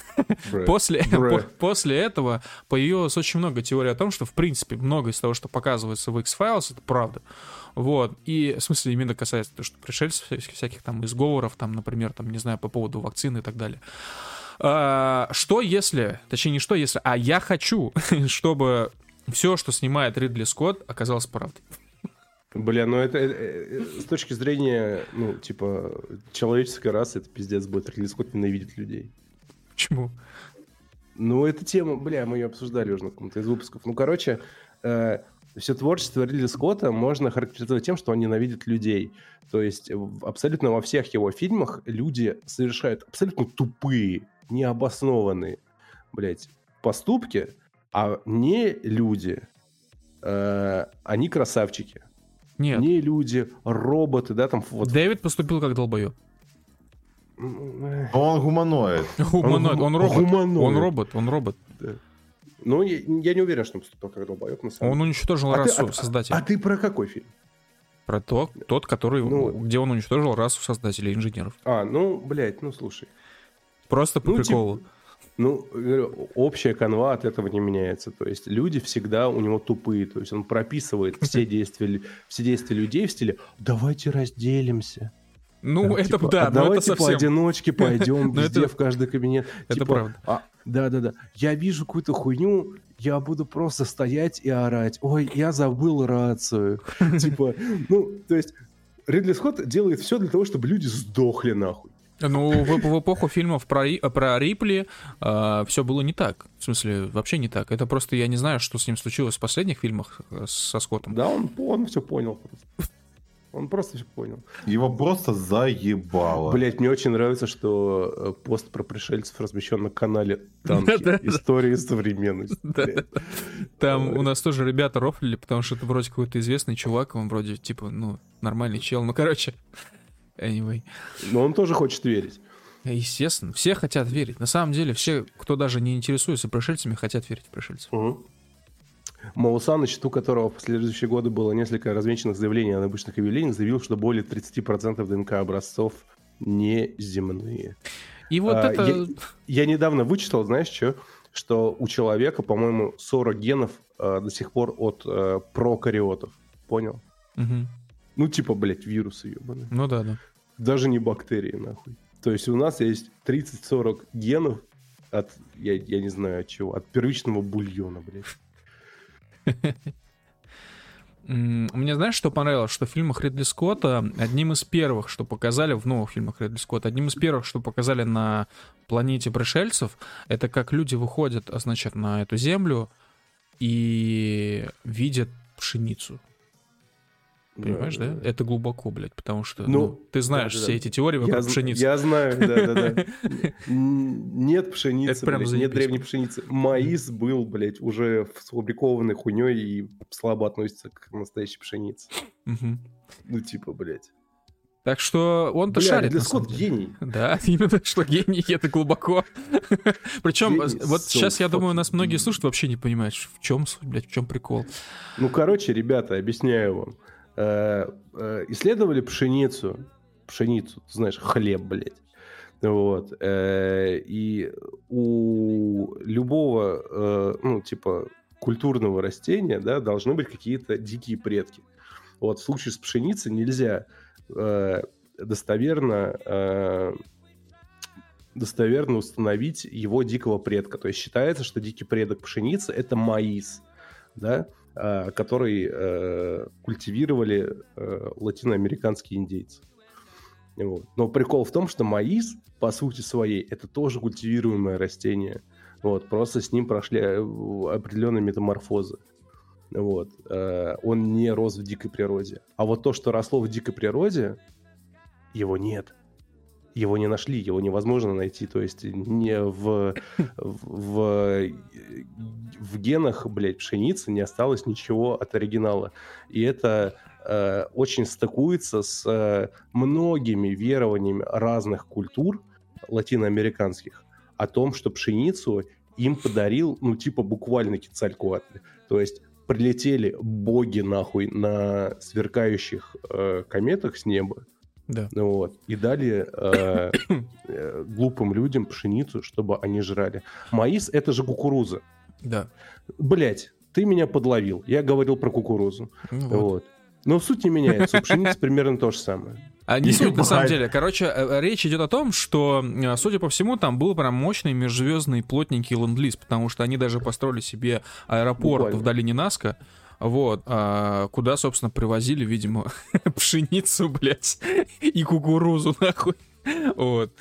После этого появилось очень много теорий о том, что, в принципе, многое из того, что показывается в X-Files, это правда. Вот. И, в смысле, именно касается того, что пришельцев, всяких там изговоров, там, например, там, не знаю, по поводу вакцины и так далее. Что если, точнее, не что если, а я хочу, чтобы все, что снимает Ридли Скотт, оказалось правдой. Бля, ну это с точки зрения, ну, типа, человеческой расы, это пиздец будет. Ридли Скотт ненавидит людей. Почему? Ну, эта тема, бля, мы ее обсуждали уже на каком-то из выпусков. Ну, короче, все творчество Ридли Скотта можно характеризовать тем, что он ненавидит людей. То есть абсолютно во всех его фильмах люди совершают абсолютно тупые, необоснованные, блядь, поступки, а не люди, они красавчики. Нет. Не люди, роботы, да, там вот. Дэвид поступил как долбоёб. Он гуманоид. Он робот. Он робот. Да. Ну, я не уверен, что он поступил как долбоёб, на самом деле. Он уничтожил расу создателя. А ты про какой фильм? Про тот, который, где он уничтожил расу создателей инженеров. Ну, блядь, ну слушай. Просто по приколу. Общая канва от этого не меняется. То есть люди всегда у него тупые. То есть он прописывает все действия людей в стиле «давайте разделимся». Ну, это типа, да, но давайте это совсем... поодиночке пойдем везде, в каждый кабинет. Это правда. Да. Я вижу какую-то хуйню, я буду просто стоять и орать. Ой, я забыл рацию. Типа, то есть Ридли Скотт делает все для того, чтобы люди сдохли нахуй. Ну, в эпоху фильмов про Рипли все было не так. В смысле, вообще не так. Это просто я не знаю, что с ним случилось в последних фильмах со Скоттом. Да, он все понял просто. Он просто все понял. Его просто заебало. Блять, мне очень нравится, что пост про пришельцев размещен на канале Танки. Истории современности. Там у нас тоже ребята рофлили, потому что это вроде какой-то известный чувак, он вроде, типа, нормальный чел. Ну, короче, anyway. Но он тоже хочет верить. Естественно, все хотят верить. На самом деле, все, кто даже не интересуется пришельцами, хотят верить в пришельцев. Моусан, на счету которого в последующие годы было несколько размеченных заявлений о необычных явлениях, заявил, что более 30% ДНК-образцов неземные. И вот это... Я недавно вычитал, знаешь, что у человека, по-моему, 40 генов до сих пор от прокариотов. Понял? Угу. Ну, типа, блядь, вирусы ебаные. Ну да. Даже не бактерии, нахуй. То есть у нас есть 30-40 генов я не знаю от чего, от первичного бульона, блядь. Мне знаешь, что понравилось? Что в фильмах Ридли Скотта одним из первых, что показали в новых фильмах Ридли Скотта, одним из первых, что показали на планете пришельцев, это как люди выходят, значит, на эту землю и видят пшеницу. Понимаешь, да? Это глубоко, блядь, потому что ты знаешь все эти теории вокруг пшеницы. Я знаю, да. Нет пшеницы, блядь, нет древней пшеницы. Маис был, блядь, уже сфабрикованной хуйней и слабо относится к настоящей пшенице. Ну, типа, блядь. Так что он-то шарит. Ридли Скотт гений. Да, именно что гений, это глубоко. Причем, вот сейчас, я думаю, нас многие слушают, вообще не понимают, в чем суть, блядь, в чем прикол. Ну, короче, ребята, объясняю вам. Исследовали пшеницу, ты знаешь, хлеб, блядь. Вот. И у любого, культурного растения, да, должны быть какие-то дикие предки. Вот в случае с пшеницей нельзя достоверно установить его дикого предка. То есть считается, что дикий предок пшеницы — это маис, да, который культивировали латиноамериканские индейцы. Вот. Но прикол в том, что маис, по сути своей, это тоже культивируемое растение. Вот. Просто с ним прошли определенные метаморфозы. Вот. Он не рос в дикой природе. А вот то, что росло в дикой природе, его нет. Его не нашли, его невозможно найти. То есть не в генах, блядь, пшеницы не осталось ничего от оригинала. И это очень стыкуется с многими верованиями разных культур латиноамериканских о том, что пшеницу им подарил, буквально Кецалькоатль. То есть прилетели боги нахуй на сверкающих кометах с неба. Да. Вот. И дали глупым людям пшеницу, чтобы они жрали. Маис — это же кукуруза. Да. Блять, ты меня подловил. Я говорил про кукурузу. Вот. Но суть не меняется. У пшеницы примерно то же самое. Не суть, на самом деле. Короче, речь идет о том, что, судя по всему, там был прям мощный межзвездный плотненький ленд-лиз, потому что они даже построили себе аэропорт в долине Наска. Вот, куда, собственно, привозили, видимо, пшеницу, блядь, и кукурузу, нахуй. Вот.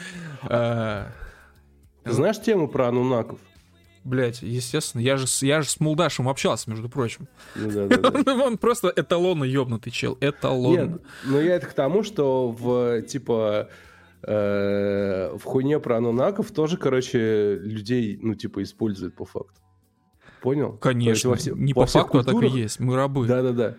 Ты знаешь тему про анунаков? Блядь, естественно. Я же с Мулдашем общался, между прочим. Да. Он просто эталонно ёбнутый чел. Эталонно. Нет, я это к тому, что в хуйне про анунаков тоже, короче, людей, используют по факту. Понял? Конечно. Не по факту, а так и есть. Мы рабы. Да.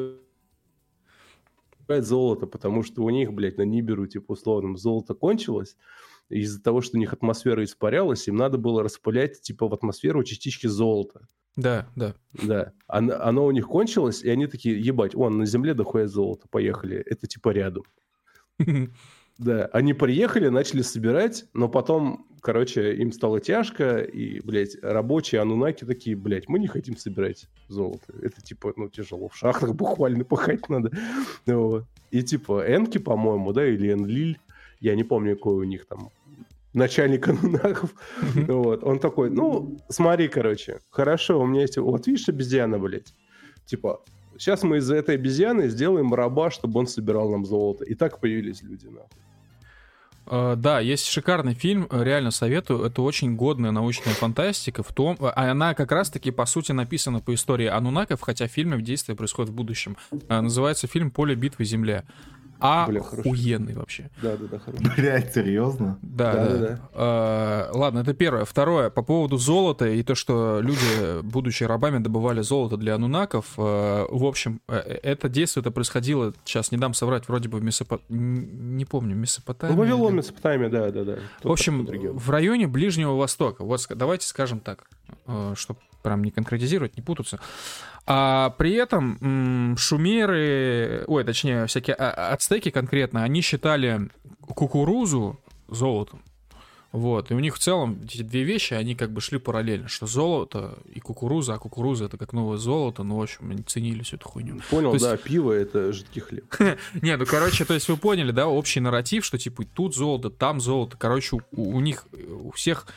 Золото, потому что у них, блядь, на Ниберу, условно, золото кончилось. Из-за того, что у них атмосфера испарялась, им надо было распылять, в атмосферу частички золота. Да. Да. Оно у них кончилось, и они такие, ебать, на Земле дохуя золото, поехали. Это рядом. Да, они приехали, начали собирать, но потом, им стало тяжко, и, блядь, рабочие анунаки такие, блядь, мы не хотим собирать золото. Это, тяжело, в шахтах буквально пахать надо. Вот. И, Энки, по-моему, да, или Энлиль, я не помню, какой у них там начальник анунаков. Вот. Он такой, смотри, хорошо, у меня есть, вот видишь, обезьяна, блядь, сейчас мы из-за этой обезьяны сделаем раба, чтобы он собирал нам золото. И так появились люди, нахуй. Да, есть шикарный фильм, реально советую. Это очень годная научная фантастика. Она как раз-таки, по сути, написана по истории анунаков, хотя в фильме действие происходит в будущем. Называется фильм «Поле битвы. Земля». Охуенный вообще. Да, хорошо. Блядь, серьезно? Да. Ладно, это первое. Второе, по поводу золота и то, что люди, будучи рабами, добывали золото для анунаков. В общем, это действие происходило, сейчас не дам соврать, вроде бы в не помню, Месопотамии. Вавилон, Месопотамия, да. В общем, в районе Ближнего Востока. Вот давайте скажем так, чтобы прям не конкретизировать, не путаться. А при этом шумеры, всякие ацтеки конкретно, они считали кукурузу золотом. Вот. И у них в целом эти две вещи, они шли параллельно, что золото и кукуруза, а кукуруза — это как новое золото, в общем, они ценили всю эту хуйню. Понял, да, пиво — это жидкий хлеб. Не, то есть вы поняли, да, общий нарратив, что тут золото, там золото, у них, у всех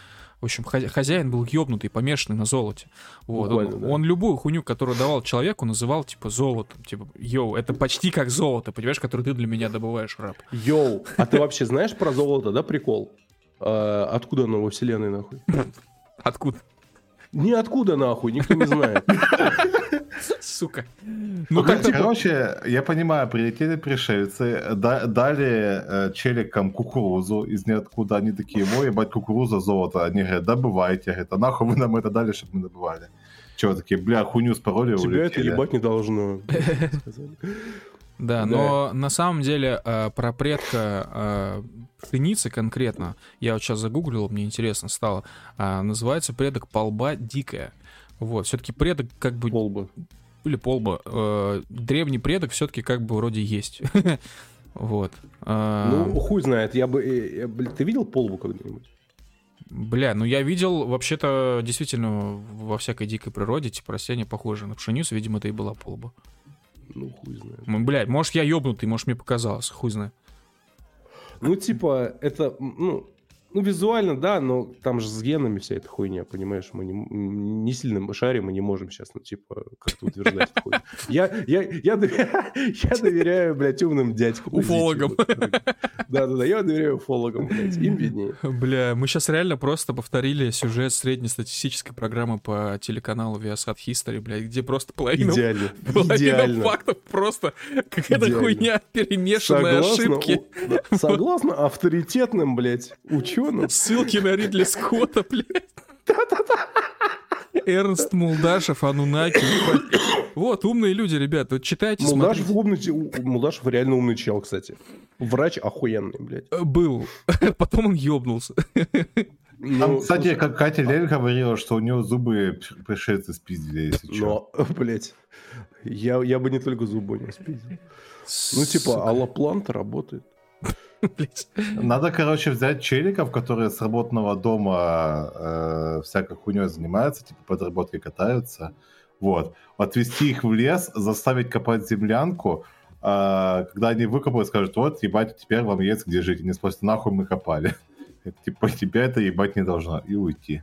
В общем, хозяин был ёбнутый, помешанный на золоте. Вот. Буквально, Он любую хуйню, которую давал человеку, называл, типа, золотом. Типа, йоу, это почти как золото, понимаешь, которое ты для меня добываешь, раб. Йоу, а ты вообще знаешь про золото, да, прикол? Откуда оно во вселенной, нахуй? Откуда? Ниоткуда, нахуй, никто не знает. Сука. Ну, короче, я понимаю, прилетели пришельцы, дали челикам кукурузу из ниоткуда, они такие, ой, ебать, кукуруза, золото. Они говорят, добывайте, говорят, а нахуй вы нам это дали, чтобы мы добывали? Чего такие, бля, хуйню спороли, улетели. Тебя это ебать не должно. Да, но на самом деле про предка пшеницы конкретно, я вот сейчас загуглил, мне интересно стало, называется предок полба дикая. Вот, все-таки предок как бы... Полба. Или полба. Древний предок все-таки как бы вроде есть. Вот. Ну, хуй знает, ты видел полбу когда-нибудь? Бля, ну я видел, вообще-то, действительно, во всякой дикой природе, типа, растения похожие на пшеницу, видимо, это и была полба. Ну, хуй знает. Блядь, может, я ёбнутый, может, мне показалось, хуй знает. Ну, типа, это, ну, визуально, да, но там же с генами вся эта хуйня, понимаешь, мы не сильно шарим, мы не можем сейчас, ну, типа, как-то утверждать эту хуйню. Я доверяю, блядь, умным дядькам. Уфологам. Да-да-да, я доверяю уфологам, блядь, им виднее. Бля, мы сейчас реально просто повторили сюжет среднестатистической программы по телеканалу Viasat History, блядь, где просто половина фактов просто какая-то хуйня, перемешанные ошибки. Согласно авторитетным, блядь, ученым. Ссылки на Ридли Скотта, блядь. Эрнст Мулдашев, Анунаки. Вот, умные люди, ребят. Вот читайте, Мулдашев реально умный чел, кстати. Врач охуенный, блядь. Был. Потом он ёбнулся. Там, кстати, как Катя Лель говорила, что у него зубы пришельцы спиздили, если что. Но, блядь, я бы не только зубы у него спиздил. Ну, типа, аллоплант работает. Надо, короче, взять челиков, которые с работного дома всякой хуйней занимаются, типа подработкой катаются, вот, отвезти их в лес, заставить копать землянку, когда они выкопают, скажут, вот, ебать, теперь вам есть где жить, и не спросят, нахуй мы копали. Типа, тебя это ебать не должно, и уйти.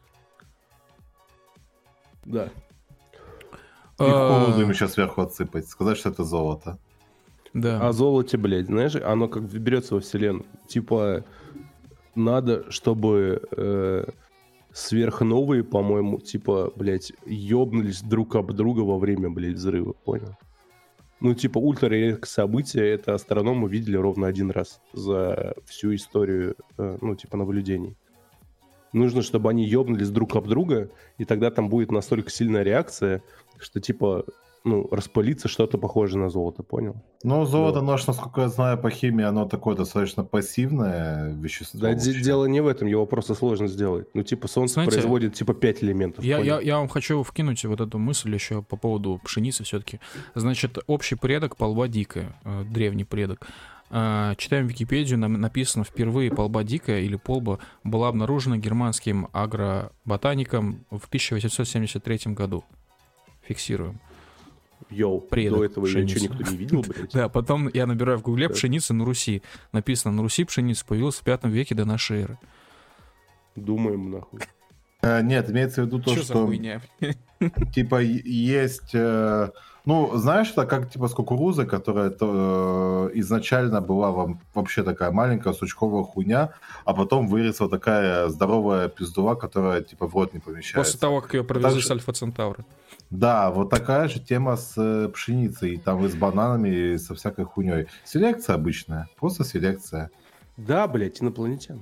Да. И кукурузу им сейчас сверху отсыпать, сказать, что это золото. Да. О золоте, блядь, знаешь, оно как берется во вселенную. Типа, надо, чтобы сверхновые, по-моему, типа, блядь, ёбнулись друг об друга во время, блядь, взрыва, понял? Ну, типа, ультраредкое событие, это астрономы видели ровно один раз за всю историю, ну, типа, наблюдений. Нужно, чтобы они ёбнулись друг об друга, и тогда там будет настолько сильная реакция, что, типа, ну, распылится что-то похожее на золото, понял? Ну, золото, нож, насколько я знаю по химии, оно такое достаточно пассивное вещество. Да, дело не в этом, его просто сложно сделать. Ну, типа, солнце производит, типа, 5 элементов. Я вам хочу вкинуть вот эту мысль еще по поводу пшеницы все-таки. Значит, общий предок полба дикая, древний предок. Читаем Википедию, нам написано, впервые полба дикая или полба была обнаружена германским агроботаником в 1873 году. Фиксируем. Йоу, предок до этого пшеницы. ее никто не видел, блядь. Да, потом я набираю в гугле пшеница на Руси. Написано, на Руси пшеница появилась в 5 веке до нашей эры. Думаем, нахуй. Нет, имеется в виду то, Чё что... за хуйня? Типа есть... Ну, знаешь, это как типа с кукурузой, которая изначально была вообще такая маленькая сучковая хуйня, а потом выросла такая здоровая пиздула, которая типа в рот не помещается. После того, как ее провезли с Альфа Центавра. Да, вот такая же тема с пшеницей, там и с бананами, и со всякой хуйней. Селекция обычная, просто селекция. Да, блядь, инопланетян.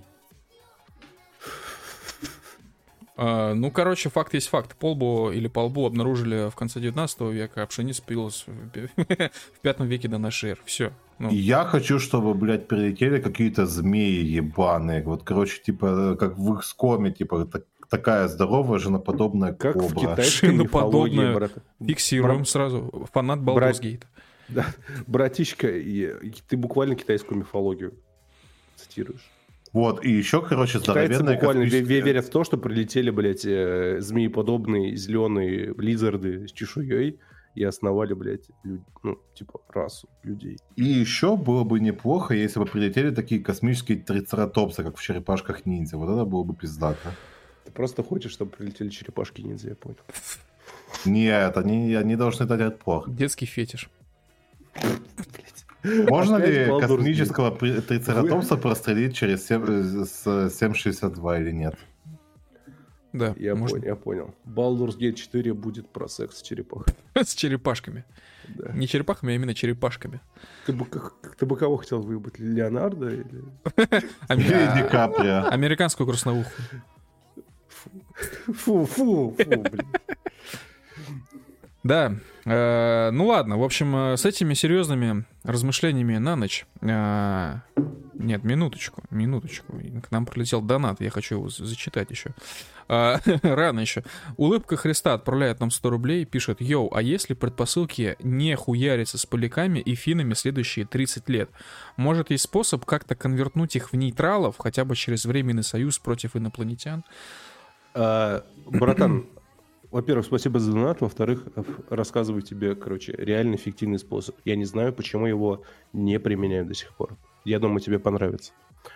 Ну, короче, факт есть факт. Полбу или полбу обнаружили в конце 19 века, а пшеница появилась в 5 веке до нашей эры. Все. Ну. Я хочу, чтобы, блядь, прилетели какие-то змеи ебаные. Вот, короче, типа, как в их скоме, типа, такая здоровая, женоподобная как кобра. В китайской мифологии, брат. Фиксируем сразу. Фанат Baldur's Gate. Да, братишка, ты буквально китайскую мифологию цитируешь. Вот, и еще, короче, здоровенные... Китайцы буквально верят в то, что прилетели, блядь, змееподобные зеленые лизарды с чешуей и основали, блядь, ну, типа, расу людей. И еще было бы неплохо, если бы прилетели такие космические трицератопсы, как в черепашках ниндзя. Вот это было бы пиздато. просто хочешь, чтобы прилетели черепашки-ниндзя, я понял. Нет, они должны дать отпор. Детский фетиш. Можно ли космического трицератопса прострелить через 7.62 или нет? Да, я понял. Baldur's Gate 4 будет про секс с черепахами. С черепашками. Да. Не черепахами, а именно черепашками. Ты бы кого хотел выебать? Леонардо или... Или Ди Каприо. Американскую красновуху. Фу, блин. Да, ну ладно, в общем, с этими серьезными размышлениями на ночь... Нет, минуточку. К нам прилетел донат, я хочу его зачитать еще. Рано еще. Улыбка Христа отправляет нам 100 рублей, пишет: «Йоу, а если предпосылки не хуяриться с поляками и финнами следующие 30 лет? Может, есть способ как-то конвертнуть их в нейтралов, хотя бы через временный союз против инопланетян?» Братан, во-первых, спасибо за донат. Во-вторых, рассказываю тебе, реально эффективный способ. Я не знаю, почему его не применяют до сих пор. Я думаю, тебе понравится.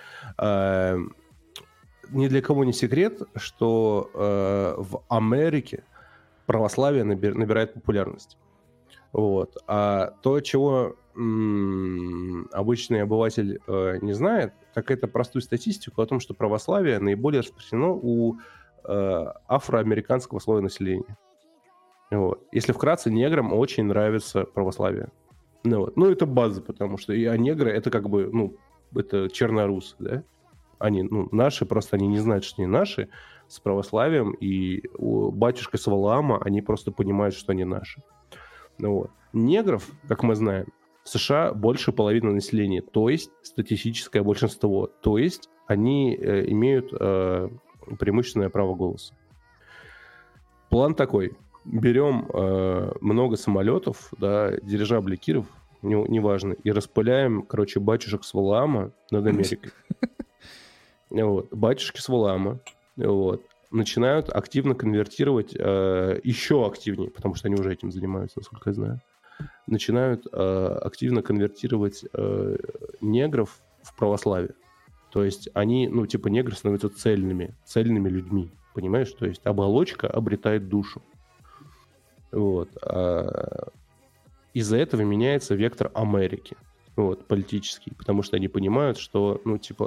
Ни для кого не секрет, что в Америке православие набирает популярность. Вот. А то, чего обычный обыватель не знает, так это простую статистику о том, что православие наиболее распространено у афроамериканского слоя населения. Вот. Если вкратце, неграм очень нравится православие. Ну, это база, потому что негры это это чернорусы, да? Они, наши, просто они не знают, что они наши, с православием, и у батюшка с Валаама они просто понимают, что они наши. Вот. Негров, как мы знаем, в США больше половины населения, то есть статистическое большинство, то есть они имеют преимущественное право голоса. План такой. Берем много самолетов, да, дирижабли Киров, неважно, и распыляем, батюшек с Валаама над Америкой. Вот. Батюшки с Валаама начинают активно конвертировать, еще активнее, потому что они уже этим занимаются, насколько я знаю, начинают активно конвертировать негров в православие. То есть они, негры становятся цельными людьми, понимаешь? То есть оболочка обретает душу. Вот. Из-за этого меняется вектор Америки, политический, потому что они понимают, что,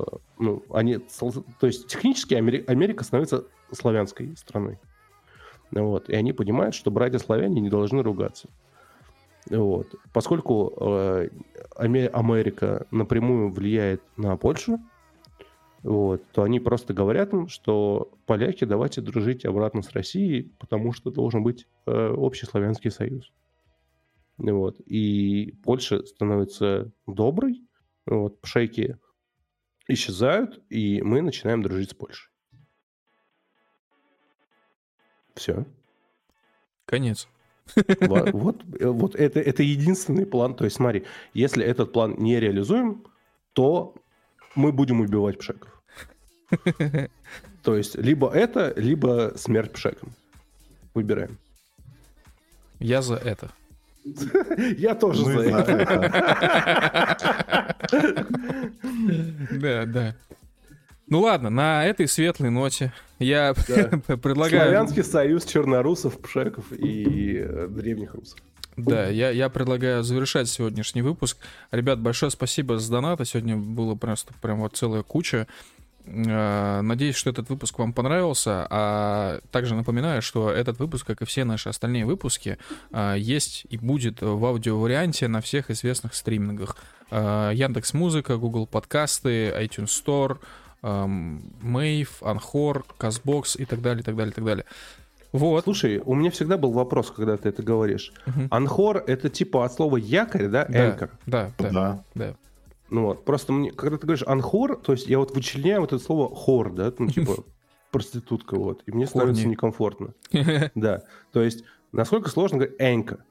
то есть технически Америка становится славянской страной. Вот. И они понимают, что братья-славяне не должны ругаться. Вот. Поскольку Америка напрямую влияет на Польшу, то они просто говорят им, что поляки, давайте дружить обратно с Россией, потому что должен быть общий славянский союз. Вот. И Польша становится доброй, пшейки исчезают, и мы начинаем дружить с Польшей. Все. Конец. Вот это единственный план. То есть смотри, если этот план не реализуем, то мы будем убивать пшеков. То есть либо это, либо смерть пшекам. Выбираем. Я за это. Я тоже за это. Да. Ну ладно, на этой светлой ноте я предлагаю... Славянский союз чернорусов, пшеков и древних русов. Да, я предлагаю завершать сегодняшний выпуск. Ребят, большое спасибо за донаты. Сегодня было просто прям целая куча. Надеюсь, что этот выпуск вам понравился. А также напоминаю, что этот выпуск, как и все наши остальные выпуски, есть и будет в аудиоварианте на всех известных стримингах. Яндекс.Музыка, Google Подкасты, iTunes Store, Mave, Анхор, Castbox и так далее. Вот. Слушай, у меня всегда был вопрос, когда ты это говоришь. Анхор — это типа от слова якорь, да? Anchor. Да. Просто мне, когда ты говоришь анхор, то есть я вычленяю это слово хор, да, проститутка, и мне становится некомфортно. Да, то есть насколько сложно говорить энка?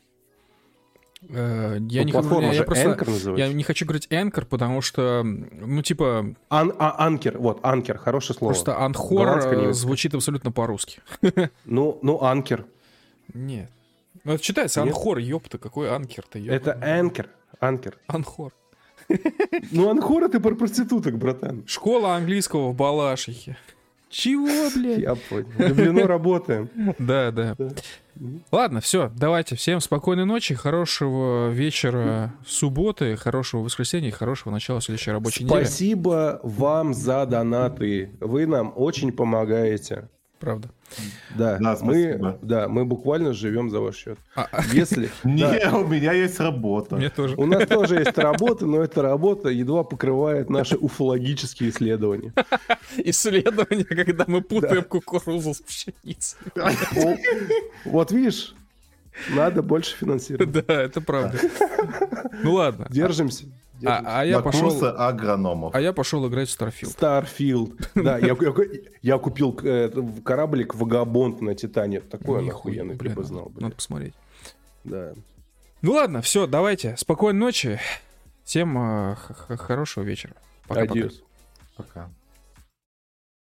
Я не хочу говорить anchor, потому что, Анкер, анкер, хорошее слово. Просто анхор звучит абсолютно по-русски. Анкер. Нет. Это читается анхор, ёпта, какой анкер-то? Это анкер. Анхор. Анхор — это про проституток, братан. Школа английского в Балашихе. Чего, блядь? Я понял. Люблено работаем. Да. Ладно, все, давайте. Всем спокойной ночи, хорошего вечера субботы, хорошего воскресенья и хорошего начала следующей рабочей недели. Спасибо вам за донаты. Вы нам очень помогаете. Правда. Да, мы буквально живем за ваш счет. Если... Не, у меня есть работа. Мне тоже. У нас тоже есть работа, но эта работа едва покрывает наши уфологические исследования. Исследования, когда мы путаем кукурузу с пшеницей. Вот видишь, надо больше финансировать. Да, это правда. Ну ладно. Держимся. А я пошел... курсы агрономов. А я пошел играть в Starfield. Starfield. Да, я купил кораблик Вагабонд на Титане. Такой он охуенный, ты бы знал. Надо посмотреть. Да. Ну ладно, все, давайте. Спокойной ночи. Всем хорошего вечера. Пока-пока. Адьос. Пока.